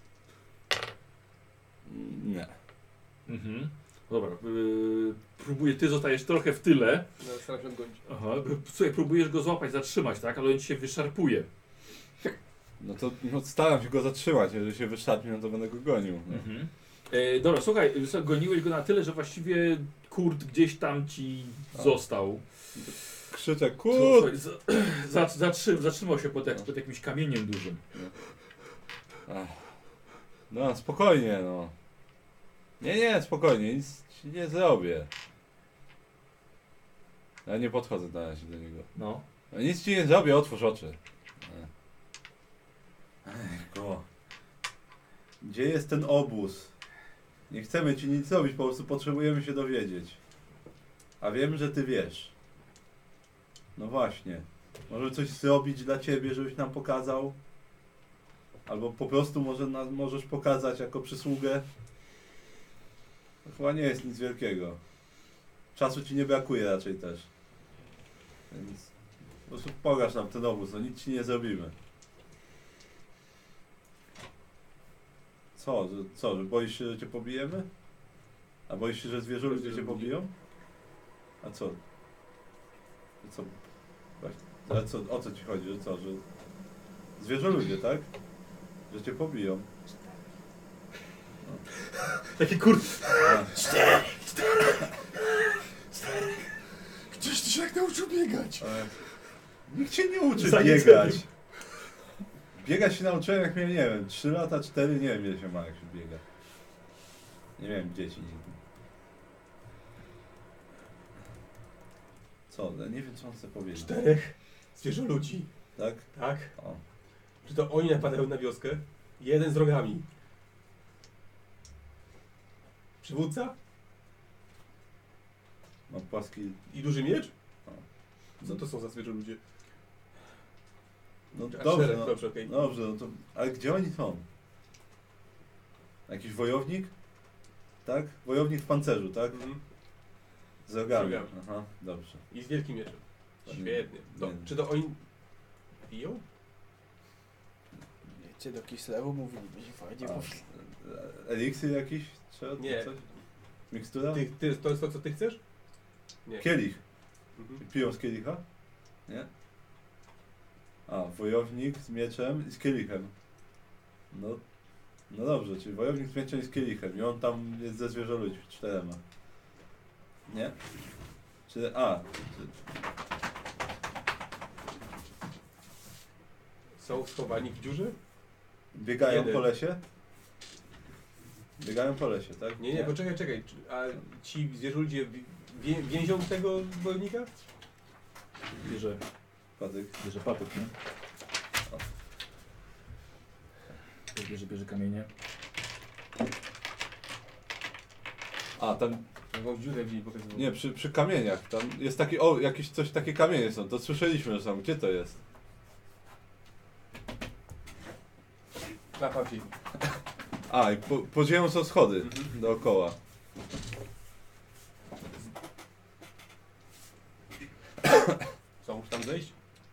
Nie. Mhm. Dobra, próbuję, ty zostajesz trochę w tyle. No, staram się odgonić. Aha, słuchaj, próbujesz go złapać, zatrzymać, tak? Ale on ci się wyszarpuje. No to staram się go zatrzymać, jeżeli się wyszarpnie, no to będę go gonił. No. Mhm. Dobra, słuchaj, goniłeś go na tyle, że właściwie Kurt gdzieś tam ci został. Krzyczę, Słuchaj, zatrzymał się pod jakimś kamieniem dużym. No, spokojnie, no. Nie, spokojnie, nic ci nie zrobię. Ja nie podchodzę na razie do niego. No. Nic ci nie zrobię, otwórz oczy. Gdzie jest ten obóz? Nie chcemy ci nic robić, po prostu potrzebujemy się dowiedzieć. A wiem, że ty wiesz. No właśnie. Może coś zrobić dla ciebie, żebyś nam pokazał? Albo po prostu możesz pokazać jako przysługę? To chyba nie jest nic wielkiego. Czasu ci nie brakuje raczej też. Więc po prostu pokaż nam ten obóz, no nic ci nie zrobimy. Co, że boisz się, że cię pobijemy? A boisz się, że zwierzęta cię pobiją? A co? Ale co, o co ci chodzi, że co, że... Zwierzoludzie, tak? Że cię pobiją. No. Taki Kurt. Gdzieś ty się jak nauczył biegać? Nikt cię nie uczy biegać. Biegać się nauczyłem jak miałem, nie wiem, 3 lata, 4, nie wiem ile się ma jak się biega. Nie miałem dzieci nigdy. Co? No nie wiem co on chce powiedzieć. 4 zwierzoludzi. Tak? Tak. O. Czy to oni napadają na wioskę? Jeden z rogami. Przywódca? Ma płaski... I duży miecz? O. Co to są za zwierzoludzie? No A dobrze, 4, no, dobrze, okej. dobrze, no to... Ale gdzie oni są? Jakiś wojownik? Tak? Wojownik w pancerzu, tak? Mhm. Z rogami. Z rogami. Aha, dobrze. I z wielkim mieczem. Świetnie. Nie. Czy to oni piją? Wiecie, do Kislewu mówilibyśmy fajnie. Eliksir jakiś? Trzeba Nie. coś? Mikstura? To jest to, co ty chcesz? Nie. Kielich. Mhm. Piją z kielicha? Nie? A, wojownik z mieczem i z kielichem. No dobrze, czyli wojownik z mieczem i z kielichem. I on tam jest ze zwierzoludźmi, 4. Nie? Są schowani w dziurze? Biegają Jeden. po lesie? Biegają po lesie, tak? Nie, poczekaj. A ci zwierzoludzie więzią tego wojownika? Bierze patyk, nie? Bierze kamienie. A, tam... Jakąś dziurę w niej pokazywał. Nie, przy kamieniach. Tam jest taki... jakieś coś, takie kamienie są. To słyszeliśmy, że są. Gdzie to jest? Klapa wzięli. A, i pod ziemią są schody dookoła. Co, muszę tam zejść?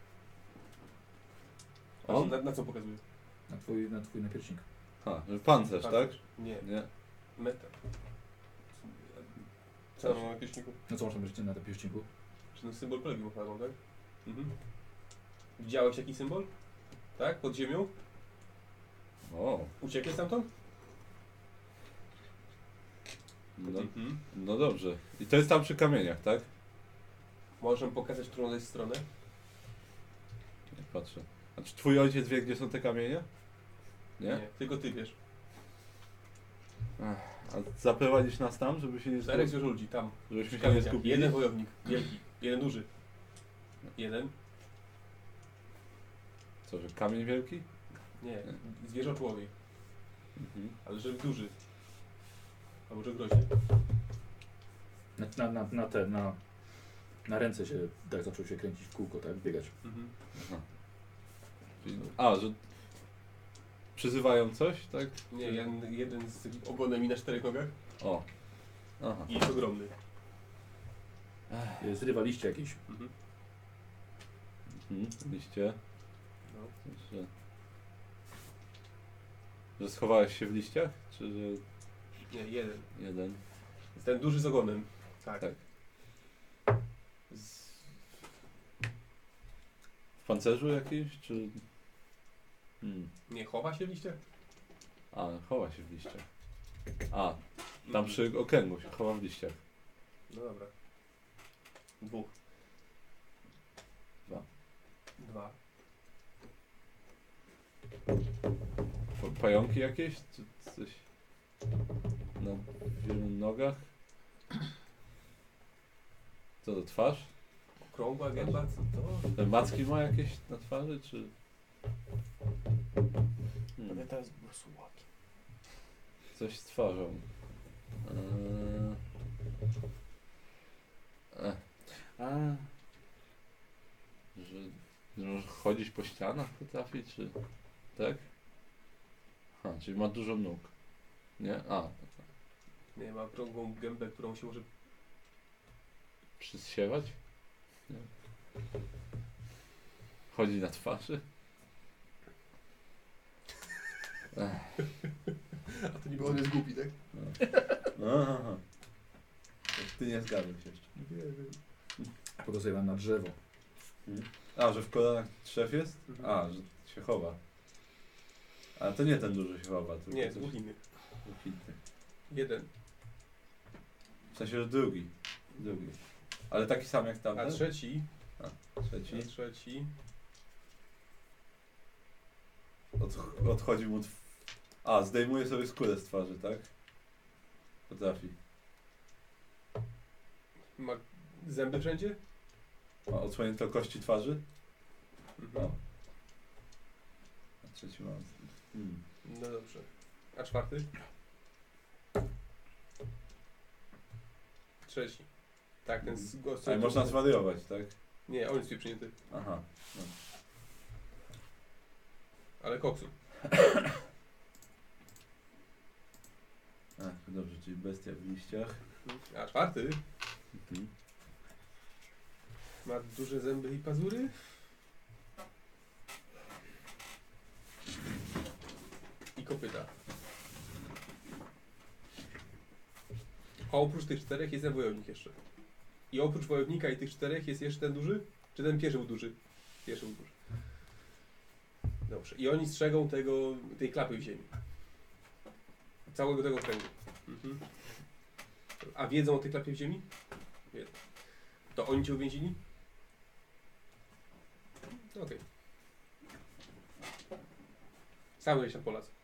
On? Na co pokazuje? Na twój napierśnik. Że pancerz, tak? Nie, Nie. metal. Co tam na pierśniku? No co można powiedzieć na napierśniku? Czy ten symbol kolegium uchwalą, tak? Mhm. Widziałeś jaki symbol? Tak? Pod ziemią? O, Uciekłeś stamtąd? no dobrze. I to jest tam przy kamieniach, tak? Możesz nam pokazać, którą to jest stronę? Nie patrzę. A czy twój ojciec wie, gdzie są te kamienie? Nie? Tylko ty wiesz. A zaprowadzisz nas tam, żeby się nie 4 zwierzoludzi, tam. żebyśmy się nie skupili? Jeden wojownik, wielki. Jeden duży. Jeden. Co, że kamień wielki? Nie, zwierzoczłowiek. Mhm. Ale żeby duży. A może groźny. Na ręce się tak zaczął się kręcić w kółko, tak? Biegać. Mhm. Aha. A, że przyzywają coś, tak? Nie, jeden z ogonem i na 4 nogach. O. Aha. I jest ogromny. Zrywaliście jakieś. Mhm. Liście. No. Że schowałeś się w liściach? Czy że... Nie, jeden. Jeden. Jest ten duży z ogonem. Tak. Tak. W pancerzu jakimś, czy... Nie, chowa się w liściach? A, chowa się w liściach. A, tam przy okręgu się chowa w liściach. No dobra. 2. 2. 2. Pająki jakieś? Czy coś na wielu nogach? Co to, twarz? Okrągła gęba, co to? Te macki ma jakieś na twarzy, czy... Pamiętam z bursułaki. Coś z twarzą. Że może chodzić po ścianach potrafi, czy... Tak? Czyli ma dużo nóg. Nie? Nie, ma okrągłą gębę, którą się może... Przysiewać? Nie. Chodzi na twarzy? A to niby on jest głupi, tak? Aha. Ty nie zgadłeś jeszcze. Nie wiem. Pokazuję wam na drzewo. Że w kolanach drzew jest? Że się chowa. Ale to nie ten duży się chowa. Tylko Nie, coś dwóch innych. innych. 1. W sensie, że drugi. Ale taki sam jak tamten? A trzeci? Trzeci. Odchodzi mu... zdejmuje sobie skórę z twarzy, tak? Potrafi. Ma zęby wszędzie? Ma odsłonięte kości twarzy? Mhm. A trzeci ma... No dobrze. A czwarty? Trzeci. Tak, ten z gościem. Ale można zwariować, tak? Nie, on jest pieprznięty. Aha. No. Ale koksu. Dobrze, czyli bestia w liściach. A czwarty? Ma duże zęby i pazury? I kopyta. A oprócz tych 4 jest ten wojownik jeszcze. I oprócz wojownika i tych 4 jest jeszcze ten duży? Czy ten pierwszy był duży? Pierwszy był duży. Dobrze. I oni strzegą tej klapy w ziemi. Całego tego kręgu. Mhm. A wiedzą o tej klapie w ziemi? Wiedzą. To oni cię uwięzili? Okej. Sam byłeś tam Polacy.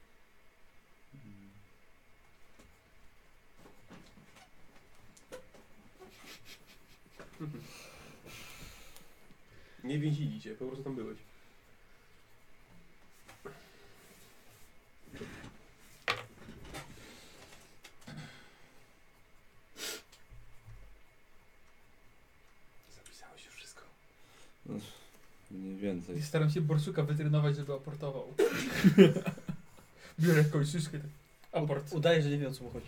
Nie więzili cię, po prostu tam byłeś. Zapisałeś już wszystko. Mniej więcej. I staram się borsuka wytrenować, żeby aportował. Biorę jakąś szyszkę, tak. Aport. Udaje, że nie wiem, o co mu chodzi.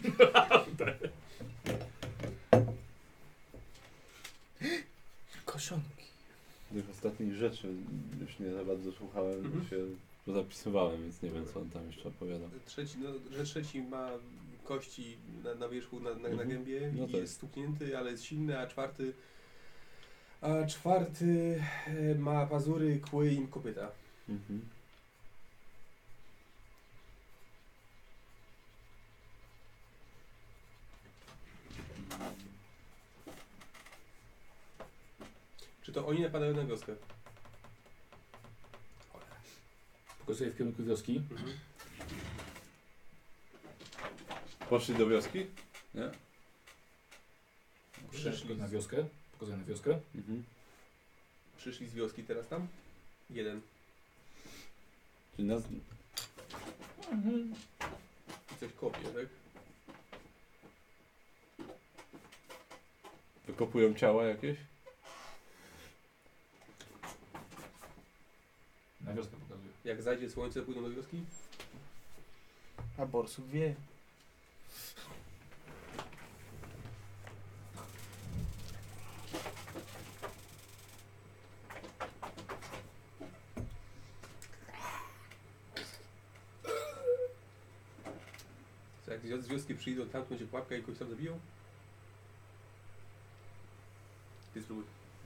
Koszonki. Tych ostatnich rzeczy już nie za bardzo słuchałem, bo się zapisywałem, więc nie wiem, co on tam jeszcze opowiadał. Trzeci ma kości na wierzchu, na gębie No i tak. jest stuknięty, ale jest silny, a czwarty ma pazury, kły i kopyta. Czy to oni napadają na wioskę? Pokazuję w kierunku wioski. Poszli do wioski? Nie? Przyszli na wioskę. Pokazuję na wioskę. Przyszli z wioski teraz tam? 1. Czyli nas... I coś kopie, tak? Wykopują ciała jakieś? Na wioskę pokazuję. Jak zajdzie słońce, pójdą do wioski? A borsuk wie. Co, jak z wioski przyjdą, tam będzie pułapka i kogoś tam zabiją? Ty spróbuj.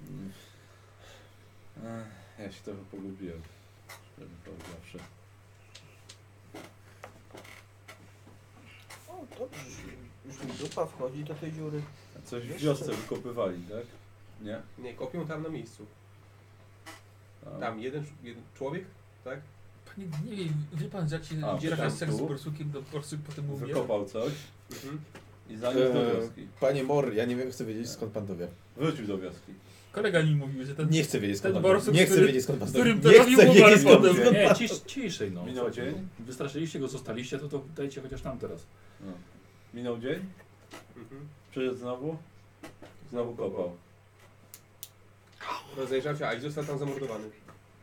Ja się trochę pogubiłem. Szczerze powiedziawszy. dobrze, już mi dupa wchodzi do tej dziury. A coś w wiosce wykopywali, tak? Nie? Nie, kopią tam na miejscu. A. Tam jeden człowiek, tak? Panie, nie wiem, wie pan, że jak się A, udziela tam seks z tu. borsukiem, to borsuk potem umie. Wykopał coś Mhm. i zaniósł do wioski. Panie Mor, ja nie wiem, chcę wiedzieć skąd pan to wie. Wrócił do wioski. Kolega mi mówił, że ten... Nie chcę wiedzieć skąd ten pan to wie. borsuk, Nie chcę który- wiedzieć skąd pan z to wie. którym to Nie robił chcę umarł wiedzieć skąd potem. wie. Nie, ciszej no. Minął dzień? Wystraszyliście go, zostaliście, to dajcie chociaż tam teraz. No. Minął dzień, Mhm. przyszedł znowu, znowu kopał. Rozejrzał się, a i został tam zamordowany.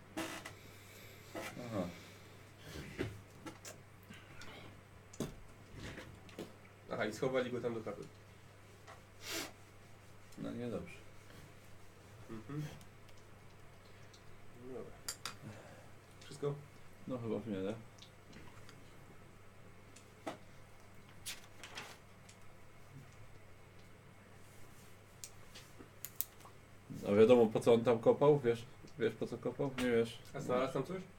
Aha. Aha, i schowali go tam do chaty. No niedobrze. Mhm. No dobra. Wszystko? No chyba w miarę. A wiadomo po co on tam kopał? Wiesz po co kopał? Nie wiesz? A znalazł tam coś?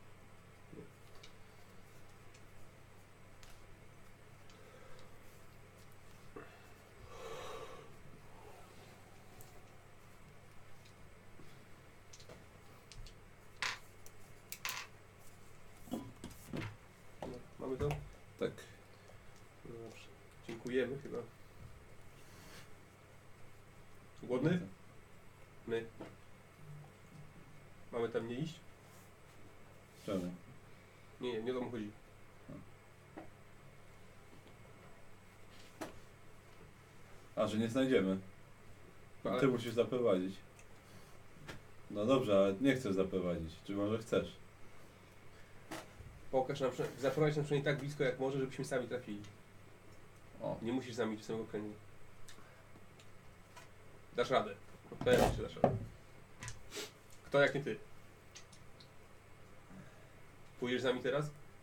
No, mamy to? Tak. No dobrze. Dziękujemy chyba. Głodny? My. Mamy tam nie iść? Czemu? Nie o to mu chodzi. A, że nie znajdziemy. Ale- Ty musisz zaprowadzić. No dobrze, ale nie chcesz zaprowadzić. Czy może chcesz? Pokaż nam, zaprowadź nam przynajmniej tak blisko jak może, żebyśmy sami trafili. O. Nie musisz z nami do samego kręgu. Dasz radę. Pewnie, czy dasz radę. Kto jak nie ty? Pójdziesz z nami teraz?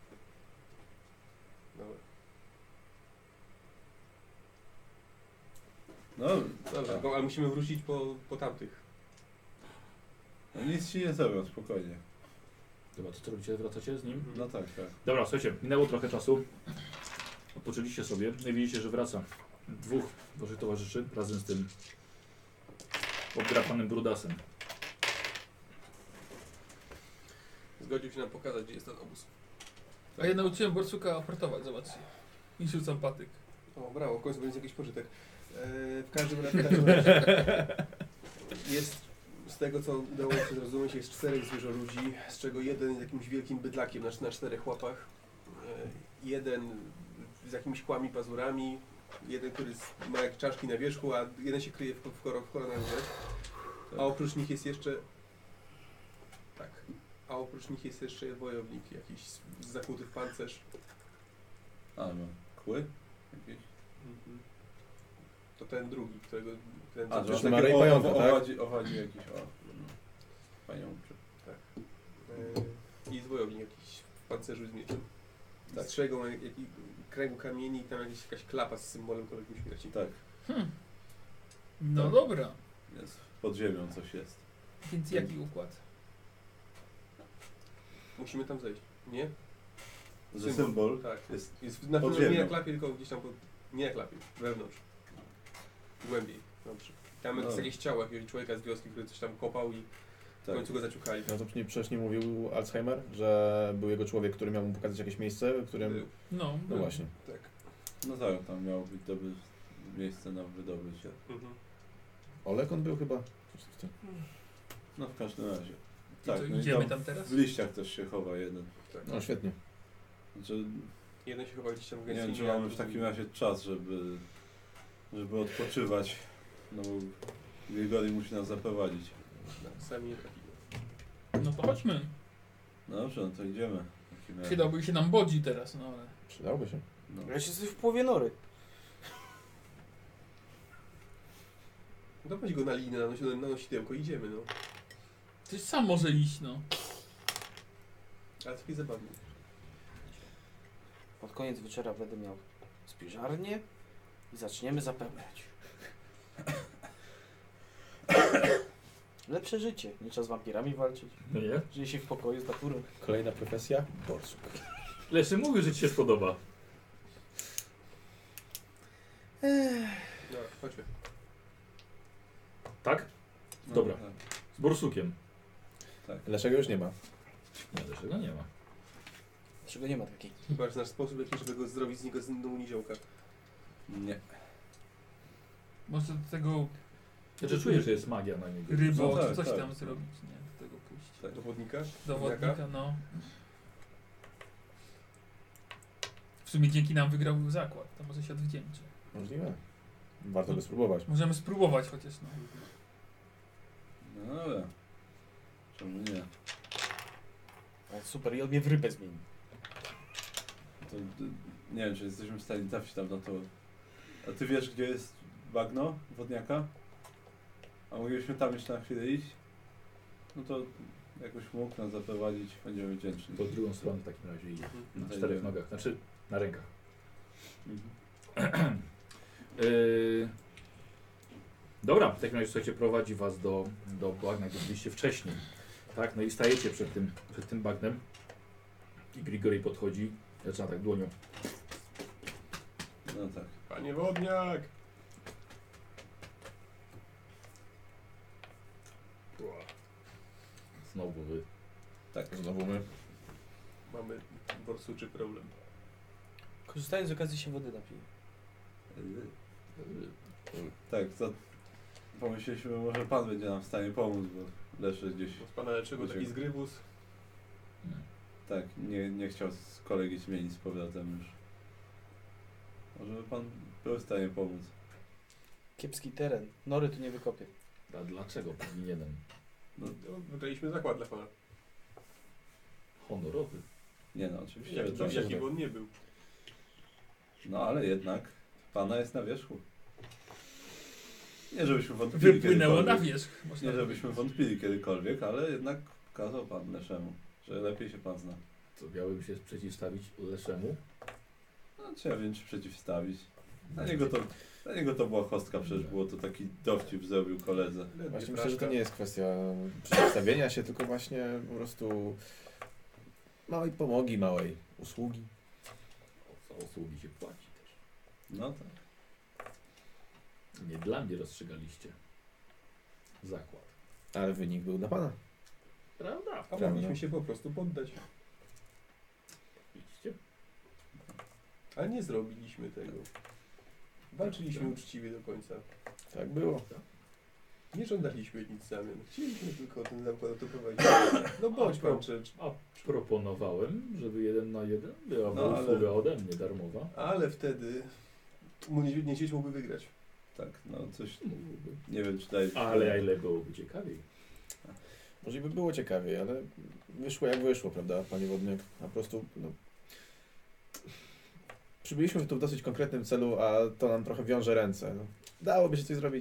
Dobra. No, Dobra, ale musimy wrócić po tamtych. no nic ci nie zrobią, spokojnie. Dobra, to co robicie? Wracacie z nim? No tak, tak. Dobra, słuchajcie, minęło trochę czasu. Odpoczęliście sobie. No i widzicie, że wraca dwóch waszych towarzyszy razem z tym obdrapanym brudasem. Zgodził się nam pokazać, gdzie jest ten obóz. A ja nauczyłem borsuka aportować, zobaczcie. I rzucam patyk. O, brawo, w końcu będzie jakiś pożytek. W każdym razie jest, z tego co udało mi się zrozumieć, jest 4 zwierzoludzi, z czego jeden jest jakimś wielkim bydlakiem na 4 łapach, jeden z jakimiś kłami pazurami, jeden, który ma jakieś czaszki na wierzchu, a jeden się kryje w koronach. A oprócz nich jest jeszcze... Tak. A oprócz nich jest jeszcze wojownik jakiś zakuty w pancerz. A, no. Kły? Jakieś? To ten drugi, którego... Ten, A, Też że ma takie rej pająka, tak? owadzi jakiś, pajączek. I wojownik jakiś w pancerzu z mieczem. Tak. Strzegą kręgu kamieni i tam jakaś klapa z symbolem kolegi śmierci. Tak, No Tak. dobra. jest. Pod ziemią coś jest. Więc jaki układ? Musimy tam zejść, nie? Że symbol Tak. jest Jest na pod pewno nie ziemią. na klapie, tylko gdzieś tam nie na klapie, wewnątrz. Głębiej. Dobrze. Tam jest No. jakieś ciało jakiegoś człowieka z wioski, który coś tam kopał i w Tak. końcu go zaciukali. No to przecież nie mówił Alzheimer, że był jego człowiek, który miał mu pokazać jakieś miejsce, w którym... Był. No, No właśnie. Tak. No tak, tam miało być dobre miejsce na wydobycie. Mhm. Olek on był chyba? Coś w tym. No w każdym razie. I Tak, co, no i idziemy tam tam teraz? w liściach też się chowa jeden. Tak. No świetnie. Znaczy, Jeden się chyba gdzieś tam w nie wiem, gęstwinie, czy mamy a w takim razie czas, żeby odpoczywać. No bo Grigori musi nas zaprowadzić. Tak, sami nie trafili. No to chodźmy. No dobrze, no to idziemy. w takim razie. Przydałby się nam bodzi teraz, no ale... Przydałby się. No. Ja się sobie w połowie nory. No weź go na linę, na nosidełko i idziemy, no. Ty sam może iść, no. Ale takie zabawne. Pod koniec wieczora będę miał spiżarnię i zaczniemy zapełniać. Lepsze życie. Nie trzeba z wampirami walczyć. No nie? Żyje się w pokoju z naturą. Kolejna profesja? Borsuk. Lesy mówił, że ci się spodoba. Chodźmy. Tak? No, Dobra. tak. Z borsukiem. Dlaczego już nie ma? Nie, dlaczego nie ma? Dlaczego nie ma takiej? Chyba znasz sposób jakiś, żeby go zrobić z niego z inną niziołka. Nie. Może do tego Znaczy czuję, że jest magia na niego. rybo, No tak, czy coś tak. tam zrobić, nie? Do tego pójść. Tak. Dowodnika? Dowodnika, no. W sumie dzięki nam wygrał zakład, to może się odwdzięczy. Możliwe. Warto by spróbować. Możemy spróbować chociaż, no. No dobra. Czemu nie? O, super, i on mnie w rybę zmieni. To, nie wiem, czy jesteśmy w stanie trafić tam na to. A ty wiesz, gdzie jest bagno wodniaka? A moglibyśmy tam jeszcze na chwilę iść? No to jakoś mógł nas zaprowadzić, będziemy wdzięczni. To w drugą stronę w takim razie idzie. Na Zajdziemy. 4 nogach, znaczy na rękach. Mhm. Dobra, w takim razie słuchajcie, prowadzi was do bagna, gdzie byliście wcześniej. Tak, no i stajecie przed tym bagnem. I Grigory podchodzi, zaczyna tak dłonią. No tak. Panie wodniak! Znowu wy. Tak. Znowu my. Mamy borsuczy problem. Korzystając z okazji się wody napiję. Tak, to pomyśleliśmy, może pan będzie nam w stanie pomóc, bo Leszy gdzieś, Od pana Leczego taki zgrybus. tak, nie chciał z kolegi zmienić z powrotem już. Może by pan był w stanie pomóc. Kiepski teren. Nory tu nie wykopię. A dlaczego powinienem? No, Wygraliśmy zakład dla pana. Honorowy. nie no, oczywiście. Jak, że tak. jaki by on nie był. No ale jednak pana jest na wierzchu. Nie żebyśmy wątpili Wypłynęło na kiedykolwiek. wierzch. Można Nie żebyśmy powiedzieć. wątpili kiedykolwiek, ale jednak kazał pan Leszemu, że lepiej się pan zna. Co miałyby się przeciwstawić Leszemu? No trzeba więc przeciwstawić. Dla niego to była chostka, przecież było to taki dowcip zrobił koledze. Właśnie myślę, że to nie jest kwestia przeciwstawienia się, tylko właśnie po prostu małej pomogi, małej usługi. Za usługi się płaci też. No tak. Nie dla mnie rozstrzygaliście zakład. Ale wynik był dla pana. Prawda? A mogliśmy się po prostu poddać. Widzicie? Ale nie zrobiliśmy tego. Walczyliśmy uczciwie do końca. Tak było. Nie żądaliśmy nic w zamian. Chcieliśmy tylko ten zakład doprowadzić. No bądź pan rzecz. A proponowałem, żeby 1 na 1 była No, ale- usługa ode mnie darmowa. Ale wtedy niedźwiedź mógłby wygrać. Tak, no coś, nie wiem czy daje... Ale ile byłoby ciekawiej. Może by było ciekawiej, ale wyszło jak wyszło, prawda, panie wodniak? Po prostu, no... Przybyliśmy tu w dosyć konkretnym celu, a to nam trochę wiąże ręce. No. Dałoby się coś zrobić.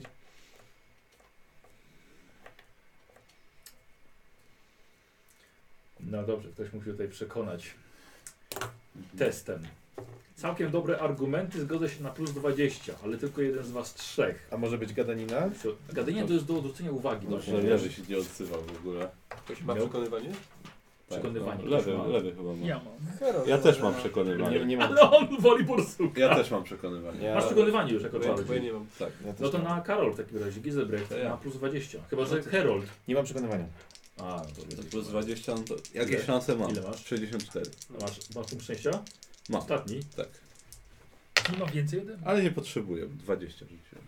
No dobrze, ktoś musi tutaj przekonać testem. Całkiem dobre argumenty, zgodzę się na plus 20, ale tylko jeden z was 3. A może być gadanina? Gadanie to jest do odwrócenia uwagi. No, No, lewy się nie odzywał w ogóle. Ktoś ma Miał- przekonywanie? Przekonywanie. Tak, no, lewy, Ktoś ma. lewy chyba ma. Ja mam. Herod, Ja też mam no. przekonywanie. Nie mam. Ale on woli borsuka. Ja też mam przekonywanie. Ja- Masz przekonywanie już jako Bo ja czarodziej. nie mam. Tak. Ja też No to mam. na Karol w takim razie, Gizebrecht To ja. na plus 20. Chyba, że Herold. Nie mam przekonywania. A, no to To plus 20, no to Ile? jakieś szanse mam. Ile masz? 64. Masz punkt szczęścia? Mam. Ostatni. Tak. Nie ma więcej ode mnie. Ale nie potrzebuję, 20 rzuciłem.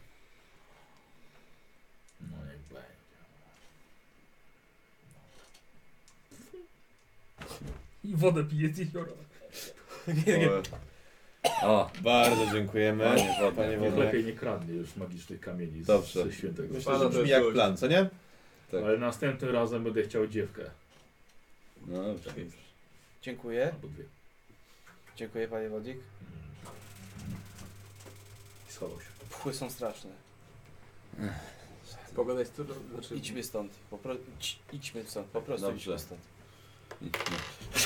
No niech będzie. I wodę pije z jeziora. O, Bardzo dziękujemy. Panie wodniak. Panie Niech wodniak. lepiej nie kradnie już magicznych kamieni Dobrze. ze świętego. Myślę, Pana że to brzmi jest jak gość. plan, co nie? tak. Ale następnym razem będę chciał dziewkę. No dobrze. Dziękuję. Albo 2. Dziękuję, panie wodnik. I schował się. Pchły są straszne. Pogoda jest trudna. Znaczy, Idźmy stąd. Idźmy stąd. Po prostu Dobrze. idźmy stąd. Idźmy.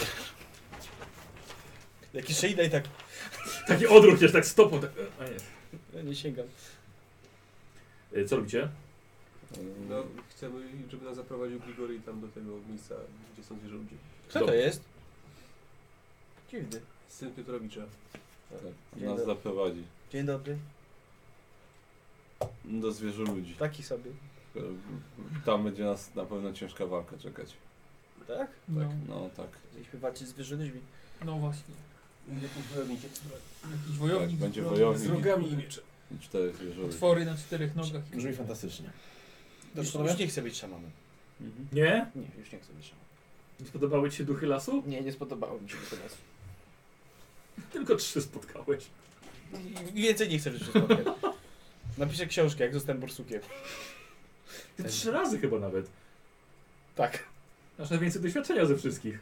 Jaki szyjda i tak. Taki odruch też, tak stopą. Tak, a nie. Ja nie sięgam. Co robicie? no, chcemy, żeby nas zaprowadził Grigory tam do tego miejsca, gdzie są zwierzę ludzie. Kto Dobra. to jest? Dziwny. Syn Piotrowicza. Tak. Nas zaprowadzi. Dzień dobry. Do zwierzę ludzi. Taki sobie. Tam będzie nas na pewno ciężka walka czekać. Tak? No, No tak. Mieliśmy walczyć z zwierzę ludźmi. no właśnie. Jakimś wojownikiem. Jakiś wojownik Tak, będzie z wojownik. Z rogami i mieczem. I 4 zwierzę ludzi. Potwory na 4 nogach. Brzmi fantastycznie. Już nie chcę być szamanem. Mhm. Nie? Nie, już nie chcę być szamanem. Nie spodobały ci się duchy lasu? Nie, nie spodobało mi się to teraz. Tylko 3 spotkałeś. I więcej nie chcę życzyć. Napiszę książkę, jak zostałem borsukiem. Ty 3 razy chyba nawet. Tak. Masz najwięcej doświadczenia ze wszystkich.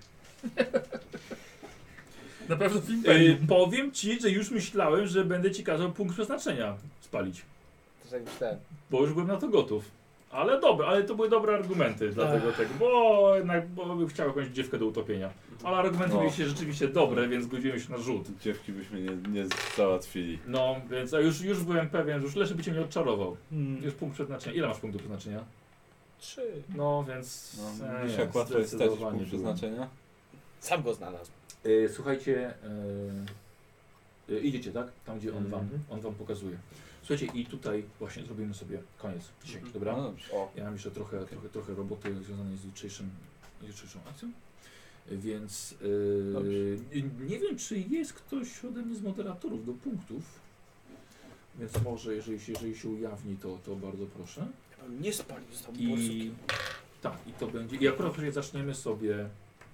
Na pewno film Powiem ci, że już myślałem, że będę ci kazał punkt przeznaczenia spalić. To tak myślałem. Bo już byłem na to gotów. Ale dobra, ale to były dobre argumenty dlatego tego, bo jednak bym chciał jakąś dziewkę do utopienia. Ale argumenty były się rzeczywiście dobre, więc zgodziłem się na rzut. Dziewki byśmy nie załatwili. No, więc a już byłem pewien, że już Leszy by cię nie odczarował. Już punkt przeznaczenia. Ile masz punktów przeznaczenia? 3. No, więc... No, wiesz jak łatwo jest stracić punkt przeznaczenia? Sam go znalazł. Słuchajcie, idziecie, tak? Tam, gdzie on wam pokazuje. Słuchajcie, i tutaj właśnie zrobimy sobie koniec dzisiaj, dobra? No dobrze. Ja mam jeszcze trochę roboty związanej z jutrzejszą akcją. Więc nie wiem, czy jest ktoś ode mnie z moderatorów do punktów. Więc może, jeżeli się ujawni, to bardzo proszę. Nie spalił, został I borsukiem. tak, i to będzie. I akurat tutaj zaczniemy sobie.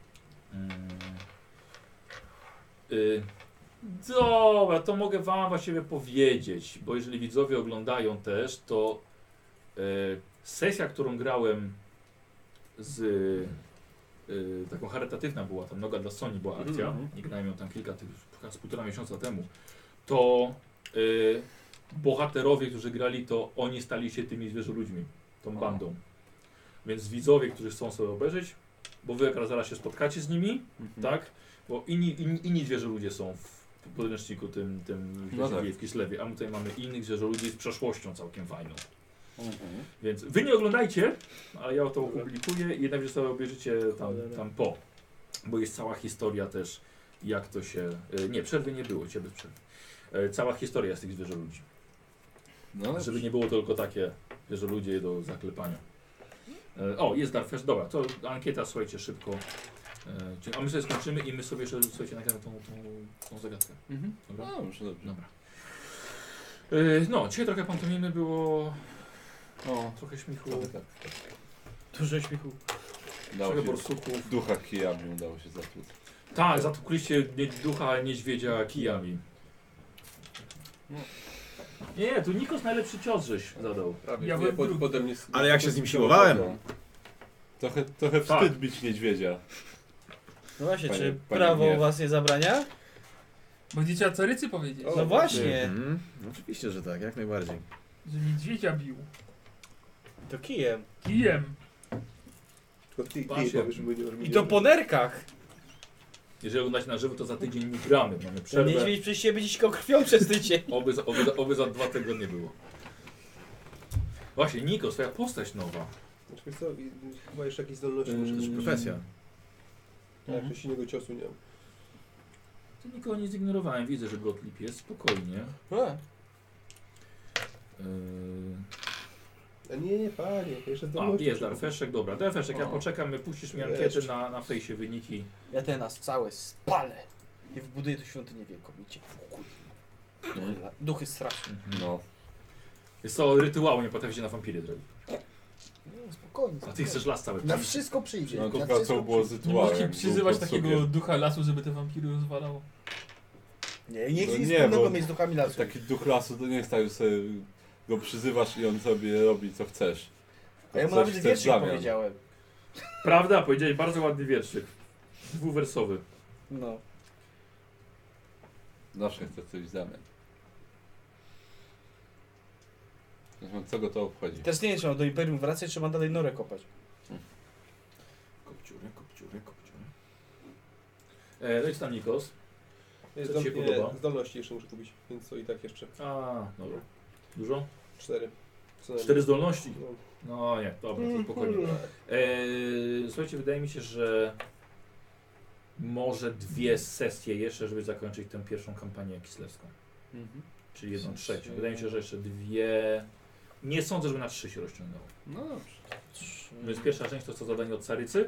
Dobra, to mogę wam właściwie powiedzieć, bo jeżeli widzowie oglądają też, to sesja, którą grałem z taką charytatywna była, tam Noga dla Sony była akcja, nie grałem ją tam z 1,5 miesiąca temu, to bohaterowie, którzy grali, to oni stali się tymi zwierzoludźmi, tą bandą. Więc widzowie, którzy chcą sobie obejrzeć, bo wy jak zaraz się spotkacie z nimi, tak? Bo inni zwierzoludzie są w podręczniku tym No tak. w Kislewie, a my tutaj mamy innych zwierzoludzi z przeszłością całkiem fajną. Więc wy nie oglądajcie, ale ja to opublikuję i jednak sobie obejrzycie tam po. Bo jest cała historia też, jak to się... Nie, przerwy nie było, ciebie przerwy. Cała historia z tych zwierzoludzi. No, Żeby nie było tylko takie zwierzoludzie do zaklepania. O, jest Darfesz, dobra, to ankieta, słuchajcie, szybko. A my sobie skończymy i my sobie jeszcze, słuchajcie, nagramy tą zagadkę. Dobra? No, dobrze. Dobra. No, dzisiaj trochę pantomimy było... O, trochę śmiechu. tak. Dużo śmiechu. Dało Trochę się borsuków. ducha kijami udało się zatłuc. Tak, zatukliście ducha niedźwiedzia kijami. Nie, tu Nikos najlepszy cios żeś zadał. Prawie, Ja nie, byłem drugi. pode mnie... Ale jak się z nim siłowałem? Trochę wstyd Tak. bić niedźwiedzia. No właśnie, Panie- czy panie prawo nie. was nie zabrania? Będziecie carycy powiedzieć, No właśnie. Oczywiście, że tak, jak najbardziej. że niedźwiedzia bił. To kijem. Kijem. Tylko ty Właśnie. powiesz, żeby nie I to po nerkach. Jeżeli oglądacie na żywo, to za tydzień nie gramy. Mamy Ten przerwę. niedźwiedź przecież się będzie sikał krwią przez tydzień. Oby za 2 tygodnie było. Właśnie, Nikos, twoja postać nowa. Znaczy, wiesz co, chyba jeszcze jakieś zdolności muszę To też też profesja. Tak, coś innego ciosu nie mam. To nikogo nie zignorowałem. Widzę, że Gottlieb jest. Spokojnie. A nie, panie, jeszcze A, zdolności. jest muszę Darfeszek, dobra. Darfeszek, ja O. poczekam, puścisz mi Wiesz. ankietę na fejsie wyniki. Ja ten nas całe spalę. I wbuduję tu świątynię wielką. Wiecie, duchy straszne. No. Jest to rytuału, nie potraficie na wampiry zrobić. No, spokojnie. A ty chcesz las cały Na czas. wszystko przyjdzie. No na to wszystko co było z przyjdzie. Nie rytuałem. możecie przyzywać był takiego sobie ducha lasu, żeby te wampiry rozwalało. Nie, nie chcę No nic nie, wspólnego bo mieć z duchami lasu. Taki duch lasu to nie jest tak, że sobie go przyzywasz i on sobie robi co chcesz. A ja mu Coś nawet chcesz w wierszyk zamian. powiedziałem. Prawda? Powiedziałeś bardzo ładny wierszyk. 2-wersowy. No. Zawsze chce coś w zamian. Zresztą co go to obchodzi? Teraz nie wiem, czy mam do Imperium wracać, czy mam dalej norę kopać. Kopciury. No i tam Nikos. Jest Co ci się podoba? zdolności jeszcze muszę kupić, więc to i tak jeszcze. A, dobra. Dużo? 4. 4 zdolności. No. No nie, dobra, to spokojnie. Słuchajcie, wydaje mi się, że może 2 sesje jeszcze, żeby zakończyć tę pierwszą kampanię kislewską. Czyli 1/3. Wydaje mi się, że jeszcze 2. Nie sądzę, żeby na 3 się rozciągało. No dobrze. Więc pierwsza część to jest to zadanie od Carycy.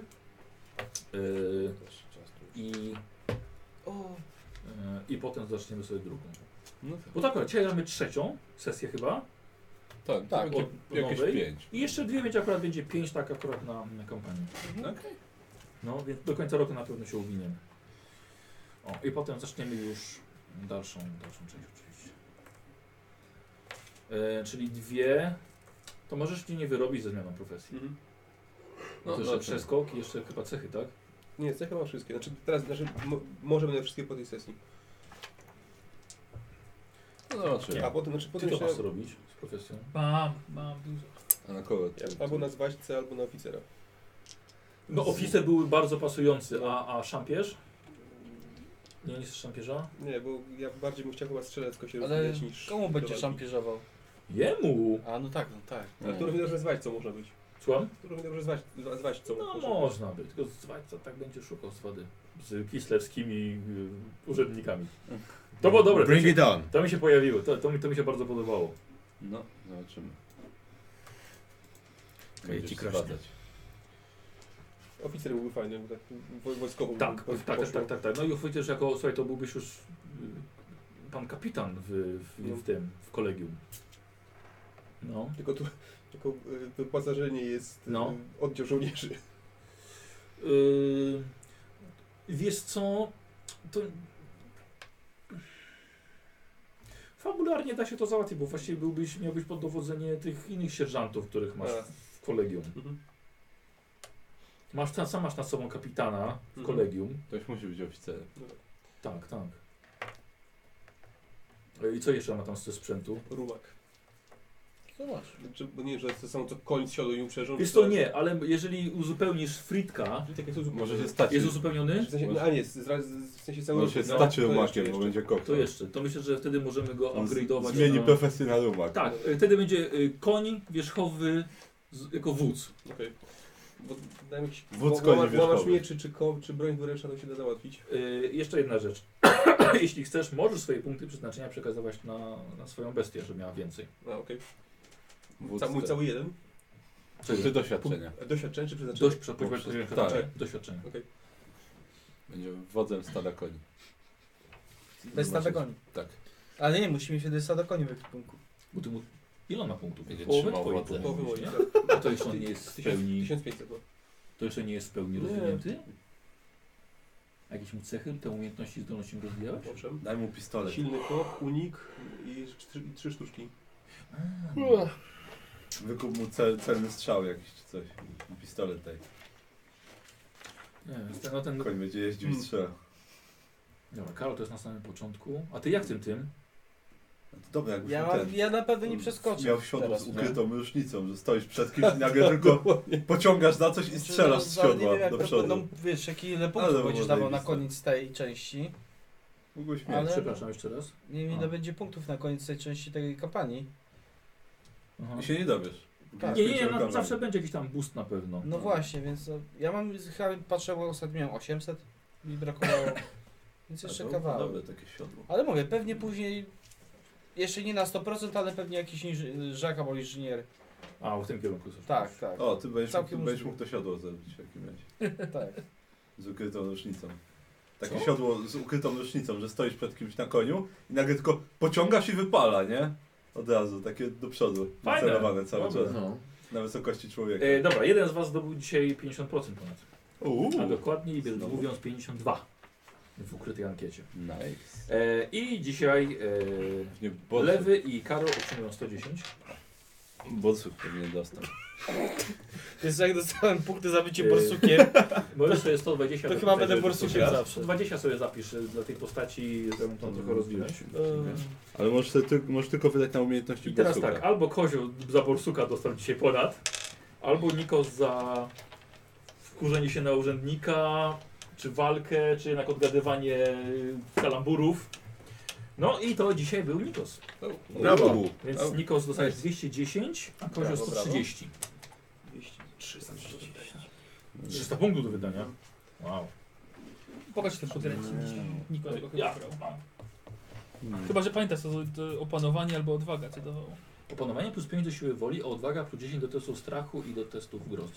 I potem zaczniemy sobie drugą. No tak. Bo tak, dzisiaj mamy trzecią sesję chyba. Tak, Tak, od jakieś nowej. 5. I jeszcze dwie będzie 5 tak akurat na kampanię. Okej. No, więc do końca roku na pewno się uwiniemy. O, i potem zaczniemy już dalszą część oczywiście. Czyli 2. To możesz nie wyrobić ze zmianą profesji. Mhm. No to jeszcze przeskok i jeszcze chyba cechy, tak? Nie, cechy mam wszystkie. Może będę wszystkie po tej sesji. No zobaczymy. A potem, Ty potem to jeszcze masz robić z profesją? Mam dużo. A na kogo? albo na zwaźce, albo na oficera. No oficer były bardzo pasujący, a szampierz? Nie jest szampierza? Nie, bo ja bardziej bym chciał chyba strzelecko się Ale rozwijać niż... komu będzie prowadzić. szampierzował? Jemu! A no tak. Ale to równie dobrze zwać, co można być. Słucham? To równie dobrze zwać, co No można można by, tylko co tak będzie szukał swady z kislewskimi urzędnikami. To było dobre, Bring it on. to mi się pojawiło, to mi się bardzo podobało. No, zobaczymy. Kaje ci Będziesz krośnie. zbadać. Oficer byłby fajny, bo tak wojskowo by Tak. poszło. No i chociaż jako, słuchaj, to byłbyś już pan kapitan w kolegium. No. Tylko tu wyposażenie jest No. oddział żołnierzy. Wiesz co, to fabularnie da się to załatwić, bo właściwie miałbyś pod dowodzenie tych innych sierżantów, których masz A. w kolegium. Mhm. Sam masz nad sobą kapitana w Mhm. kolegium. Ktoś musi być oficerem. Tak. I co jeszcze ma tam ze sprzętu? Rumak. Co masz? Bo nie, że to są co koń z siodło i uprzężą. Wiesz to nie, ale jeżeli uzupełnisz Fritka, Może się stać. jest uzupełniony? W sensie, a nie, w sensie cały Może się ruch, stać to rumakiem, bo jeszcze. będzie To koktajl. jeszcze. To myślę, że wtedy możemy go upgrade'ować. Zmieni na... profesję na rumak. Tak, wtedy będzie koń wierzchowy jako wódz. Okej. Bo dałem jakiś Wódz koni łamacz wierzchowy. mieczy, czy broń dwuręczna, to się da załatwić. Jeszcze jedna rzecz. Jeśli chcesz, możesz swoje punkty przeznaczenia przekazywać na swoją bestię, żeby miała więcej. A, okej. Wódz Mój cały jeden. Punkty doświadczenia. Doświadczenie czy przeznaczenie? Tak. Doświadczenie. Będzie wodzem stada koni. Bez stada koni. Tak. Ale nie, musimy się do stada koni w ekwipunku. Bo ty mu... Ile on ma punktów? Będzie Połowę trzymał twoich wodę. punktów, Połowy nie? moich. A to jeszcze nie jest w pełni... 1500, no. To jeszcze nie jest w pełni Nie. rozwinięty? A jakieś mu cechy, te umiejętności, zdolności rozwijałeś? Owszem. Daj mu pistolet. Silny kop, unik i 3 sztuczki. Wykup mu celny strzał jakiś czy coś. I pistolet daj. Nie, ten... Koń będzie jeździł i strzelał. Dobra, Karol to jest na samym początku. A ty jak tym? No to dobra, jakbyś Ja na pewno nie przeskoczę. miał siodło teraz, z nie? ukrytą rusznicą, że stoisz przed kimś i nagle tylko pociągasz na coś i strzelasz z Ale nie siodła wiem, jak do to przodu. będą, wiesz, ile Ale punktów to będziesz było dawał na zajebiste. koniec tej części. Mógłbyś mieć. Ale- Przepraszam jeszcze raz. Nie wiem, A. ile będzie punktów na koniec tej części tej kampanii. Aha. I się nie dowiesz. Tak. Nie, no, zawsze będzie jakiś tam boost na pewno. No właśnie, więc ja mam, chyba patrzę, bo ostatnio miałem 800 mi brakowało. Więc jeszcze kawałek. Dobre takie siodło. Ale mówię, pewnie później, jeszcze nie na 100%, ale pewnie jakiś żak albo inżynier. A, w tym kierunku coś. Tak, tak. O, ty będziesz Całkiem mógł możliwe. to siodło zrobić w jakim razie. tak. Z ukrytą rusznicą. Takie Co? siodło z ukrytą rusznicą, że stoisz przed kimś na koniu i nagle tylko pociągasz i wypala, nie? Od razu, takie do przodu. Fajne. Celowane cały Dobre. czas. Na wysokości człowieka. Dobra, jeden z was zdobył dzisiaj 50% ponad. A Uuu. dokładniej Znowu. mówiąc 52 w ukrytej ankiecie. Nice. I dzisiaj Nie, Lewy i Karol otrzymują 110. Borsuk pewnie dostał. Więc jak dostałem punkty za bycie borsukiem, Możesz sobie 120. to chyba będę borsukiem raz. zawsze. 120 sobie zapisz dla tej postaci, żebym tam trochę rozwinąć. Ale możesz tylko wydać na umiejętności I teraz Borsuka. tak, albo Kozioł za Borsuka dostał dzisiaj ponad, albo Nikos za wkurzenie się na urzędnika, czy walkę, czy jednak odgadywanie kalamburów. No i to dzisiaj był Nikos. Brawo! Więc Brawo. Nikos dostajesz 210, a Kozioł Brawo, brawo. 130. 300 punktów do wydania. Wow. Pokaż ten podręcznik dzisiaj. Nikogo chyba Ja brał. mam. Chyba, że pamiętasz to opanowanie albo odwaga, co dawało. Opanowanie plus 5 do siły woli, a odwaga plus 10 do testów strachu i do testów grozy.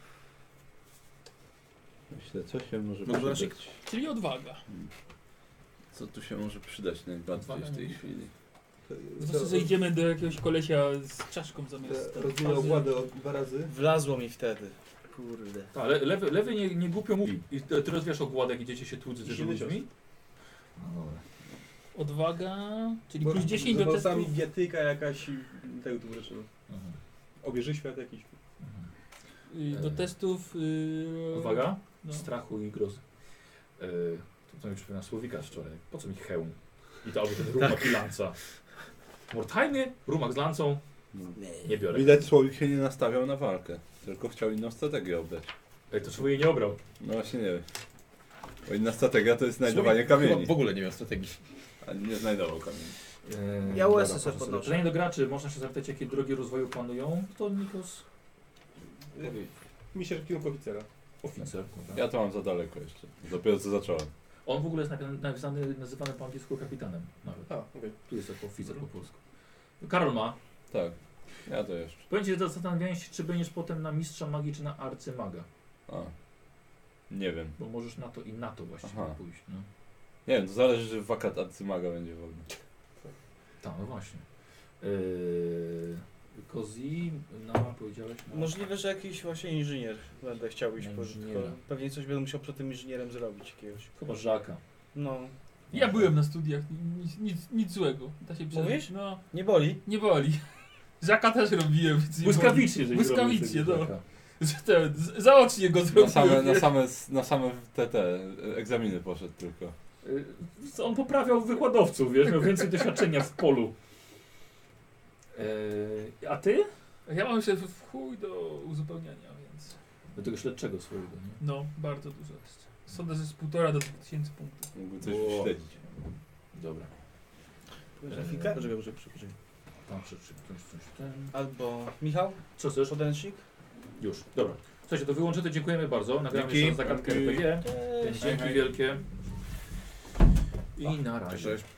Myślę, co się może Dobra, przydać. Czyli odwaga. Co tu się może przydać najbardziej w tej chwili? Po prostu zejdziemy do jakiegoś kolesia z czaszką zamiast... Rozwinął ogładę o 2 razy. Wlazło mi wtedy. Kurde. Ale lewy nie głupio mówi. I ty rozwijasz ogładę, jak idziecie się tłuc ze Silny cios. ludźmi. No dobra. Odwaga, czyli Bo plus 10 za do włosami testów... biatyka jakaś i tego tu rzeczy. Mhm. Obieży świat jakiś. Do testów... Uwaga, No. strachu i grozy. To mi przypomina słowika z wczoraj. Po co mi hełm? I to albo ten rumak i lanca. Mordhajmy, rumak z lancą. Nie biorę. Widać, Słowik się nie nastawiał na walkę, tylko chciał inną strategię obrać. Ej, to czemu jej nie obrał? No właśnie nie wiem. Bo inna strategia to jest znajdowanie kamieni. W ogóle nie miał strategii. A nie znajdował kamieni. Ja dobra, USS proszę sobie. podnoszę. Pytanie do graczy. Można się zapytać, jakie drogi rozwoju planują. To Nikos, Mi się kierunku oficera. oficer. Dobra. Ja to mam za daleko jeszcze. Dopiero co zacząłem. On w ogóle jest nazywany po angielsku kapitanem. Nawet. A, okej. Tu jest jako oficer po polsku. Karol ma. Tak. Ja to jeszcze. Powiem ci, że zastanawiałem się, czy będziesz potem na mistrza magii, czy na arcymaga. A. Nie wiem. Bo możesz na to i na to właściwie Aha. pójść. No. Nie wiem, to zależy, czy wakat arcymaga będzie wolny. Tak, no właśnie. Kozi, powiedziałeś na... Możliwe, że jakiś właśnie inżynier będę chciał iść. Na Po, inżyniera. tylko pewnie coś będę musiał przed tym inżynierem zrobić jakiegoś. Chyba Żaka. No. Ja byłem na studiach, nic złego. Da się przyznać. Mówisz? No, Nie boli? nie boli. Żaka też robiłem. Więc nie Błyskawicznie, boli. żeś Błyskawicznie, zrobił no. tego Zaocznie go zrobiłem. Na same te egzaminy poszedł tylko. Żaka. On poprawiał wykładowców, wiesz, miał więcej doświadczenia w polu. A ty? Ja mam się w chuj do uzupełniania, więc... Do tego śledczego swojego, nie? No, bardzo dużo jest. Sądzę, że z 1,5 do 2000 punktów. Mógłby coś O. śledzić. Dobra. Grafikę? Poczekaj. Tam coś ten. Albo Michał? Co chcesz? Podręcznik? Już, dobra. Słuchajcie, to wyłączę, to dziękujemy bardzo. Nagramy Dzięki. jeszcze raz zagadkę RPG. Cześć. Dzięki wielkie. I na razie. Cześć.